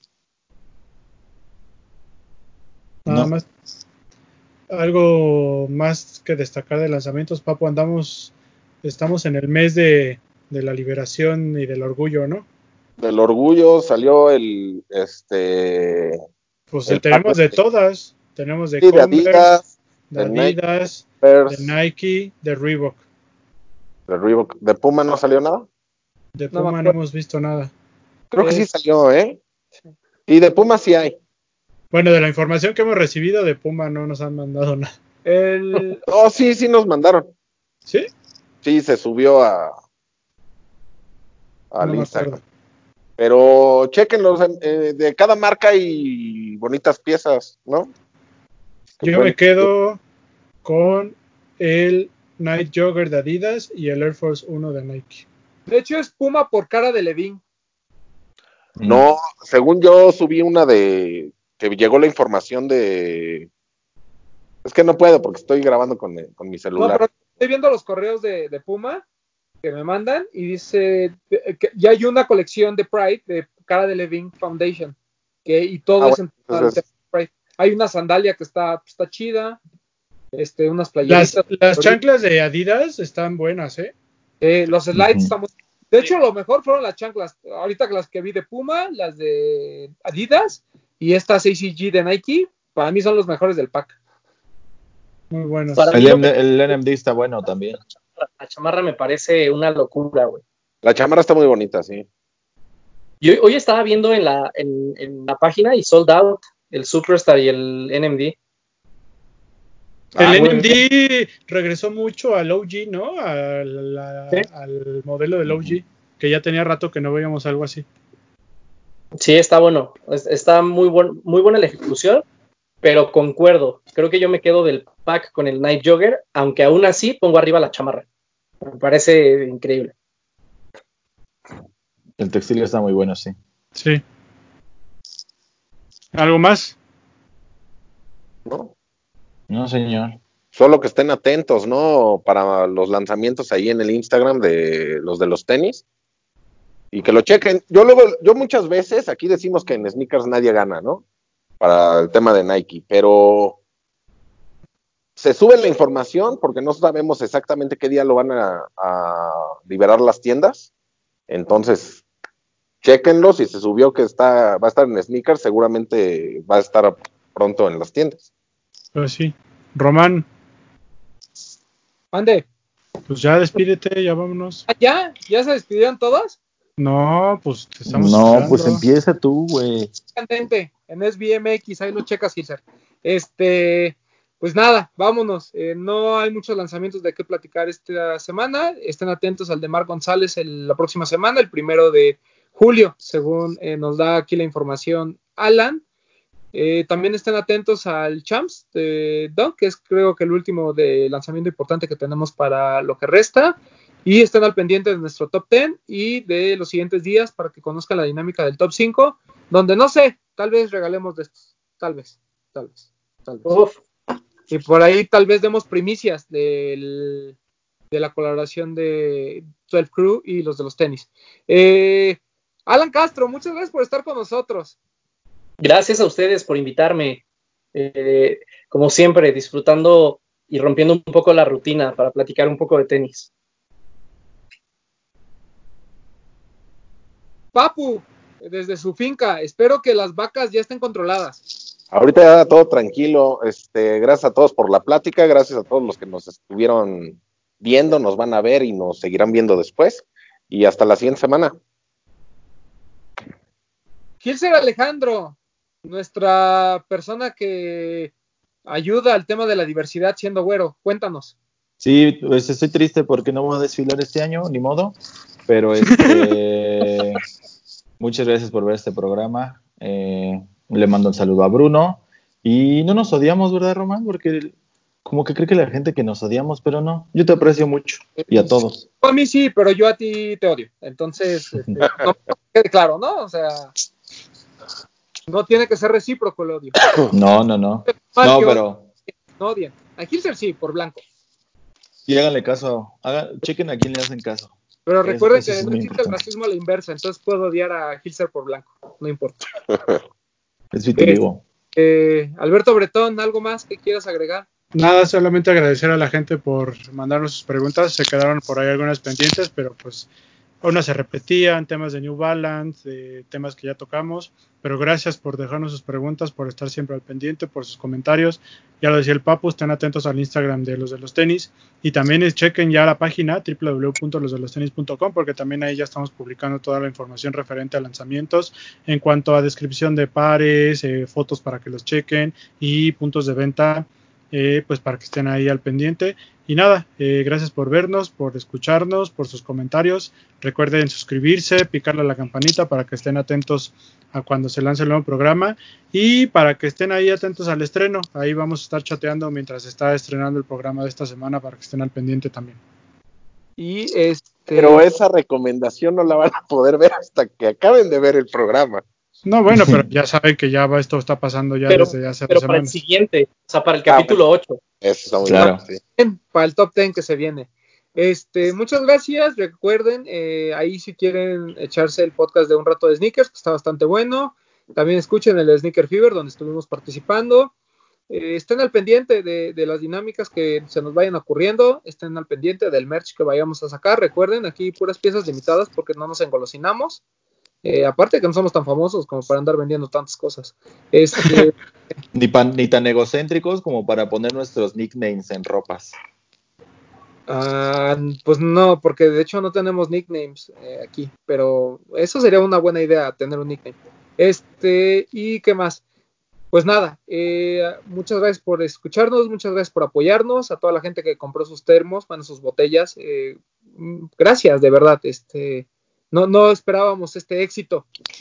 Nada No. más. Algo más que destacar de lanzamientos, Papu, estamos en el mes de la liberación y del orgullo, ¿no? Del orgullo salió Pues el pack tenemos de todas, tenemos de de Converse, Adidas, de de Nike, Adidas, de Bears, Nike, de Reebok. de Reebok. ¿De Puma no salió nada? De No me Puma no acuerdo. hemos visto nada. Creo que sí salió, ¿eh? Y de Puma sí hay. Bueno, de la información que hemos recibido de Puma no nos han mandado nada. El, Oh, sí, sí nos mandaron. ¿Sí? Sí, se subió al No me Instagram. acuerdo. Pero chequenlos, de cada marca hay bonitas piezas, ¿no? Que Yo me pueden- quedo con el Night Jogger de Adidas y el Air Force 1 de Nike. de hecho, es Puma por cara de Levin. No, según yo subí una de que llegó la información de... Es que no puedo porque estoy grabando con mi No, celular. pero estoy viendo los correos de Puma que me mandan y dice que ya hay una colección de Pride de cara de Levin Foundation. Y todo es Bueno, en entonces, Pride. Hay una sandalia que está chida, unas Las playeritas. chanclas de Adidas están buenas, ¿eh? Los slides estamos. De hecho, lo mejor fueron las chanclas. Ahorita que las que vi de Puma, las de Adidas y estas ACG de Nike, para mí son los mejores del pack. Muy buenas. Para mí El NMD está bueno también. la chamarra me parece una locura, güey. la chamarra está muy bonita, sí. Yo hoy estaba viendo en la página y sold out el Superstar y el NMD. El Ah, NMD regresó mucho al OG, ¿no? ¿Sí? Al modelo del OG, que ya tenía rato que no veíamos algo así. Sí, está bueno. Está muy buena la ejecución, pero concuerdo. Creo que yo me quedo del pack con el Night Jogger, aunque aún así pongo arriba la chamarra. Me parece increíble. El textil está muy bueno, sí. Sí. ¿Algo más? ¿no? No, señor. Solo que estén atentos, ¿no? Para los lanzamientos ahí en el Instagram de los tenis. Y que lo chequen. Yo muchas veces, aquí decimos que en sneakers nadie gana, ¿no? Para el tema de Nike, pero se sube la información porque no sabemos exactamente qué día lo van a liberar las tiendas. Entonces, chéquenlo. Si se subió que va a estar en sneakers, seguramente va a estar pronto en las tiendas. Pues sí. Román, Mande. pues ya despídete, ya vámonos. ¿Ya se despidieron todos? No, pues te estamos No, pues esperando. empieza tú, güey. Candente, en SBMX, ahí lo checas, Gilser. Pues nada, vámonos. No hay muchos lanzamientos de qué platicar esta semana. Estén atentos al de Marc González la próxima semana, el 1 de julio, según nos da aquí la información Alan. También estén atentos al Champs de Dunk, que es creo que el último de lanzamiento importante que tenemos para lo que resta. Y estén al pendiente de nuestro top 10 y de los siguientes días para que conozcan la dinámica del top 5, donde no sé, tal vez regalemos de estos. Tal vez. Uf. Y por ahí tal vez demos primicias de la colaboración de 12 Crew y los de los tenis. Alan Castro, muchas gracias por estar con nosotros. Gracias a ustedes por invitarme. Como siempre, disfrutando y rompiendo un poco la rutina para platicar un poco de tenis. Papu, desde su finca, espero que las vacas ya estén controladas. Ahorita ya todo tranquilo. Gracias a todos por la plática, gracias a todos los que nos estuvieron viendo, nos van a ver y nos seguirán viendo después. Y hasta la siguiente semana. Gilser Alejandro, nuestra persona que ayuda al tema de la diversidad siendo güero, cuéntanos. Sí, pues estoy triste porque no voy a desfilar este año, ni modo. Pero muchas gracias por ver este programa. Le mando un saludo a Bruno. Y no nos odiamos, ¿verdad, Román? Porque como que cree que la gente que nos odiamos, pero no. Yo te aprecio mucho. Y a todos. A mí sí, pero yo a ti te odio. Entonces, no quede claro, ¿no? O sea, no tiene que ser recíproco el odio. No. No, pero No odian. A Gilser sí, por blanco. y háganle caso. Chequen a quién le hacen caso. Pero recuerden Eso que es no muy existe el importante. racismo a la inversa, entonces puedo odiar a Gilser por blanco, no importa. Es vitiligo. Alberto Bretón, ¿algo más que quieras agregar? Nada, solamente agradecer a la gente por mandarnos sus preguntas. Se quedaron por ahí algunas pendientes, pero pues unas se repetían, temas de New Balance, temas que ya tocamos. Pero gracias por dejarnos sus preguntas, por estar siempre al pendiente, por sus comentarios. Ya lo decía el Papu, estén atentos al Instagram de los de los tenis. Y también chequen ya la página www.losdelostenis.com, porque también ahí ya estamos publicando toda la información referente a lanzamientos en cuanto a descripción de pares, fotos para que los chequen y puntos de venta, pues para que estén ahí al pendiente. Y nada, gracias por vernos, por escucharnos, por sus comentarios. Recuerden suscribirse, picarle a la campanita para que estén atentos a cuando se lance el nuevo programa y para que estén ahí atentos al estreno. Ahí vamos a estar chateando mientras está estrenando el programa de esta semana para que estén al pendiente también. Y Pero esa recomendación no la van a poder ver hasta que acaben de ver el programa. No, bueno, pero ya saben que ya esto está pasando ya desde hace 2 Pero semanas. para el siguiente, o sea, para el capítulo 8. Eso está muy Claro. bien. Sí. para el top 10 que se viene. Muchas gracias. Recuerden, ahí si quieren echarse el podcast de un rato de sneakers, que está bastante bueno. También escuchen el Sneaker Fever, donde estuvimos participando. Estén al pendiente de las dinámicas que se nos vayan ocurriendo. Estén al pendiente del merch que vayamos a sacar. Recuerden, aquí puras piezas limitadas porque no nos engolosinamos. Aparte que no somos tan famosos como para andar vendiendo tantas cosas. Ni tan egocéntricos como para poner nuestros nicknames en ropas. Pues no, porque de hecho no tenemos nicknames aquí, pero eso sería una buena idea, tener un nickname. ¿Y qué más? Pues nada, muchas gracias por escucharnos, muchas gracias por apoyarnos, a toda la gente que compró sus termos, bueno, sus botellas, gracias, de verdad, no esperábamos este éxito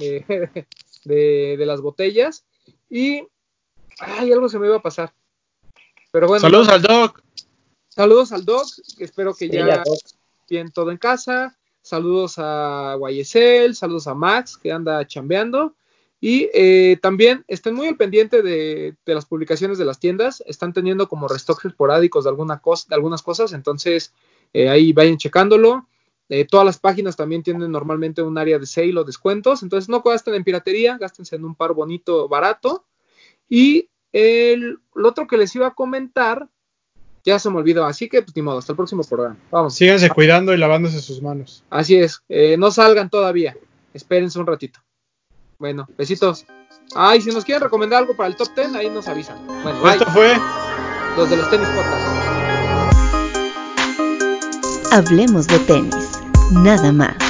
de las botellas, y algo se me iba a pasar, pero bueno. Saludos al Doc. Saludos al Doc, espero que Sí, ya bien todo en casa. saludos a YSL, saludos a Max, que anda chambeando. Y también estén muy al pendiente de las publicaciones de las tiendas. Están teniendo como restocks esporádicos de algunas cosas, entonces ahí vayan checándolo. Todas las páginas también tienen normalmente un área de sale o descuentos, entonces no gasten en piratería, gástense en un par bonito, barato. Y lo otro que les iba a comentar, ya se me olvidó, así que pues ni modo, hasta el próximo programa. Vamos. Síganse cuidando y lavándose sus manos. Así es, no salgan todavía, espérense un ratito. Bueno, besitos. Y si nos quieren recomendar algo para el top 10, ahí nos avisan. Bueno, bye. Esto fue Los de los tenis podcast. Hablemos de tenis, nada más.